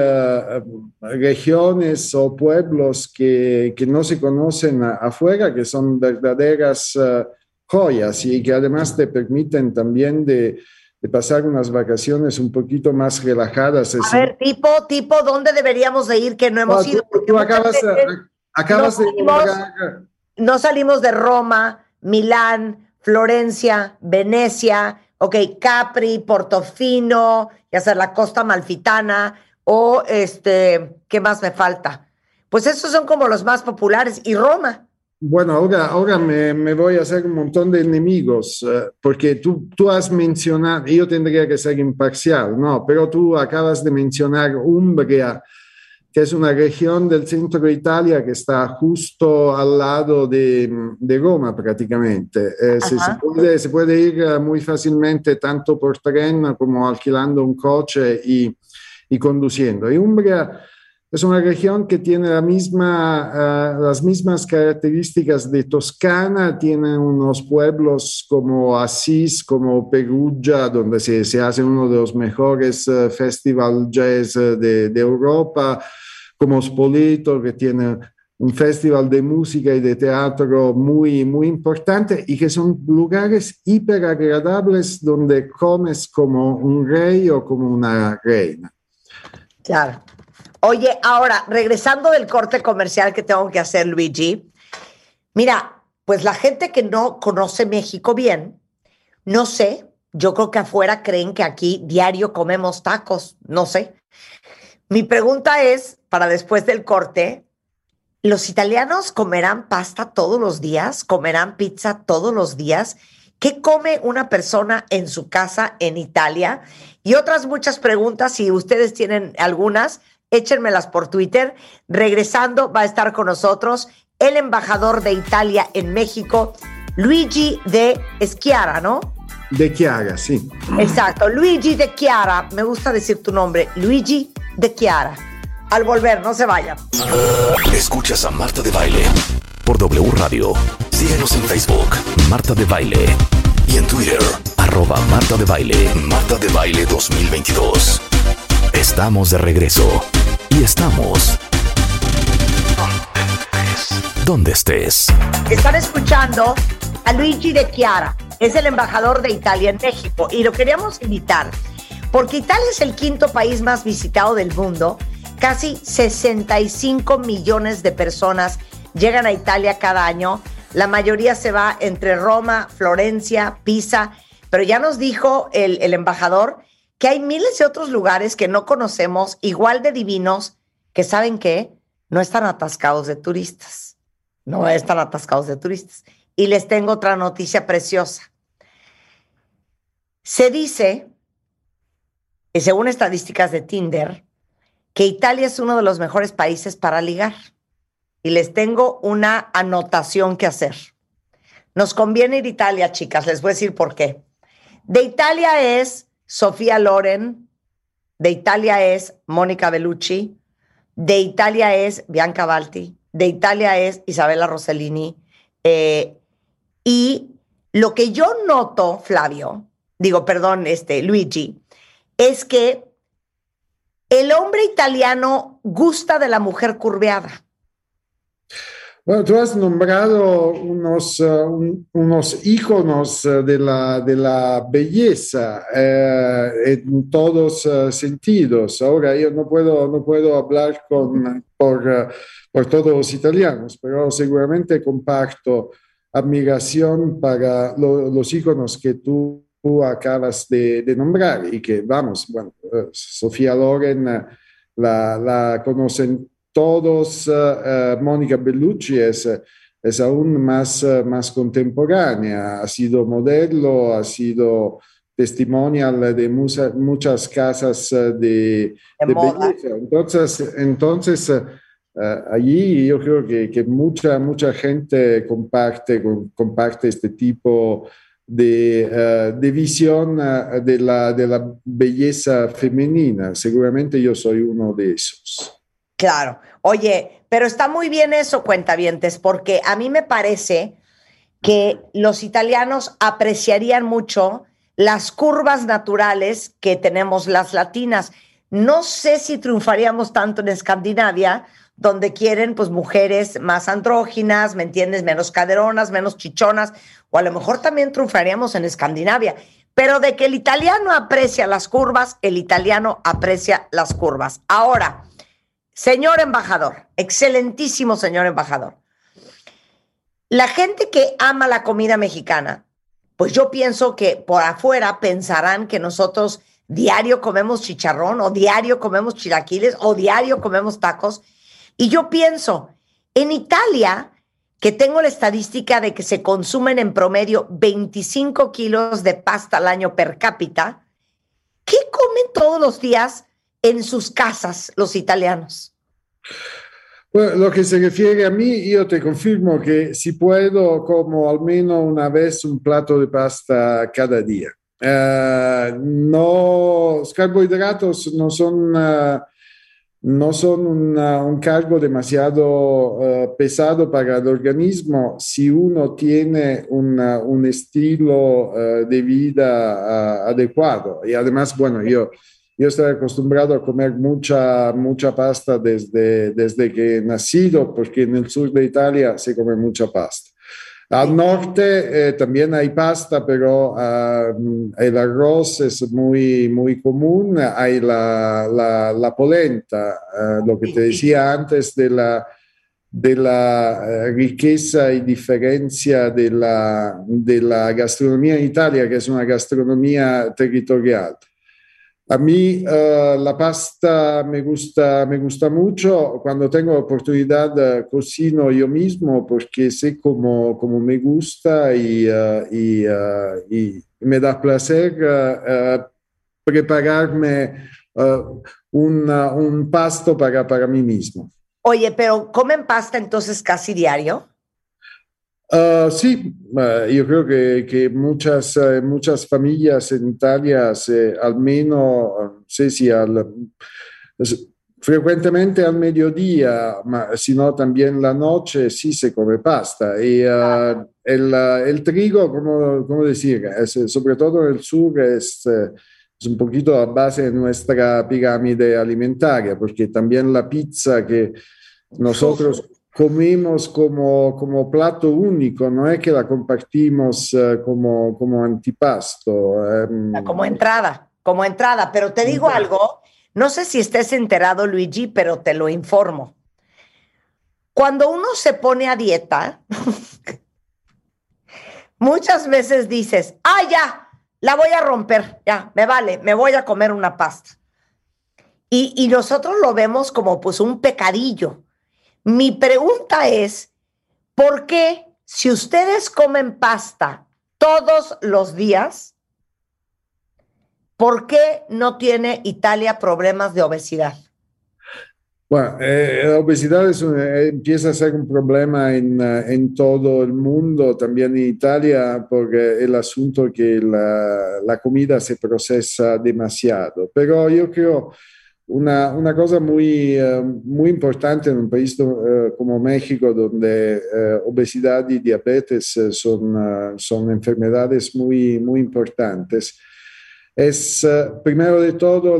regiones o pueblos que no se conocen afuera, que son verdaderas joyas y que además te permiten también de pasar unas vacaciones un poquito más relajadas. A ver, tipo, ¿dónde deberíamos de ir que no hemos ido? Tú acabas de no salimos de Roma, Milán, Florencia, Venecia, Capri, Portofino, ya sea la Costa Amalfitana, o ¿qué más me falta? Pues esos son como los más populares, y Roma. Bueno, ahora me voy a hacer un montón de enemigos, porque tú has mencionado, yo tendría que ser imparcial, ¿no? Pero tú acabas de mencionar Umbria, que es una región del centro de Italia que está justo al lado de Roma prácticamente. Se puede ir muy fácilmente tanto por tren como alquilando un coche y conduciendo. Y Umbria es una región que tiene las mismas características de Toscana, tiene unos pueblos como Asís, como Perugia, donde se hace uno de los mejores festivals jazz de Europa, como Spoleto, que tiene un festival de música y de teatro muy importante y que son lugares hiper agradables donde comes como un rey o como una reina. Claro. Oye, ahora, regresando del corte comercial que tengo que hacer, Luigi, mira, pues la gente que no conoce México bien, no sé, yo creo que afuera creen que aquí diario comemos tacos, no sé. Mi pregunta es, para después del corte, ¿los italianos comerán pasta todos los días? ¿Comerán pizza todos los días? ¿Qué come una persona en su casa en Italia? Y otras muchas preguntas, si ustedes tienen algunas, échenmelas por Twitter. Regresando, va a estar con nosotros el embajador de Italia en México, Luigi De Schiara, ¿no? De Chiara, sí. Exacto, Luigi De Chiara. Me gusta decir tu nombre, Luigi De Chiara. Al volver, no se vayan. Escuchas a Marta de Baile por W Radio. Síguenos en Facebook, Marta de Baile. Y en Twitter, @Marta de Baile. Marta de Baile 2022. Estamos de regreso. Y estamos donde estés. Están escuchando a Luigi De Chiara. Es el embajador de Italia en México. Y lo queríamos invitar porque Italia es el quinto país más visitado del mundo. Casi 65 millones de personas llegan a Italia cada año. La mayoría se va entre Roma, Florencia, Pisa. Pero ya nos dijo el embajador que hay miles de otros lugares que no conocemos, igual de divinos, que ¿saben qué? No están atascados de turistas. No están atascados de turistas. Y les tengo otra noticia preciosa. Se dice, y según estadísticas de Tinder, que Italia es uno de los mejores países para ligar. Y les tengo una anotación que hacer. Nos conviene ir a Italia, chicas. Les voy a decir por qué. De Italia es Sofía Loren. De Italia es Mónica Bellucci. De Italia es Bianca Balti. De Italia es Isabella Rossellini. Y lo que yo noto, Luigi, es que el hombre italiano gusta de la mujer curveada. Bueno, tú has nombrado unos íconos de la belleza en todos sentidos. Ahora yo no puedo hablar por todos los italianos, pero seguramente comparto admiración para los íconos que tú acabas de nombrar y que, Sofía Loren la conocen todos. Mónica Bellucci es aún más contemporánea, ha sido modelo, ha sido testimonial de muchas casas de belleza. Entonces allí yo creo que mucha gente comparte este tipo de visión de la belleza femenina. Seguramente yo soy uno de esos. Claro. Oye, pero está muy bien eso, cuentavientes, porque a mí me parece que los italianos apreciarían mucho las curvas naturales que tenemos las latinas. No sé si triunfaríamos tanto en Escandinavia, donde quieren pues mujeres más andróginas, ¿me entiendes? Menos caderonas, menos chichonas, o a lo mejor también triunfaríamos en Escandinavia. Pero de que el italiano aprecia las curvas, el italiano aprecia las curvas. Ahora, señor embajador, excelentísimo señor embajador, la gente que ama la comida mexicana, pues yo pienso que por afuera pensarán que nosotros diario comemos chicharrón, o diario comemos chilaquiles, o diario comemos tacos. Y yo pienso, en Italia, que tengo la estadística de que se consumen en promedio 25 kilos de pasta al año per cápita, ¿qué comen todos los días en sus casas los italianos? Bueno, lo que se refiere a mí, yo te confirmo que si puedo, como al menos una vez un plato de pasta cada día. Los carbohidratos no son un cargo demasiado pesado para el organismo si uno tiene un estilo de vida adecuado. Y además, bueno, yo estoy acostumbrado a comer mucha pasta desde que he nacido, porque en el sur de Italia se come mucha pasta. Al norte también hay pasta, pero el arroz es muy común. Hay la polenta, lo que te decía antes de la riqueza y diferencia de la gastronomía en Italia, que es una gastronomía territorial. A mí la pasta me gusta mucho. Cuando tengo oportunidad cocino yo mismo porque sé cómo me gusta y me da placer prepararme un pasto para mí mismo. Oye, pero ¿comen pasta entonces casi diario? Sí, yo creo que muchas familias en Italia, al menos, sí, sí, frecuentemente al mediodía, ma sino también la noche, sí se come pasta. Y el trigo, ¿cómo decir? Sobre todo en el sur, es un poquito a base de nuestra pirámide alimentaria, porque también la pizza que nosotros comemos como plato único, no es que la compartimos como antipasto. Como entrada, pero te digo algo, no sé si estés enterado, Luigi, pero te lo informo. Cuando uno se pone a dieta, muchas veces dices, ya, la voy a romper, ya, me vale, me voy a comer una pasta. Y nosotros lo vemos como pues un pecadillo. Mi pregunta es, ¿por qué si ustedes comen pasta todos los días, por qué no tiene Italia problemas de obesidad? Bueno, la obesidad empieza a ser un problema en todo el mundo, también en Italia, porque el asunto que la comida se procesa demasiado. Pero yo creo una cosa muy importante en un país como México, donde obesidad y diabetes son enfermedades muy importantes, es primero de todo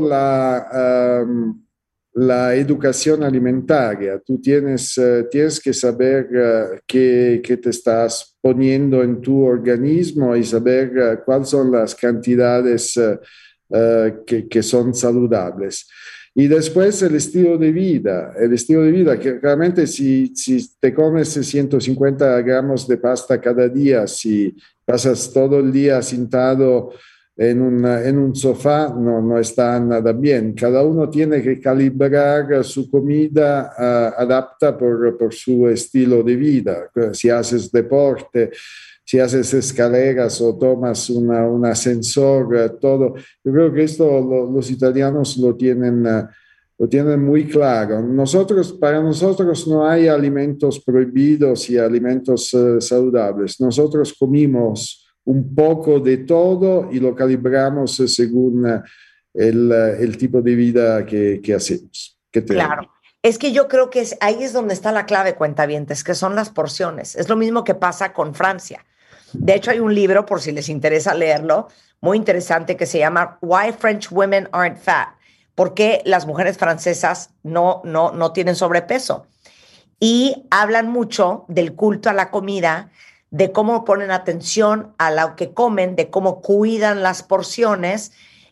la educación alimentaria. Tú tienes que saber qué te estás poniendo en tu organismo y saber cuáles son las cantidades que son saludables. Y después el estilo de vida, que realmente si te comes 150 gramos de pasta cada día, si pasas todo el día sentado en un sofá, no está nada bien. Cada uno tiene que calibrar su comida adapta por su estilo de vida. Si haces deporte, si haces escaleras o tomas un ascensor, todo. Yo creo que esto los italianos lo tienen muy claro. Para nosotros no hay alimentos prohibidos y alimentos saludables. Nosotros comimos un poco de todo y lo calibramos según el tipo de vida que hacemos. Claro. Es que yo creo que ahí es donde está la clave, cuentavientes, que son las porciones. Es lo mismo que pasa con Francia. De hecho, hay un libro, por si les interesa leerlo, muy interesante, que se llama Why French Women Aren't Fat. ¿Por qué las mujeres francesas no tienen sobrepeso? Y hablan mucho del culto a la comida, de cómo ponen atención a lo que comen, de cómo cuidan las porciones,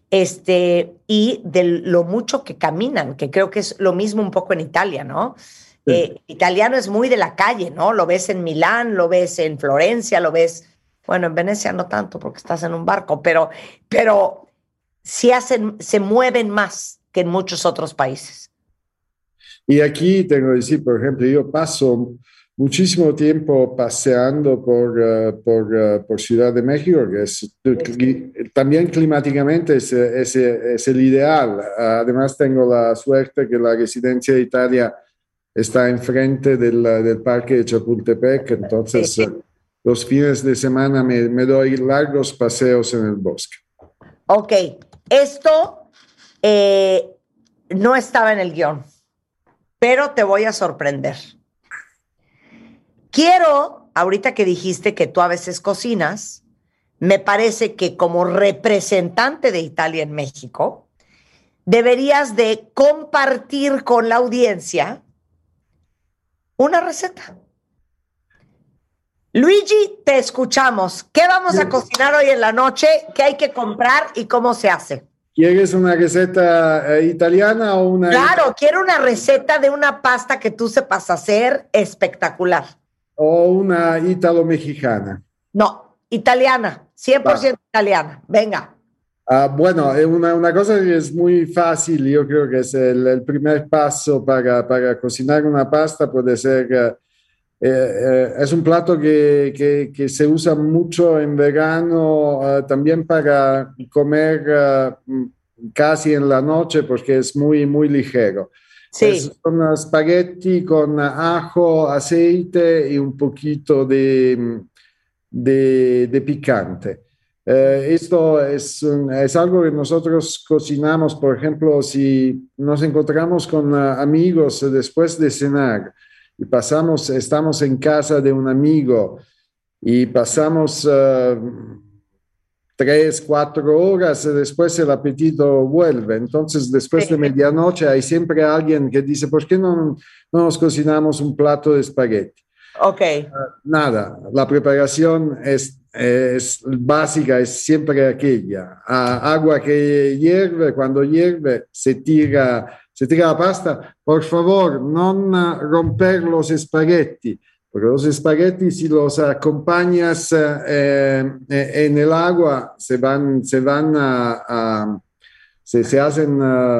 y de lo mucho que caminan, que creo que es lo mismo un poco en Italia, ¿no? Sí. Italiano es muy de la calle, ¿no? Lo ves en Milán, lo ves en Florencia, lo ves, bueno, en Venecia no tanto porque estás en un barco, pero sí se mueven más que en muchos otros países. Y aquí tengo que decir, por ejemplo, yo paso muchísimo tiempo paseando por Ciudad de México, que también climáticamente es el ideal. Además, tengo la suerte que la residencia de Italia está enfrente del parque de Chapultepec, entonces los fines de semana me doy largos paseos en el bosque. Ok, esto no estaba en el guión, pero te voy a sorprender. Quiero, ahorita que dijiste que tú a veces cocinas, me parece que como representante de Italia en México, deberías de compartir con la audiencia una receta. Luigi, te escuchamos. ¿Qué vamos a cocinar hoy en la noche? ¿Qué hay que comprar y cómo se hace? ¿Quieres una receta italiana o una...? Claro, quiero una receta de una pasta que tú sepas hacer espectacular. ¿O una ítalo-mexicana? No, italiana, 100% italiana. Venga. Bueno, una cosa que es muy fácil, yo creo que es el primer paso para cocinar una pasta, puede ser... es un plato que se usa mucho en verano, también para comer casi en la noche, porque es muy ligero. Sí. Son spaghetti con ajo, aceite y un poquito de picante. Esto es algo que nosotros cocinamos, por ejemplo, si nos encontramos con amigos después de cenar y estamos en casa de un amigo y pasamos 3, 4 horas, después el apetito vuelve. Entonces, después de medianoche hay siempre alguien que dice, ¿por qué no nos cocinamos un plato de espagueti? Ok. Nada, la preparación es básica, es siempre aquella. Agua que hierve, cuando hierve se tira la pasta. Por favor, no romper los espagueti, porque los espagueti, si los acompañas en el agua, se hacen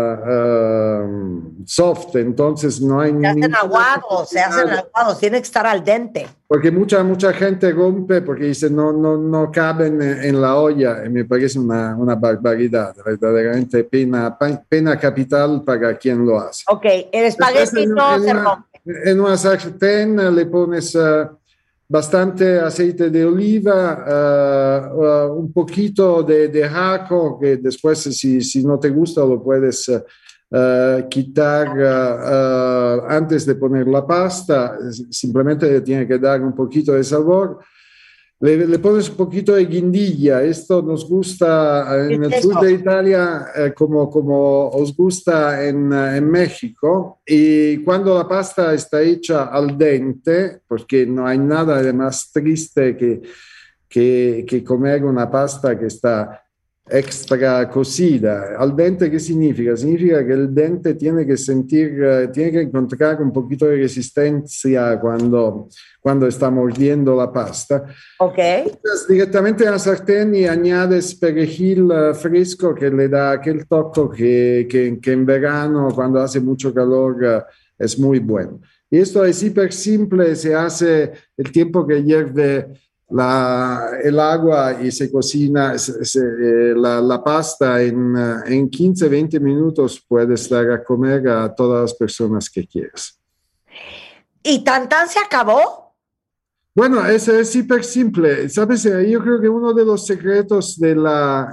soft, entonces no hay... Se hacen aguados, tiene que estar al dente. Porque mucha gente rompe porque dice no caben en la olla, y me parece una barbaridad, verdaderamente pena capital para quien lo hace. Ok, el espagueti no se rompe. En una sartén le pones bastante aceite de oliva, un poquito de ajo, que después si no te gusta lo puedes quitar antes de poner la pasta, simplemente le tiene que dar un poquito de sabor. Le pones un poquito de guindilla, esto nos gusta en el sur de Italia como os gusta en México, y cuando la pasta está hecha al dente, porque no hay nada de más triste que comer una pasta que está extra cocida. Al dente, ¿qué significa? Significa que el dente tiene que encontrar un poquito de resistencia cuando está mordiendo la pasta. Ok. Entonces, directamente en la sartén y añades perejil fresco que le da aquel toque que en verano, cuando hace mucho calor, es muy bueno. Y esto es hiper simple, se hace el tiempo que hierve el agua y se cocina la pasta en 15, 20 minutos. Puedes dar a comer a todas las personas que quieras. ¿Y tan se acabó? Bueno, es hiper simple. ¿Sabes? Yo creo que uno de los secretos del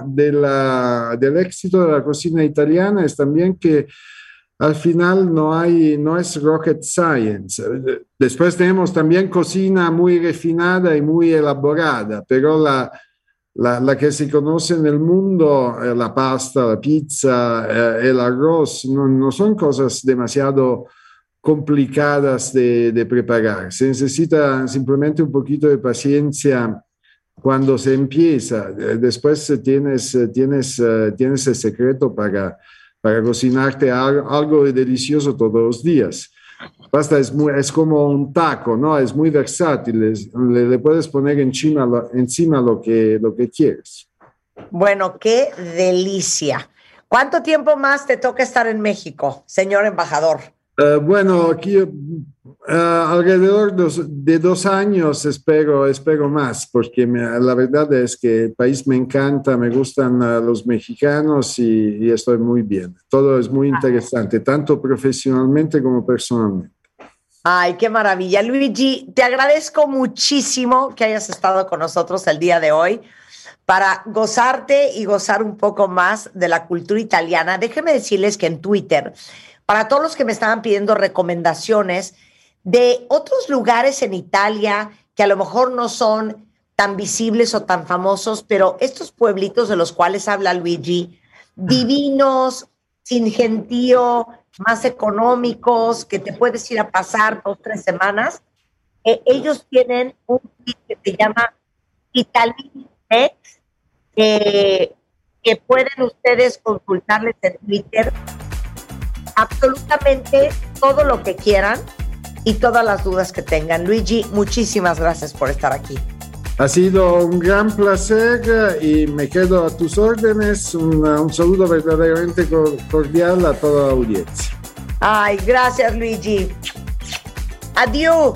éxito de la cocina italiana es también que al final no es rocket science. Después tenemos también cocina muy refinada y muy elaborada, pero la que se conoce en el mundo, la pasta, la pizza, el arroz, no son cosas demasiado complicadas de preparar. Se necesita simplemente un poquito de paciencia cuando se empieza. Después tienes el secreto para cocinarte algo delicioso todos los días. Pasta es como un taco, ¿no? Es muy versátil, le puedes poner encima lo que quieres. Bueno, qué delicia. ¿Cuánto tiempo más te toca estar en México, señor embajador? Bueno, aquí alrededor de 2 años espero más, porque la verdad es que el país me encanta, me gustan los mexicanos y estoy muy bien. Todo es muy interesante, tanto profesionalmente como personalmente. Ay, qué maravilla. Luigi, te agradezco muchísimo que hayas estado con nosotros el día de hoy para gozarte y gozar un poco más de la cultura italiana. Déjenme decirles que en Twitter, para todos los que me estaban pidiendo recomendaciones de otros lugares en Italia que a lo mejor no son tan visibles o tan famosos, pero estos pueblitos de los cuales habla Luigi, divinos, sin gentío, más económicos, que te puedes ir a pasar 2, 3 semanas, ellos tienen un kit que se llama Italinex, que pueden ustedes consultarles en Twitter absolutamente todo lo que quieran y todas las dudas que tengan. Luigi, muchísimas gracias por estar aquí. Ha sido un gran placer y me quedo a tus órdenes. Un saludo verdaderamente cordial a toda la audiencia. Ay, gracias Luigi. Adiós.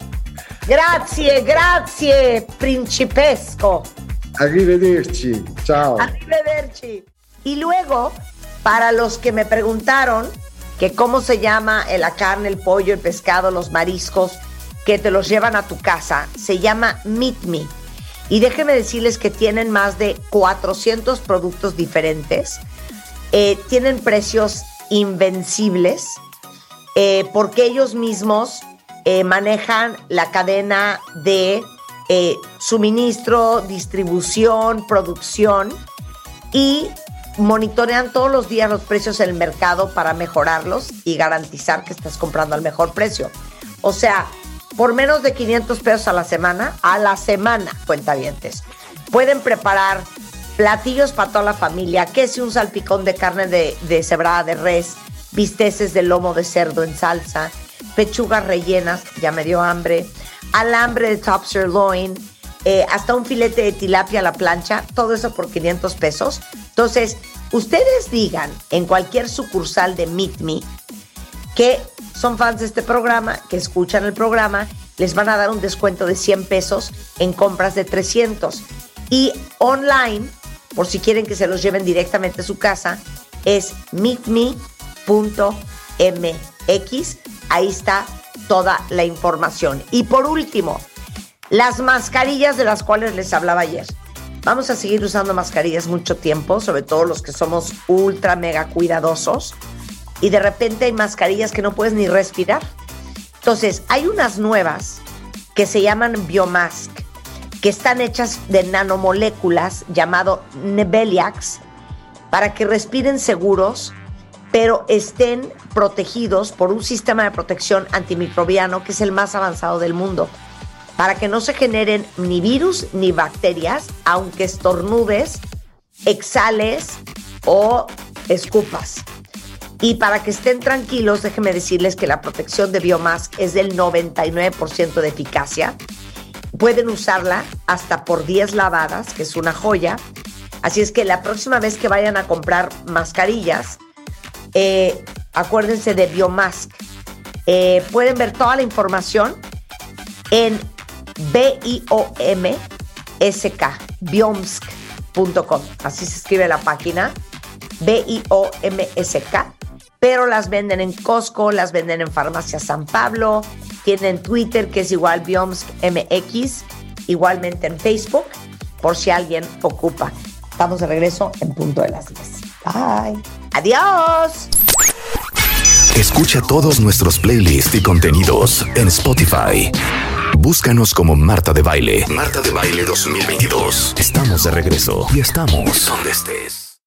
Grazie, principesco. Arrivederci. Ciao. Arrivederci. Y luego, para los que me preguntaron que cómo se llama la carne, el pollo, el pescado, los mariscos, que te los llevan a tu casa. Se llama Meet Me. Y déjenme decirles que tienen más de 400 productos diferentes. Tienen precios invencibles porque ellos mismos manejan la cadena de suministro, distribución, producción y monitorean todos los días los precios en el mercado para mejorarlos y garantizar que estás comprando al mejor precio. O sea, por menos de 500 pesos a la semana, cuentavientes, pueden preparar platillos para toda la familia, que si un salpicón de carne de cebrada de res, bisteces de lomo de cerdo en salsa, pechugas rellenas, ya me dio hambre, alambre de top sirloin, hasta un filete de tilapia a la plancha, todo eso por 500 pesos. Entonces, ustedes digan en cualquier sucursal de Meet Me que son fans de este programa, que escuchan el programa, les van a dar un descuento de 100 pesos en compras de 300. Y online, por si quieren que se los lleven directamente a su casa, es meetme.mx. Ahí está toda la información. Y por último, las mascarillas de las cuales les hablaba ayer. Vamos a seguir usando mascarillas mucho tiempo, sobre todo los que somos ultra mega cuidadosos. Y de repente hay mascarillas que no puedes ni respirar. Entonces, hay unas nuevas que se llaman Biomask, que están hechas de nanomoléculas llamado Nebeliax, para que respiren seguros, pero estén protegidos por un sistema de protección antimicrobiano que es el más avanzado del mundo, para que no se generen ni virus ni bacterias, aunque estornudes, exhales o escupas. Y para que estén tranquilos, déjenme decirles que la protección de Biomask es del 99% de eficacia. Pueden usarla hasta por 10 lavadas, que es una joya. Así es que la próxima vez que vayan a comprar mascarillas, acuérdense de Biomask. Pueden ver toda la información en biomsk.com. Así se escribe la página, BIOMSK. Pero las venden en Costco, las venden en Farmacia San Pablo, tienen Twitter, que es igual BiomskMX, igualmente en Facebook, por si alguien ocupa. Estamos de regreso en punto de las 10. Bye. ¡Adiós! Escucha todos nuestros playlists y contenidos en Spotify. Búscanos como Marta de Baile. Marta de Baile 2022. Estamos de regreso y estamos donde estés.